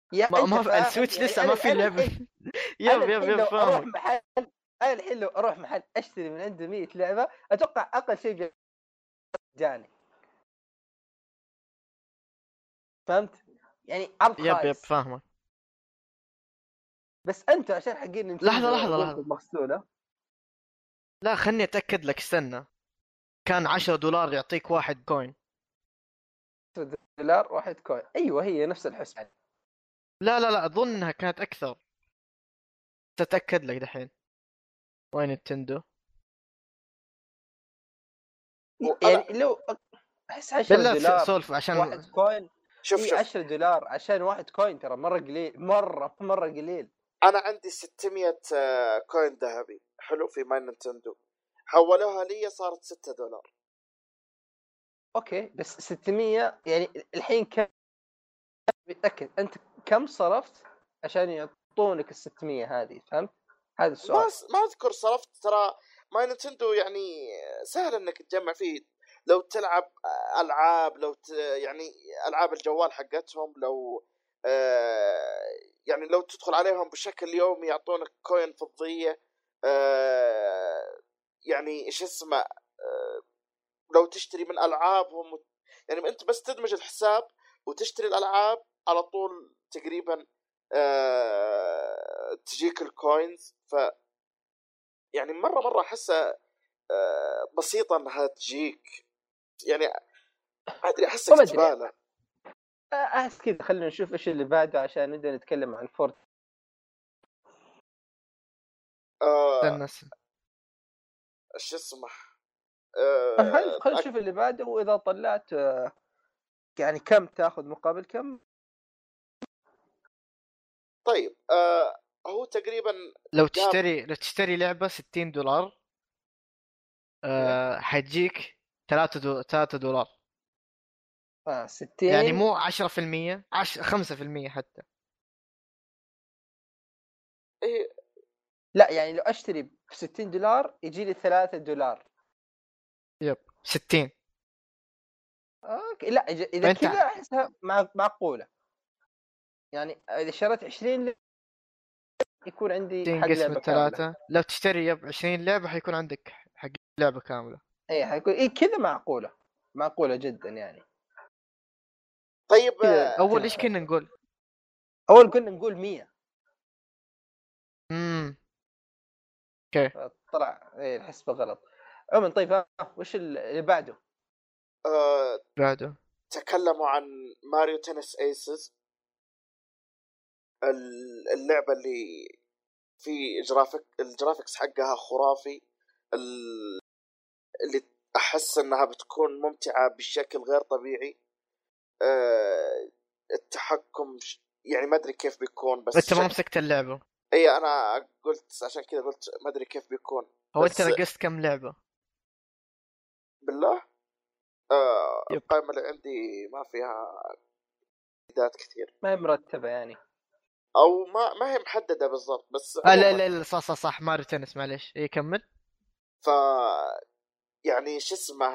يا ما, انت ما في فاهم السويتش يعني لسه أنا ما في أنا لعبه. الحين- يب انا يب الحين يب لو اروح فاهمك. محل انا الحين لو اروح محل اشتري من عنده مية لعبه اتوقع اقل شيء جاني. فهمت يعني عرض يب يب خايس. فاهمك. بس انتوا عشان حقين لحظه نينتندو لحظه عقولكم لحظه، مغسوله. لا خلني اتاكد لك، استنى. كان عشرة دولار يعطيك واحد كوين. دولار واحد كوين، ايوه هي نفس الحسبه. لا لا لا اظن انها كانت اكثر. تتاكد لك دحين. وين نينتندو؟ يعني وأنا لو احس عشرة بالله س- دولار سولف عشان واحد كوين. شوف اي شوف عشرة دولار عشان واحد كوين ترى مره قليل، مره مره قليل. أنا عندي ستمية آه، كوين ذهبي حلو في ماي نينتندو، حولوها لي صارت ستة دولار. اوكي بس ستمية يعني الحين كم بتاكد انت كم صرفت عشان يعطونك ال ستمية هذه؟ فهمت هذا ما السؤال. س- ما أذكر صرفت، ترى ماي نينتندو يعني سهل إنك تجمع فيه، لو تلعب ألعاب، لو ت... يعني ألعاب الجوال حقتهم، لو آه يعني لو تدخل عليهم بشكل يومي يعطونك كوين فضية. آه يعني إيش اسمه، آه لو تشتري من ألعابهم وت- يعني أنت بس تدمج الحساب وتشتري الألعاب على طول تقريبا آه تجيك الكوينز. ف يعني مرة مرة أحسها آه بسيطة أنها تجيك، يعني ما أدري أحسك وما ادري زبالة. احس كذا. خلينا نشوف ايش اللي بعده عشان نبدا نتكلم عن فورت. آه استنى استنى. شو اسمه خلينا آه خلينا أك- نشوف اللي بعده، واذا طلعت آه، يعني كم تاخذ مقابل كم. طيب آه هو تقريبا لو جاب تشتري لو تشتري لعبه ستين دولار أه حتجيك ثلاثة دو... ثلاثة دولار. اه يعني ستين. مو عشرة في المية، عش... خمسة في المية حتى. إيه لا يعني لو اشتري ب ستين دولار يجي لي ثلاثة دولار. يب ستين. اوكي لا إذا- اذا فانت كذا احسها مع- معقوله. يعني اذا شريت عشرين يكون عندي حق تنقسم لعبه كامله. الثلاثة، لو تشتري يب عشرين لعبة حيكون عندك حق لعبة كاملة. اي حيكون اي كذا معقوله، معقوله جدا يعني. طيب كذا آه أول إيش تنفع. كنا نقول؟ اول كنا نقول مية. امم اوكي. طلع ايه الحسبه غلط. عموما طيب ها وش اللي بعده؟ آه بعده تكلموا عن ماريو تنس ايسز، اللعبة اللي في جرافيك الجرافيكس حقها خرافي، ال- اللي أحس أنها بتكون ممتعة بشكل غير طبيعي. أه التحكم ش- يعني ما أدري كيف بيكون بس انت ما شك... مسكت اللعبة؟ أي أنا قلت عشان كذا قلت ما أدري كيف بيكون. هو انت بس نقصت كم لعبة؟ بالله أه يب. القائمة اللي عندي ما فيها إعدادات كثير، ما هي مرتبه يعني. أو ما ما هي محددة بالضبط، بس آه لا عموما لا لا صح صح صح ماريو تنس، معليش. ايه كمل. ف يعني شو اسمها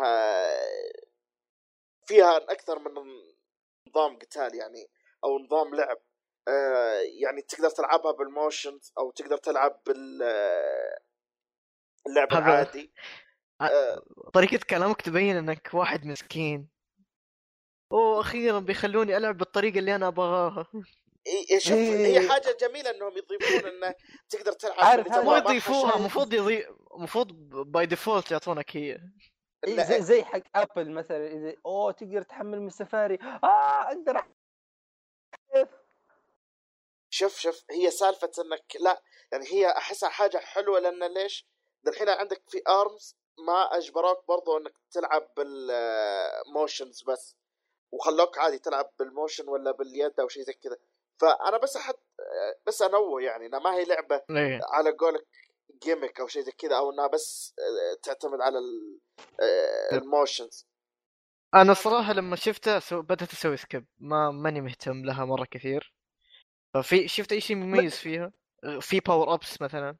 فيها أكثر من نظام قتال يعني، أو نظام لعب. آه يعني تقدر تلعبها بالموشنز أو تقدر تلعب باللعب هذا العادي. آه، آه طريقة كلامك تبين انك واحد مسكين. اوه اخيرا بيخلوني العب بالطريقة اللي انا ابغاها. إيه شوف هي حاجة جميلة إنهم يضيفون إنه تقدر تلعب عارف باللي هذا- مو تبغاه، ما يضيفوها، حشوا المفروض يضي المفروض باي ديفولت يعطونك هي. إيه زي زي حق ابل مثلا، اذا اوه تقدر تحمل من سفاري اه اقدر أحذف. شوف شوف هي سالفة إنك لا يعني هي أحسها حاجة حلوة، لأن ليش الحين عندك في أرمز ما أجبروك برضو إنك تلعب بالموشنز بس، وخلوك عادي تلعب بالموشن ولا باليد او شيء زي كذا. فانا بس احد بس انوه يعني انها ما هي لعبه ليه؟ على قولك جيمك او شيء زي كذا، او انها بس تعتمد على الموشنز. انا الصراحة لما شفتها سو... بدأت اسوي سكيب، ما ماني مهتم لها مرة كثير. ففي شفت اي شيء مميز فيها؟ في باور ابس مثلا؟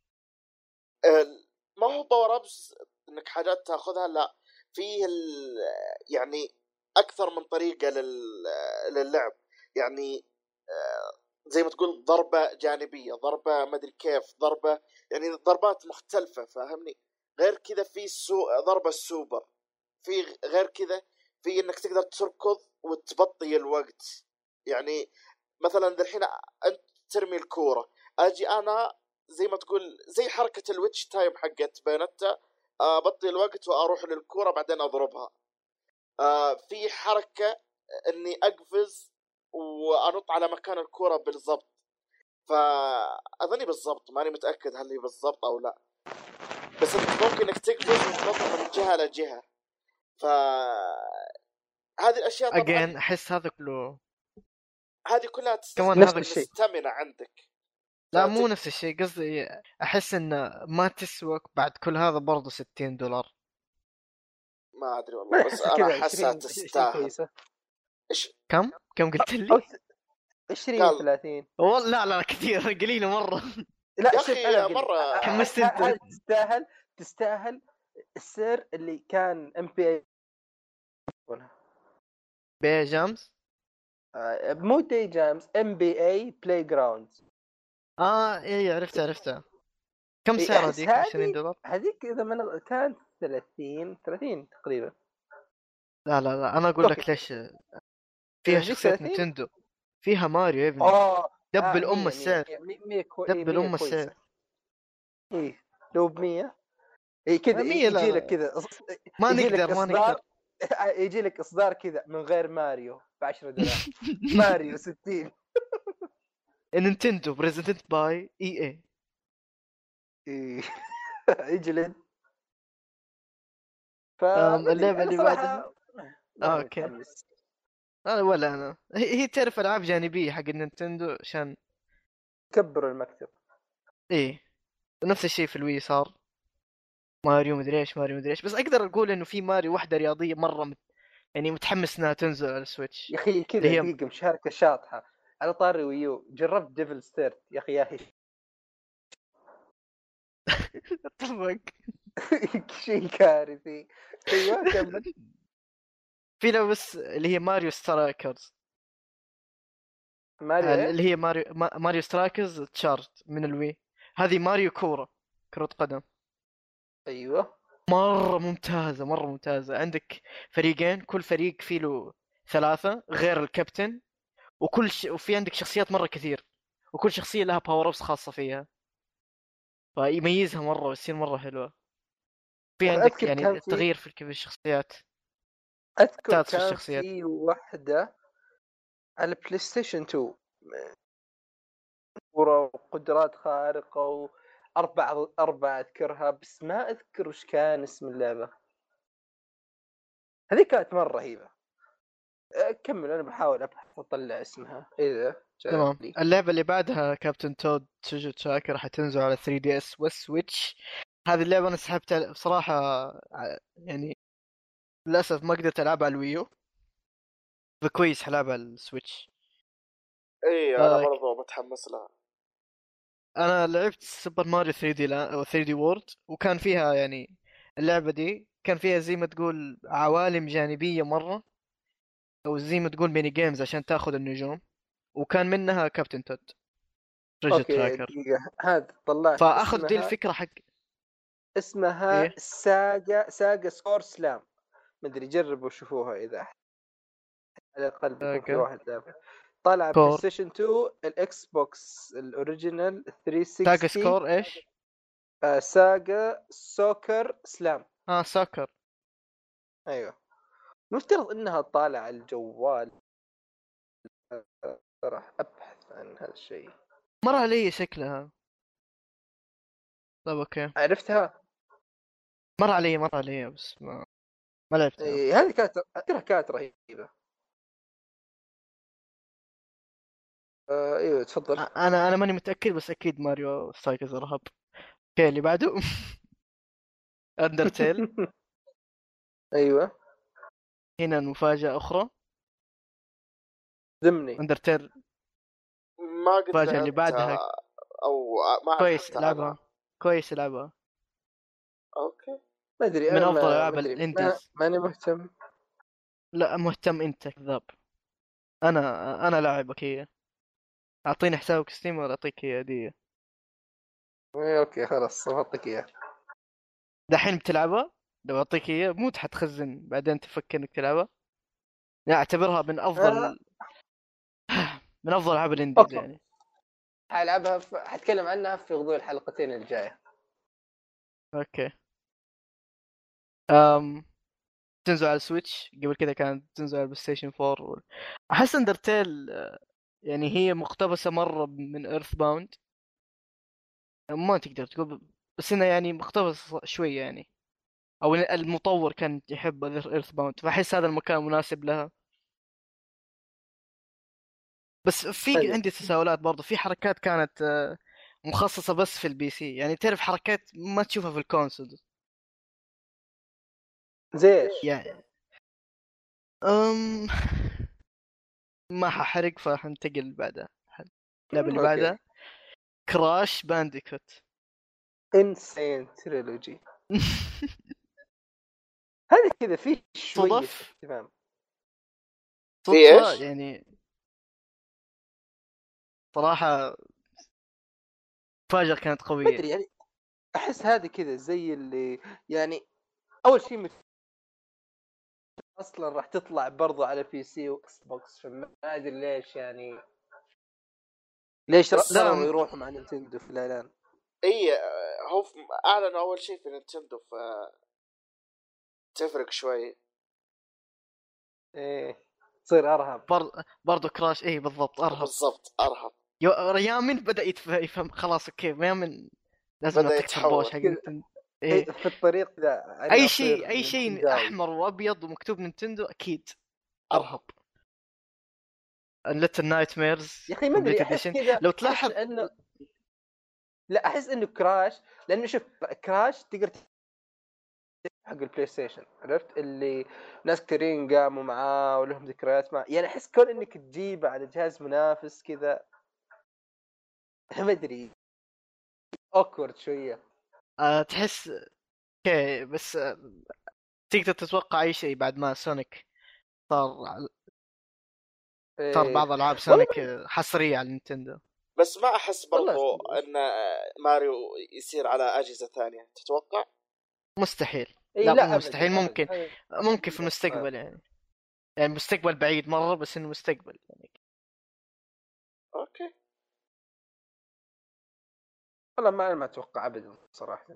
ما هو باور ابس انك حاجات تاخذها، لا فيه يعني اكثر من طريقه لل... للعب يعني. زي ما تقول ضربة جانبية، ضربة ما ادري كيف، ضربة يعني ضربات مختلفة، فاهمني؟ غير كذا في سو... ضربة السوبر، في غير كذا في انك تقدر تركض وتبطي الوقت. يعني مثلا الحين انت ترمي الكورة، اجي انا زي ما تقول زي حركة الويتش تايم حقت بايونيتا، ابطي الوقت واروح للكورة بعدين اضربها. آه في حركة اني اقفز وانط على مكان الكرة بالضبط، فاظني بالضبط ماني متاكد هل هي بالضبط او لا، بس انت ممكن انك تقفز وتنط من جهه لجهه. ف هذه الاشياء طبعا اجين احس هذا كله هذه كلها كمان تستخدم هذا الشيء. الستامينا عندك. لا فت- مو نفس الشيء، قصدي احس انه ما تسوى بعد كل هذا برضو ستين دولار. ما ادري ما والله، بس احس انا كذا احسها عشرين عشرين تستاهل. كويسه. ايش كم كم قلت او لي؟ عشرين قال؟ ثلاثين. والله لا لا كثير قليله مره. لا يا شوف أخي انا أقول مرة لك، حمست ه- انت. ه- هذه تستاهل تستاهل السعر اللي كان ام بي اي بي جامز. مو دي جامز، ام بي اي بلاي جراوند. اه ايه عرفت عرفتها. كم إيه، سعر احس هذيك؟ عشرين هذه دولار؟ هذيك اذا من كانت ثلاثين ثلاثين تقريبا. لا لا لا انا اقول اوكي لك ليش. فيها اذا هذيك شخصيات ثلاثين. نينتندو، فيها ماريو يا ابني. اه دب اه الام مية مية السعر، مية مية كوي... إيه دب مية الام كويسه. السعر. ايه لو ب مية اي كذا آه، مية لا يجي لك لا كذا إص- ما يجي لك نقدر ما اصدار نقدر. يجي لك اصدار كذا من غير ماريو ب عشرة دولار. ماريو ستين. نينتندو بريزنتد باي اي اي. إيه. يجلد. ف أم، مدري اللعبة انا اللي بعدها صراحه آه، ماني اوكي. متحمس. انا ولا انا هي هي تعرف العاب جانبية حق النينتندو عشان كبروا المكتب. ايه. نفس الشيء في الوي صار ماريو مدري ايش ماريو مدري ايش، بس اقدر اقول انه في ماريو واحدة رياضية مرة مت... يعني متحمس انها تنزل على السويتش يا اخي كذا اللي هي دقيقه مشاركه شاطحه على طاري ويو. جربت ديفل ستيرت يا اخي يا اخي اتفق. شيء كارثي. ايوه كمل. في لعبة بس اللي هي ماريو سترايكرز، ماريو ايش؟ اللي هي ماريو ما- ماريو سترايكرز تشارت من الوي. هذه ماريو كورة، كرة قدم. ايوه مرة ممتازة مرة ممتازة. عندك فريقين، كل فريق فيه له ثلاثة غير الكابتن، وكل ش... وفي عندك شخصيات مرة كثير، وكل شخصية لها باور ابس خاصة فيها، فيميزها مرة ويصير مرة حلوة. في يا اخي عندك اذكر يعني كان في التغيير في الك- في الشخصيات، اذكر ستاتس في كان الشخصيات. في وحده على بلاي ستيشن اثنين وقدرات خارقه واربع اربع اذكرها، بس ما اذكر وش كان اسم اللعبه. هذه كانت مره رهيبه. أه، كمل انا بحاول ابحث اطلع اسمها اذا تمام. جاء لي. اللعبة اللي بعدها كابتن تود تشوجو تراكر حتنزل على ثري دي اس والسويتش. هذه اللعبة انا سحبتها بصراحة، ع- يعني للأسف ما قدرت ألعبها على الويو، فكويس حلعبها على السويتش. اي انا آه، برضو متحمس لها. انا لعبت سوبر ماريو ثري دي لا... او ثري دي وورد، وكان فيها يعني اللعبة دي كان فيها زي ما تقول عوالم جانبية مرة، او زي ما تقول ميني جيمز عشان تاخذ النجوم، وكان منها كابتن تود تريجر اوكي تراكر. دقيقه هذا طلعت فاخذ دي اسمها. الفكرة حق اسمها ايه. ساجا ساجا سكور سلام. مدري جربوا شوفوها اذا أحد. على الاقل بيكون في ساجا واحد لعبه. طالعه بلاي كور. ستيشن اثنين، الاكس بوكس الاوريجينال ساجا ثلاثمية وستين. سكور ايش؟ آه ساجا سوكر سلام. اه ساكر. ايوه مفترض انها طالعه على الجوال. آه، راح ابحث عن هذا الشيء. مر علي شكلها. طيب اوكي. عرفتها. مر علي مر علي بس ما ما لعبتها. إيه هذه كانت ترى كانت رهيبه. آه ايوه تفضل. انا انا ماني متاكد بس اكيد ماريو سترايكرز ارهب. اوكي اللي بعده اندرتيل. ايوه هنا مفاجاه اخرى. ذمني. اندرتيل ما قد المفاجاه اللي لعبتها بعدها او ما كويس ابحثت عنها. العبها، كويس العبها، اوكي ما ادري من انا افضل ما العاب ما ادري ما الانديز. ماني مهتم. لا مهتم انت كذاب. انا انا لاعبك هي. اعطيني حسابك ستيم ولا اعطيك هي هديه؟ إيه، اوكي خلاص بعطيك اياه. دحين بتلعبها؟ لو اعطيك اياه مو حتخزن بعدين تفكر انك تلعبها. لا اعتبرها من آه، افضل من افضل العاب الانديز اوكي يعني. حلعبها في... حتكلم عنها في غضون الحلقتين الجايه. اوكي. أم... تنزل على السويتش، قبل كذا كانت تنزل على البلاي ستيشن فور. احس اندرتيل يعني هي مقتبسه مره من ايرث باوند، ما تقدر تقول، بس انها يعني مقتبسه شويه يعني، او المطور كان يحب ايرث باوند، فاحس هذا المكان مناسب لها. بس في حلو. عندي تساؤلات برضو، في حركات كانت آه، مخصصه بس في البي سي، يعني تعرف حركات ما تشوفها في الكونسول زي ايش؟ يعني. أم... ما ححرق فحنتقل بعدها. اللعبه اللي اوكي. بعدها كراش بانديكوت. انسين تريلوجي. هذا كذا فيه شويه صدف اهتمام. في صدفه ايش؟ يعني، صراحه فاجر كانت ما قويه. ادري يعني، احس هذا كذا زي اللي يعني اول شيء مت... اصلا راح تطلع برضو على بي سي واكس بوكس، فما ادري ليش يعني، ليش بس لا قرروا م- يروحوا مع نينتندو في الاعلان. اي آه، هو في- اعلنوا اول شيء في نينتندو، فتفرق شوي. ايه تصير ارهب. بر... برضو كراش ايه بالضبط ارهب. بالضبط ارهب. يو... يامن بدا يتف... يفهم خلاص اوكي، يامن لازم بدا نعطيك تربوش يتحول. حق كذا نتندو. إيه، ايه في الطريق ذا انا اي اصير شيء اي شيء نينتنداوي. احمر وابيض ومكتوب نينتندو اكيد ارهب. ارهب. ليتل نايت ميرز يا اخي ما كومبليت ادري احس اديشن كذا، لو احس تلاحظ. انه لا احس انه كراش، لانه شوف كراش تقدر حق البلاي ستيشن، عرفت اللي ناس كثيرين قاموا معاه ولهم ذكريات معاه، يعني احس كون انك تجيبه على جهاز منافس كذا ما ادري اوكورد شويه. أه تحس اوكي، بس أه تقدر تتوقع اي شيء بعد ما سونيك صار صار إيه. بعض العاب والله سونيك ما... آه، حصريه على نينتندو. بس ما احس والله برضو ان ماريو يصير على اجهزه ثانيه، تتوقع؟ مستحيل. اي لا مو لا ابدا مستحيل، ابدا ممكن هذا ممكن في آه. المستقبل يعني، يعني مستقبل بعيد مره بس انه مستقبل يعني. اوكي. والله ما ما اتوقع ابدا صراحه.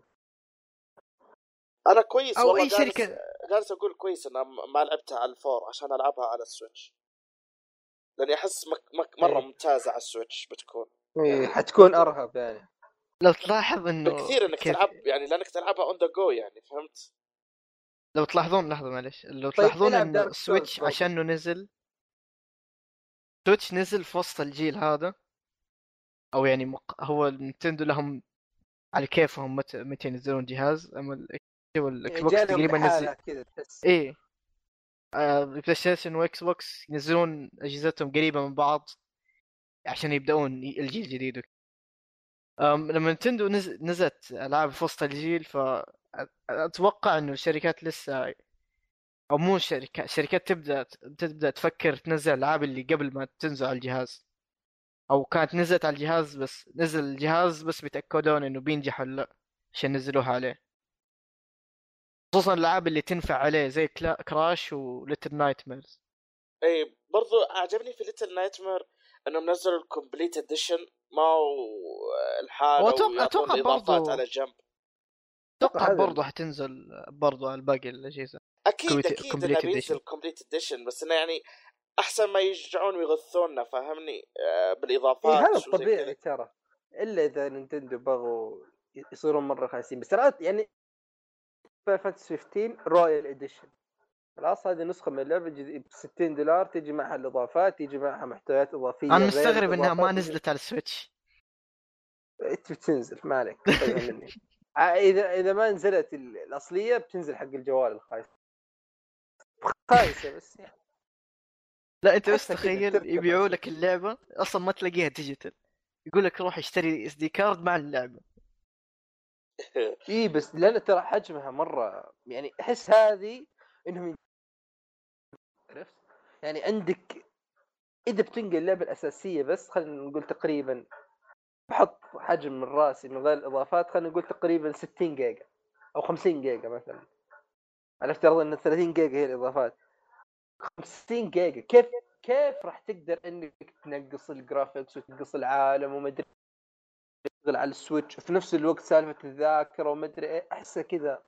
انا كويس او والله، اي جالس شركه. جالس اقول كويس ان ما لعبتها على الفور عشان العبها على السويتش، لاني احس مك مك مره إيه. ممتازه على السويتش بتكون إيه. يعني حتكون ارهب يعني. لو تلاحظ انه بالكثير انك كيف، تلعب، يعني لانك تلعبها اون ذا جو، يعني فهمت؟ لو تلاحظون لحظه معلش، لو طيب تلاحظون العب انه دارك سولز السويتش برضو. عشانه نزل، سويتش نزل في وسط الجيل هذا، او يعني مق... هو نينتندو لهم على كيفهم متى متى ينزلون جهاز، اما ال- هو الاكس بوكس جالهم تقريبا نزل. لحالها كذا تحس. ايه آه، بلاي ستيشن واكس بوكس ينزلون اجهزتهم قريبه من بعض عشان يبداون ي- الجيل الجديد. أم لما نتندو نز... نزلت العاب في وسط الجيل، فاتوقع انه الشركات لسه، او مو شركات شركات تبدا تبدا تفكر تنزل الالعاب اللي قبل ما تنزل على الجهاز، او كانت نزلت على الجهاز بس نزل الجهاز بس بيتاكدون انه بينجح ولا لا عشان ينزلوها عليه، خصوصا الالعاب اللي تنفع عليه زي كلا... كراش وليتل نايت ميرز. اي برضو اعجبني في ليتل نايتمير انهم نزلوا الكومبليت اديشن، ما هو الحالة واتوقع ويعطون اتوقع الاضافات برضو على جنب. اتوقع هذا برضو حتنزل برضو على باقي الاجهزه اكيد اكيد انه كومبليت اديشن. بينزل كومبليت اديشن، بس انه يعني احسن ما يرجعون ويغثونا، فهمني؟ آه، اي بالاضافات هذا وزي كذا. الطبيعي ترى، الا اذا نينتندو بغوا يصيرون مره خايسين. بس ترى يعني فاينل فانتسي خمسة عشر رويال اديشن خلاص، هذه نسخه من اللعبه ب ستين دولار، تجي معها الاضافات، تجي معها محتويات اضافيه انا غير مستغرب انها ما الاضافات اللي نزلت على السويتش. انت بتنزل ما عليك خذها مني. ع- اذا اذا ما نزلت ال- الاصليه بتنزل حق الجوال الخايس خايسه بس يعني. لا انت بس أحسها كذا تخيل تركب على يبيعوا لك السويتش. اللعبه اصلا ما تلاقيها ديجيتال، يقول لك روح اشتري اس دي كارد مع اللعبه. اي بس لان ترى حجمها مره يعني، احس هذه انهم عرفت يعني عندك اذا بتنقل اللعبه الاساسيه بس خلينا نقول تقريبا بحط حجم من راسي من غير الاضافات، خلينا نقول تقريبا ستين جيجا او خمسين جيجا مثلا، على افتراض ان ثلاثين جيجا هي الاضافات. خمسين جيجا كيف كيف راح تقدر انك تنقص الجرافيكس وتنقص العالم وما ادري تشتغل على السويتش في نفس الوقت سالفه الذاكره وما ادري ايه؟ احسها كذا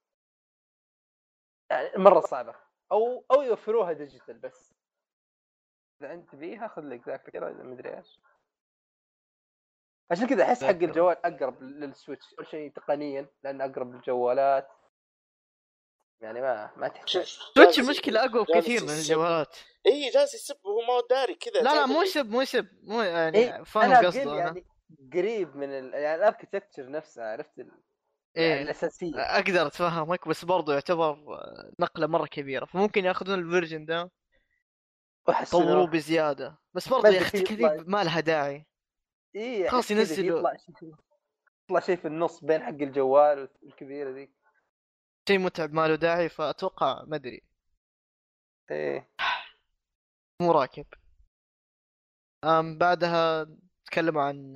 يعني مره صعبه. او او يوفروها ديجيتال بس اذا انت بيها خذ لك ذاكره اذا ما ادري ايش. عشان كذا احس حق ذاكرة. الجوال اقرب للسويتش اول شيء تقنيا لان اقرب للجوالات، يعني ما ما تحتاج. سويتش المشكلة أقوى بكثير من يسب. الجوالات. اي جالس يسب وهو ما هو داري كذا. لا لا تعرف مو اللي- يسب مو يسب مو يعني إيه فاهم انا قصده اقول أنا. يعني قريب من ال... يعني الاركتكتشر نفسها، عرفت ال... يعني إيه الاساسيه. أقدر أتفهمك، بس برضو يعتبر نقلة مرة كبيرة، فممكن ياخذون الفيرجن ده وحسنوه طوروه بزيادة، بس ما برضو يا ادري أخي في يطلع تكذيب ما لها داعي. ايه خلاص احس كذا في ينزلوا يطلع شيء يطلع شيء في النص بين حق الجوال والكبيره ذيك. شيء متعب ما له داعي، فأتوقع ما أدري ايه مو راكب. أم بعدها تكلموا عن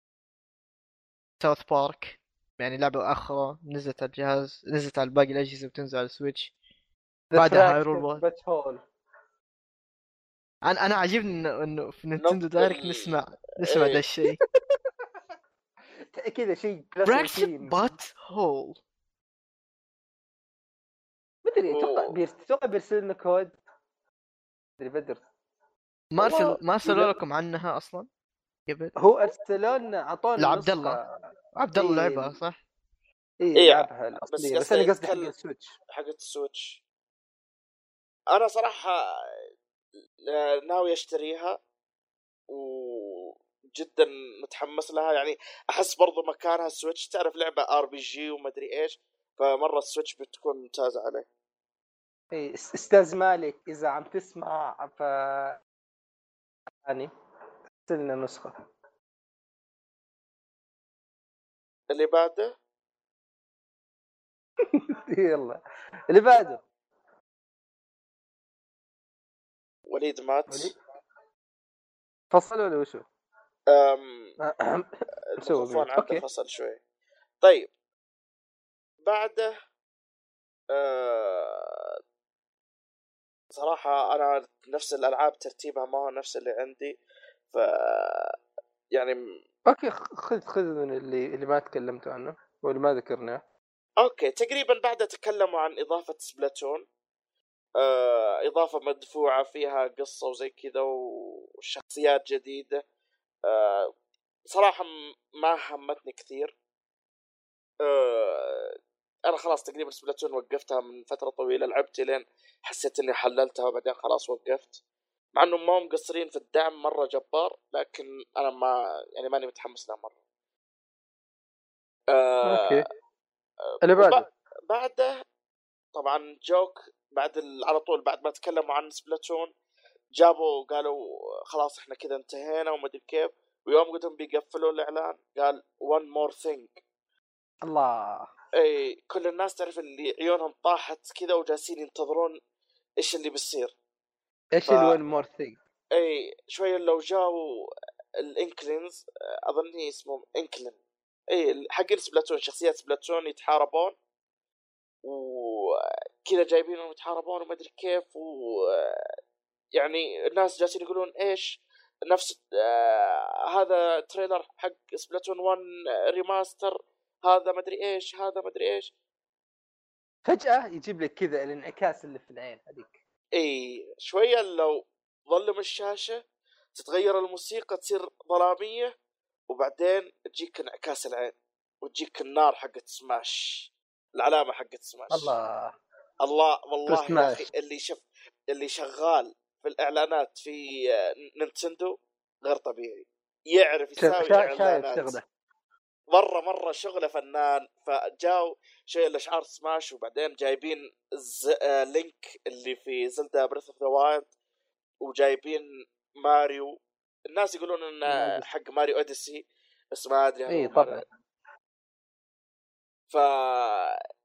ساوث بارك، يعني لعبة أخرى نزلت على الجهاز، نزلت على باقي الأجهزة وتنزل على السويتش. بعدها هايرول وورد. باتش هول. أنا أنا عاجبني إنه إنه في نينتندو نط دايركت ال- نسمع نسمع إيه. ده الشيء. كذا شيء براكس روتين. بات هول. ما ادري اتوقع أوه. بيرس اتوقع بيرسل لنا كود ادري بدر. ما أرسل والله ما أرسلوا إذا- لكم عنها أصلا قبل؟ هو ارسلون اعطونا لعبد الله. نسخه. عبد الله إيه. لعبها صح؟ ايه إيه لعبها بس الاصليه، بس, قصدي انا قصدي حق أتكلم- السويتش. حقت السويتش. انا صراحه ناوي اشتريها وجدا متحمس لها، يعني احس برضو مكانها السويتش، تعرف لعبه ار بي جي وما ادري ايش، فمره السويتش بتكون ممتازه عليه. إيه استاذ مالك اذا عم تسمع ف يعني ارسلنا نسخه. اللي بعده يلا اللي بعده. وليد مات. وليد؟ فصل ولا وشو؟ أم... سوى الميكروفون ميوت. عنده اوكي فصل شوي. طيب بعده أه... صراحه انا نفس الالعاب ترتيبها ما هو نفس اللي عندي، ف يعني اوكي خذ خذ من اللي اللي ما تكلمت عنه واللي ما ذكرناه. اوكي تقريبا بعد تكلموا عن اضافه سبلاتون، آه، اضافه مدفوعه فيها قصه وزي كذا وشخصيات جديده. آه، صراحه ما همتني كثير. آه، انا خلاص تقريبا سبلاتون وقفتها من فتره طويله، لعبت لين حسيت اني حللتها وبعدين خلاص وقفت، مع انه ما مقصرين في الدعم مره جبار، لكن انا ما يعني ماني متحمس لها مره. آه، اوكي اللي بعده. بعده طبعا جوك بعد ال... على طول بعد ما تكلموا عن سبلاتون جابوا قالوا خلاص احنا كذا انتهينا وما ادري كيف، ويوم قدهم بيقفلوا الاعلان قال one more thing. الله. اي كل الناس تعرف اللي عيونهم طاحت كذا وجالسين ينتظرون ايش اللي بيصير. ايش ف... الون مور ثينج؟ اي شويه لو جاوا الانكلينز، اظن اسمهم انكلين، اي حق سبلاتون شخصيات سبلاتون يتحاربون وكذا جايبينهم يتحاربون وما ادري كيف، و يعني الناس جالسين يقولون ايش نفس آه هذا تريلر حق سبلاتون واحد ريماستر، هذا ما ادري ايش، هذا ما ادري ايش. فجأة يجيب لك كذا الانعكاس اللي في العين هذيك. اي شويه لو ظلم الشاشه تتغير الموسيقى تصير ظلاميه، وبعدين تجيك انعكاس العين وتجيك النار حقت سماش، العلامه حقت سماش. الله الله والله يا اخي سماش. اللي شف اللي شغال في الاعلانات في نينتندو غير طبيعي، يعرف يساوي شا- شايف اعلانات شغله. مره مره شغله فنان. فجاو شيء الاشعار سماش، وبعدين جايبين ز... آه لينك اللي في زلدا بريث اوف ذا وايلد، وجايبين ماريو. الناس يقولون ان حق ماريو اوديسي، بس ما ادري. اي طبعا. ف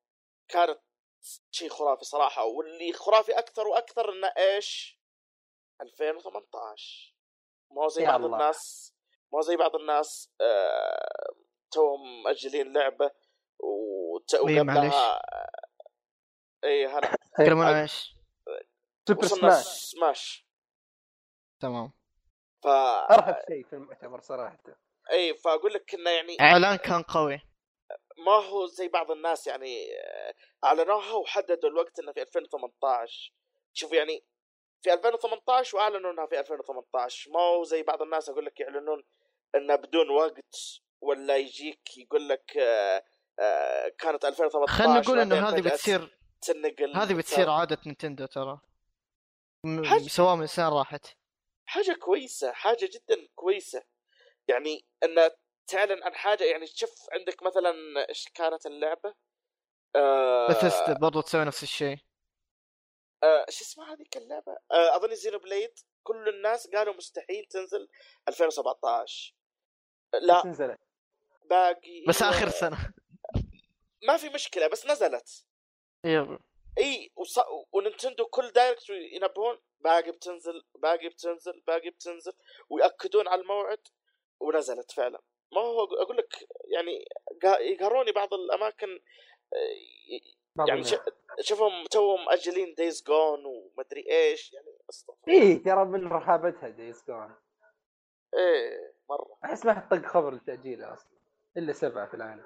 كانت شيء خرافي صراحه، واللي خرافي اكثر واكثر انه ايش ألفين وثمانية عشر. ما هو زي يا بعض الله. الناس ما هو زي بعض الناس آه... توهم مأجلين لعبة وت... إيه، معلش. وقبلها اي هلا تكلمون إيه. عن ايش؟ سوبر وصلنا سماش سماش. تمام. ف ارهب شيء في المؤتمر صراحه. اي فاقول لك انه يعني اعلان كان قوي. ما هو زي بعض الناس يعني آه، اعلنوها وحددوا الوقت انه في ألفين وثمانية عشر. شوف يعني في ألفين وثمانية عشر واعلنوا انها في ألفين وثمانية عشر. ما هو زي بعض الناس اقول لك يعلنون انه بدون وقت، ولا يجيك يقول لك آه، آه، كانت ألفين وثمانية عشر خلينا نقول انه بعدين هذه فجأة بتصير تنقل هذه بتصير وتصير عادة نينتندو ترى، م- حاجة سواء من سنة راحت. حاجة كويسة، حاجة جدا كويسة. يعني ان تعلن عن حاجة. يعني تشوف عندك مثلا ايش كانت اللعبة بثست آه برضو تسوي نفس الشيء. آه شو اسمها هذيك اللعبة آه اظن زينو بليد. كل الناس قالوا مستحيل تنزل ألفين وسبعة عشر. بس لا نزلت. باقي بس إيوه، اخر سنة. ما في مشكلة بس نزلت. يلا. اي وص... وننتندو كل دايركت ينبهون باقي بتنزل باقي بتنزل باقي بتنزل ويأكدون على الموعد ونزلت فعلا. ما هو أقول لك يعني قا- يقهروني بعض الأماكن آه، بعض يعني ش... الناس. شوفهم توهم مأجلين دايز جون ومدري ايش يعني استغفر الله. ايه ترى من رهابتها دايز جون. ايه مرة. احس ما حطق خبر التأجيل اصلا الا سبعة في العالم.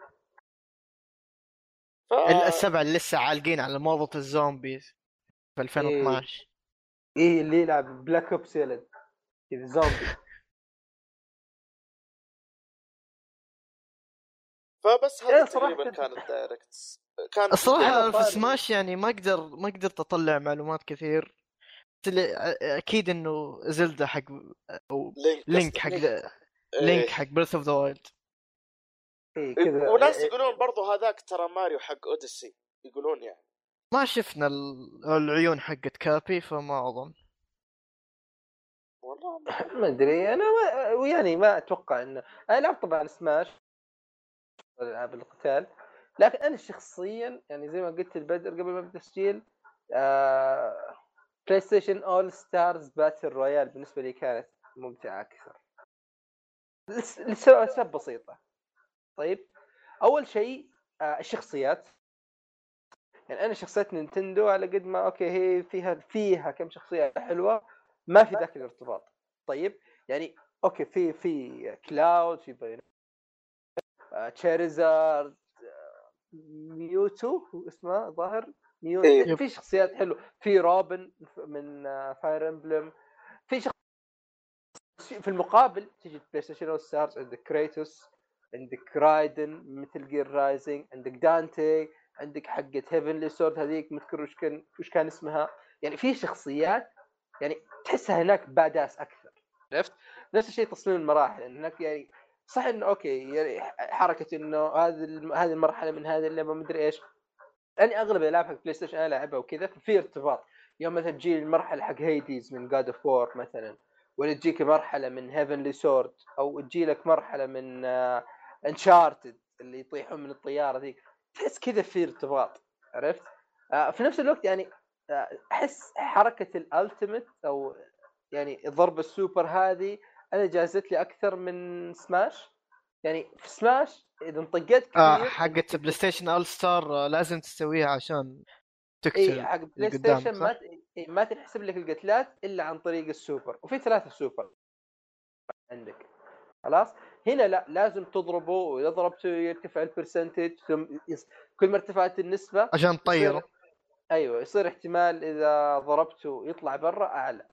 ف... السبعة اللي لسه عالقين على موضة الزومبيز في ألفين واثناشر. ايه اللي يلعب بلاك اوبس يلد كذا زومبي. فبس إيه هذا صراحة تقريبا كنت- كان الدايركت. كان الصراحة أنا في طالب. سماش يعني ما اقدر ما قدرت اطلع معلومات كثير. تل- اكيد انه زلدا حق او لينك لينك قصدك. حق إيه. لينك حق بريث اوف ذا وايلد. ايه كذا. وناس إيه يقولون برضو هذاك ترى ماريو حق اوديسي يقولون يعني. ما شفنا ال- العيون حقت كابي فما اظن. والله ما ما ادري انا ما يعني ما اتوقع انه انا لعبت طبعا سماش العاب القتال، لكن انا شخصيا يعني زي ما قلت البدر قبل ما ابدا التسجيل آه... بلاي ستيشن اول ستارز باتل رويال بالنسبه لي كانت ممتعه اكثر لس- لسبب بسيطه. طيب اول شيء آه الشخصيات. يعني انا شخصيات نينتندو على قد ما اوكي هي فيها فيها كم شخصيه حلوه ما في ذاك الارتباط. طيب يعني اوكي في في كلاود في باين آه تشيرزارد آه ميوتو هو اسمه ظاهر ميوتو. إيه. في شخصيات حلوه في روبن من آه فاير امبلم. في شخص في المقابل تيجي بلاي ستيشن اول ستارز عندك كريتوس عندك رايدن مثل جير رايزنج عندك دانتي عندك حقة هيفنلي سورد هذيك مذكر وش كان وش كان اسمها. يعني في شخصيات يعني تحسها هناك باداس اكثر. عرفت نفس الشيء تصميم المراحل هناك يعني صح انه اوكي يعني حركه انه هذه الم- هذه المرحله من هذه اللعبه مدري ايش. يعني اغلب الالعاب حق بلاي ستيشن انا العبها وكذا في ارتباط. يوم مثلا تجي المرحله حق هيديز من جاد اوف وور مثلا ولا تجيك مرحله من هيفنلي سورد او تجي لك مرحله من انشارتد اللي يطيحون من الطياره ذيك تحس كذا في ارتباط. عرفت آه في نفس الوقت يعني آه احس حركه الالتيميت او يعني ضرب السوبر هذه انا جازت لي اكثر من سماش. يعني في سماش اذا انطقت كثير آه حقت بلاي ستيشن اول ستار لازم تسويها عشان اي تقتل حق بلاي اللي قدامك ستيشن صح؟ ما ت- إيه، ما تنحسب لك القتلات الا عن طريق السوبر وفي ثلاثة سوبر عندك. خلاص هنا لا لازم تضربه ويضرب يرتفع البرسنتج ثم يص... كل ما ارتفعت النسبة عشان يصير تطيره. ايوه يصير احتمال اذا ضربته يطلع برا اعلى.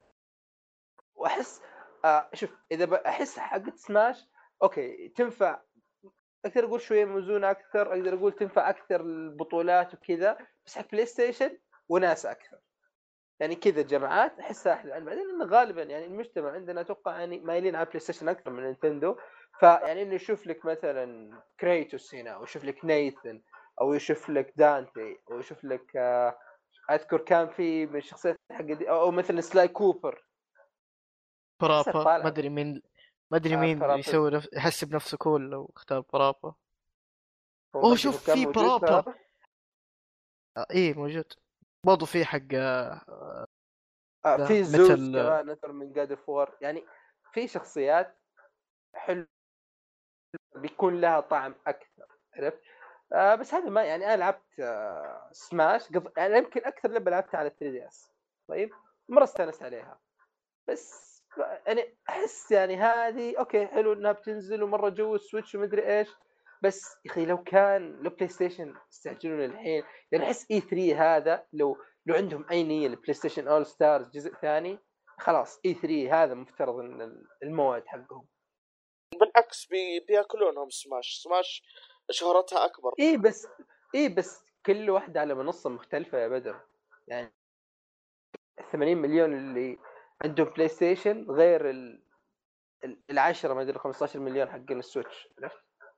واحس آه شوف اذا ب- احس حقت سماش اوكي تنفع اقدر اقول شويه موزونه اكثر اقدر اقول تنفع اكثر البطولات وكذا بس حق بلاي ستيشن وناس اكثر. يعني كذا جماعات احسها احلى. يعني بعدين انه غالبا يعني المجتمع عندنا اتوقع يعني مايلين على بلاي ستيشن اكثر من نينتندو. فيعني انه يشوف لك مثلا كريتوس هنا او يشوف لك نايثن او يشوف لك دانتي او يشوف لك آه اذكر كان في من الشخصيات حق دي او مثلا سلاي كوبر. أحسها برابا طالع. ما ادري مين ما ادري آه مين بارابا. يسوي نفس... يحس بنفسه كول لو اختار برابا. هو اوه قصدك شوف كان في موجود برابا. بارابا؟ آه ايه موجود. برضو في حق آه، آه لا، في مثل- زوز كمان نذر من جاد فور، يعني في شخصيات حلو بيكون لها طعم اكثر، عرفت؟ آه بس هذا ما يعني انا لعبت آه سماش قض... يعني يمكن اكثر لعبه لعبتها على ثري دي اس. طيب مره استانست عليها، بس يعني احس يعني هذه اوكي حلو انها بتنزل ومره جو السويتش ومدري ايش، بس يا اخي لو كان لو بلاي ستيشن استعجلون الحين، يعني احس اي ثري هذا لو لو عندهم اي نيه البلاي ستيشن اول ستارز جزء ثاني، خلاص اي ثري هذا مفترض ان الموعد حقهم. بالعكس بي... بياكلونهم سماش. سماش شهرتها اكبر. اي بس اي بس كل واحده على منصه مختلفه يا بدر، يعني ثمانين مليون اللي عندهم بلاي ستيشن غير ال ال- العشرة ما ادري خمسة عشر مليون حقين السويتش، عرفت؟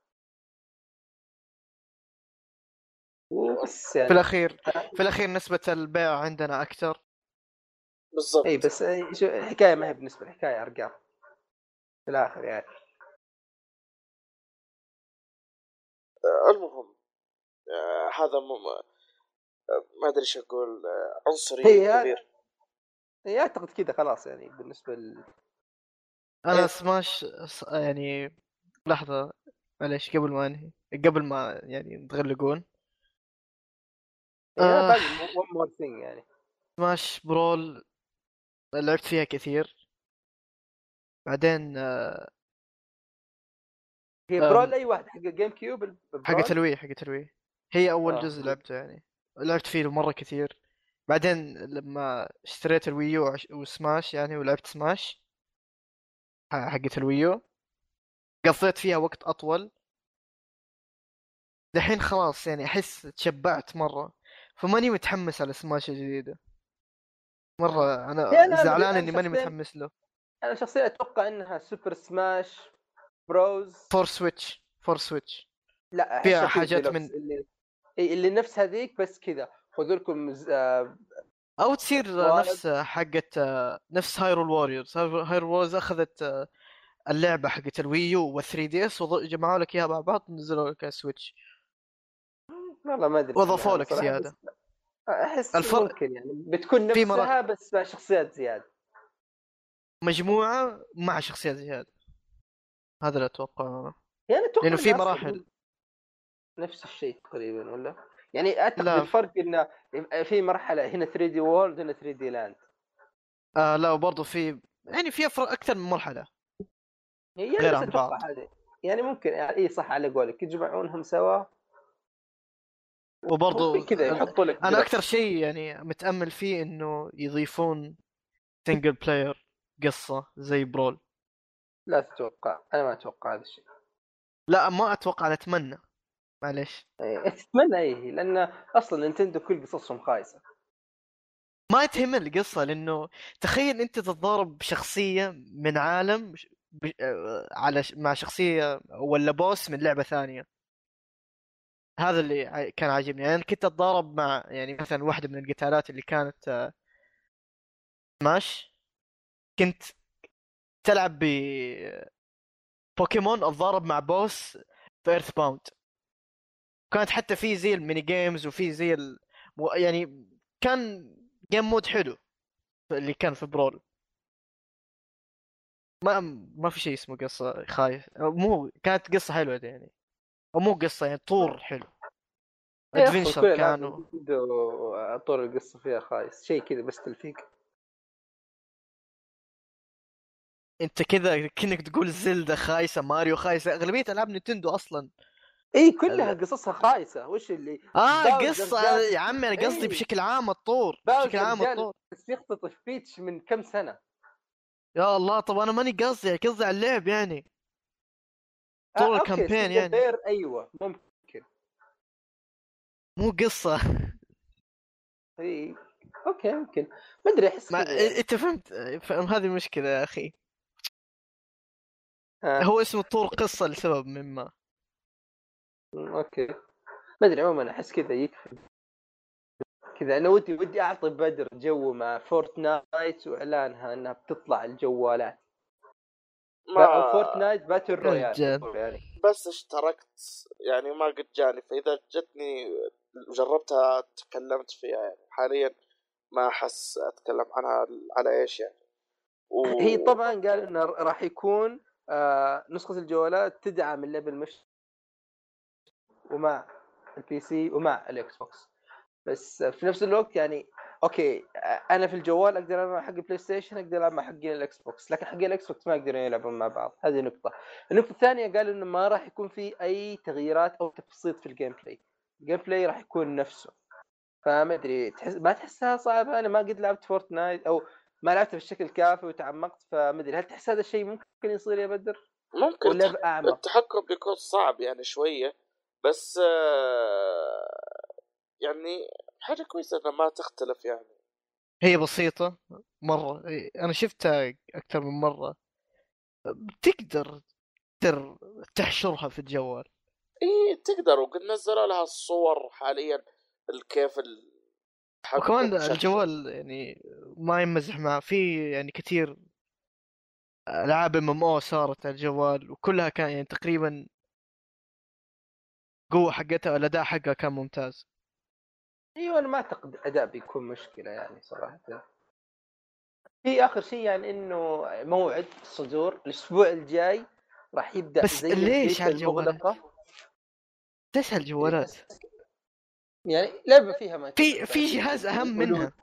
بس في يعني الاخير في الاخير نسبه البيع عندنا اكثر. بالضبط. اي بس أي شو الحكايه ما هي بالنسبه للحكايه ارقام في الاخر يعني. آه، المهم آه، هذا م... ما ادري ايش اقول، آه، عنصري هي كبير. هي اعتقد كذا خلاص يعني بالنسبه ل... انا إيه. سماش ص- يعني لحظه، معليش قبل ما انهي، قبل ما يعني تغلقون. هي آه باقي ون مور ثينج يعني. سماش برول لعبت فيها كثير. بعدين آه هي برول اي واحد حق الجيم كيوب حقة برول. الوي حقة الوي هي اول آه. جزء لعبته، يعني لعبت فيه مره كثير. بعدين لما اشتريت الويو وعش- وسماش يعني ولعبت سماش ح- حقة الويو، قضيت فيها وقت اطول. دحين خلاص يعني احس تشبعت مره، فماني متحمس على سماش الجديده مره. انا هي انا زعلان انا اني ماني شخصيا متحمس له. انا شخصيا اتوقع انها سوبر سماش بروز. فور سويتش فور سويتش لا فيها احسها كذا حاجات ديلوكس من، اللي إيه اللي نفس هذيك بس كذا خذوا لكم مز... آه... او تصير قوالب. نفس حقة نفس هايرول ووريرز. هايرول ووريرز اخذت اللعبه حقت الويو و3 دي اس وجمعوا لك اياها مع بعض ونزلوا لك على سويتش والله ما ادري واضافوا عنها لك صراحه، زياده. بس احس الفرق ممكن يعني بتكون في مرا... نفسها بس مع شخصيات زياده. مجموعه مع شخصيات زياده، هذا اللي اتوقعه انا. يعني اتوقع لانه في انها أصلاً مراحل. نفس الشيء تقريبا، ولا يعني اعتقد لا الفرق انه في مرحله هنا ثري دي وورلد هنا ثري دي لاند. آه لا، وبرضه في يعني في افرق اكثر من مرحله هي غير بس عن بعض. اتوقع هذه يعني ممكن يعني اي صح على قولك يجمعونهم سوا وبرضه كذا يحطوا لك انا ديلوكس. اكثر شيء يعني متامل فيه انه يضيفون سنجل بلاير قصه زي برول. لا تتوقع، انا ما اتوقع هذا الشيء. لا ما اتوقع، انا اتمنى. معليش إيه، اتمنى ايه، لان اصلا نينتندو كل قصصهم خايسه. ما تهم القصة، لأنه تخيل أنت تتضارب بشخصية من عالم ش- ب... آه، على ش... مع شخصية ولا بوس من لعبة ثانية. هذا اللي ع- كان عاجبني. يعني أنا كنت أتضارب مع يعني مثلا واحدة من القتالات اللي كانت آه، سماش، كنت تلعب ب بوكيمون أتضارب مع بوس في إيرث باوند. كانت حتى في زي الميني جيمز وفي زي ال... و- يعني كان جيم مود حلو اللي كان في برول. ما ما في شيء اسمه قصة خايس، مو كانت قصة حلوة دي يعني، او مو قصة يعني طور حلو، ايه اصلا ادفنشر كل العاب كانوا. نينتندو طول القصه فيها خايس، شيء كذا بس تلفيق. انت كذا كأنك تقول زلدة خايسة، ماريو خايسة، اغلبية العاب نينتندو اصلا. اي كلها ال... قصصها خايسه، وش اللي اه باوزر قصة جالس. يا عمي، انا قصدي اي بشكل عام الطور، بشكل باوزر عام الطور. جالس يختطف بيتش من كم سنه. يا الله، طب انا ماني قصدي يعني، قصدي على اللعب يعني، طور آه اوكي الكامبين سنجل يعني، بلاير ايوه ممكن. مو قصة. اي اوكي ممكن، ما ادري احس ما كذا يعني. انت فهمت فهم، هذه المشكلة يا اخي. آه. هو اسمه طور قصة لسبب مما. اوكي ما ادري عموما احس كذا يكفي كذا. انا ودي ودي اعطي بدر جو مع فورتنايت واعلانها انها بتطلع الجوالات. ما فورتنايت باتل رويال رجال. يعني. بس اشتركت يعني ما قد جاني، فاذا جتني وجربتها تكلمت فيها يعني. حاليا ما أحس أتكلم عنها على إيش يعني. و... هي طبعا قال انه راح يكون آه نسخه الجوالات تدعم اللعب المش ومع البي سي ومع الاكس بوكس، بس في نفس الوقت يعني اوكي انا في الجوال اقدر العب مع حق بلاي ستيشن، اقدر العب مع حقين الاكس بوكس، لكن حقين الاكس بوكس ما يقدرون يلعبون مع بعض. هذه نقطه. النقطه الثانيه قال انه ما راح يكون في اي تغييرات او تبسيط في الجيم بلاي، الجيم بلاي راح يكون نفسه. فما ادري تحس ما تحسها صعبه؟ انا ما قد لعبت فورتنايت او ما لعبتها بالشكل الكافي وتعمقت، فما ادري هل تحس هذا الشيء ممكن يصير يا بدر ممكن ولا التح... باعمق؟ التحكم بيكون صعب يعني شوية، بس آه، يعني حاجة كويسة إنها ما تختلف يعني. هي بسيطة مرة، أنا شفتها أكثر من مرة. تقدر تقدر تحشرها في الجوال. إيه تقدر، وقد نزلوا لها الصور حاليا الكيف التحكم وكمان بشكل. الجوال يعني ما يمزح معه، في يعني كثير ألعاب ام ام او صارت على الجوال وكلها كان يعني تقريبا قوة حقتها، الأداء حقها كان ممتاز. ايوه انا ما اعتقد اداء بيكون مشكله يعني صراحه. في اخر شيء يعني انه موعد الصدور الاسبوع الجاي راح يبدا بس زي ليش البيتا على الجوالات؟ المغلقه. ليش على الجوالات؟ يعني لعبه فيها ما في في جهاز أهم منها.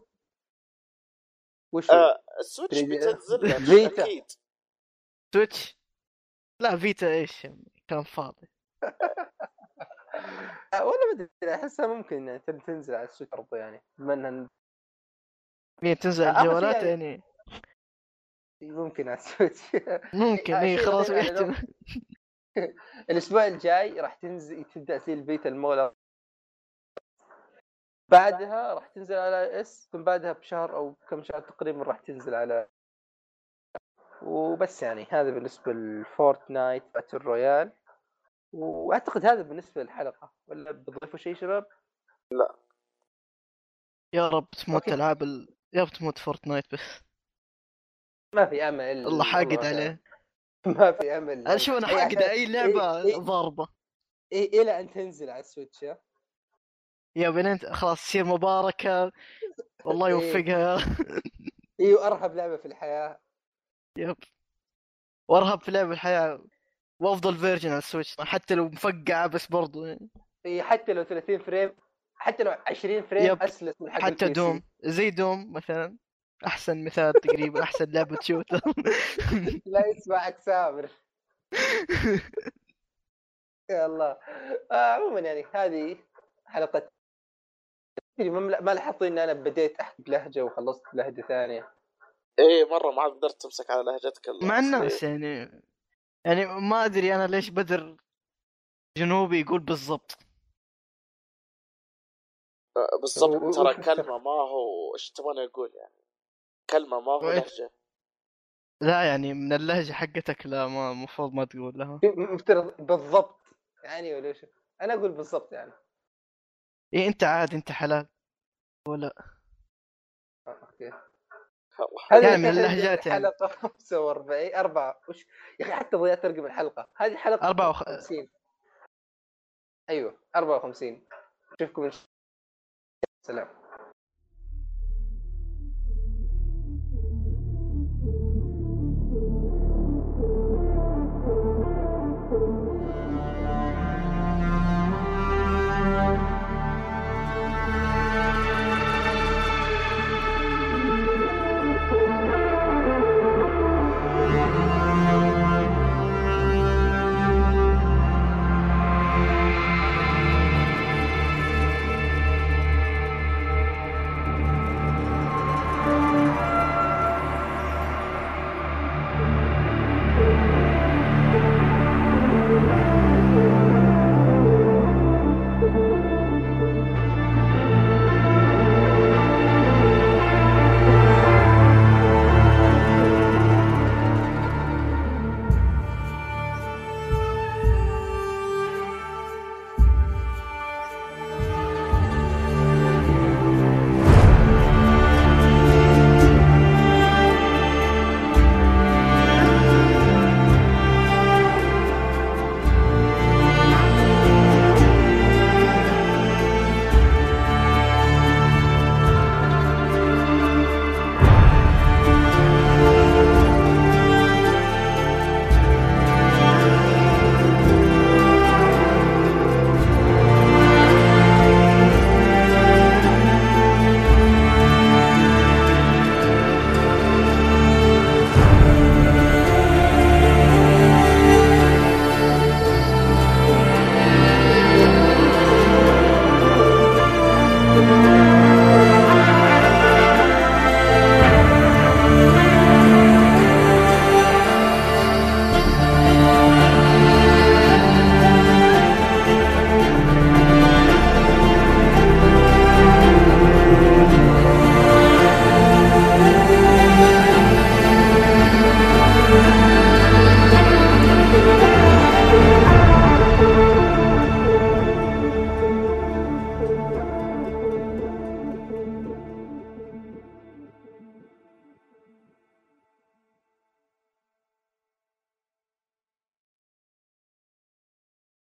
وش هو؟ آه السويتش بتنزل لك فيتا. أكيد. سويتش؟ لا فيتا ايش كان فاضي. ولا ما ادري احسها ممكن يعني تنزل على السويتش برضه يعني بما انها يعني تنزل على اخر شيء الجوالات يعني يعني ممكن على السويتش. ممكن اي شيء خلاص غريب على بيحتمل. نقطة. الاسبوع الجاي راح تنزل تبدا زي البيتا المغلق، بعدها راح تنزل على اس، ثم بعدها بشهر او كم شهر تقريبا راح تنزل على. وبس يعني هذا بالنسبه للفورتنايت باتل رويال، واعتقد هذا بالنسبه للحلقه، ولا بتضيفوا شيء شباب؟ لا يا رب تموت أوكي. العاب ال... يا رب تموت فورتنايت بس. ما في امل الله حاقد والله عليه. ما في امل انا شوف انا أي حاقد أحد- اي لعبة إيه إيه ضاربة. إيه الى ان تنزل على السويتش يا يا بنت خلاص تصير مباركة، والله إيه يوفقها. ايوه ارهب لعبه في الحياه. يب. وارهب في لعب الحياة، وافضل فيرجن على السويتش حتى لو مفقعة بس برضو يعني. إيه حتى لو ثلاثين فريم، حتى لو عشرين فريم يب. اسلس من حق حتى البي دوم، سي. زي دوم مثلا، احسن مثال تقريبا، احسن لعبة شوتر. لا يسمعك سامر. يا الله. آه عموما يعني هذه حلقه. ما ما لاحظت ان انا بديت احكي بلهجه وخلصت بلهجه ثانيه. ايه مرة ما قدرت تمسك على لهجتك مع الأصلية. الناس يعني، يعني ما ادري انا ليش بدر جنوبي يقول بالضبط. آه، بالضبط ترى كلمة ما هو ايش تبغى اقول يعني، كلمة ما هو لهجة. لا يعني من اللهجة حقتك لا، ما المفروض ما تقول لها. مفترض بالضبط يعني ولا شو؟ انا اقول بالضبط يعني. إيه أنت عادي، أنت حلال ولا؟ آه، اوكي. الله. يعني من اللهجات يعني. حلقه خمسة وأربعين أربعة وش يا اخي حتى ضيعت رقم الحلقه. هذه حلقه أربعة وخ... خمسين. ايوه أربعة وخمسين. اشوفكم ان شاء الله. سلام.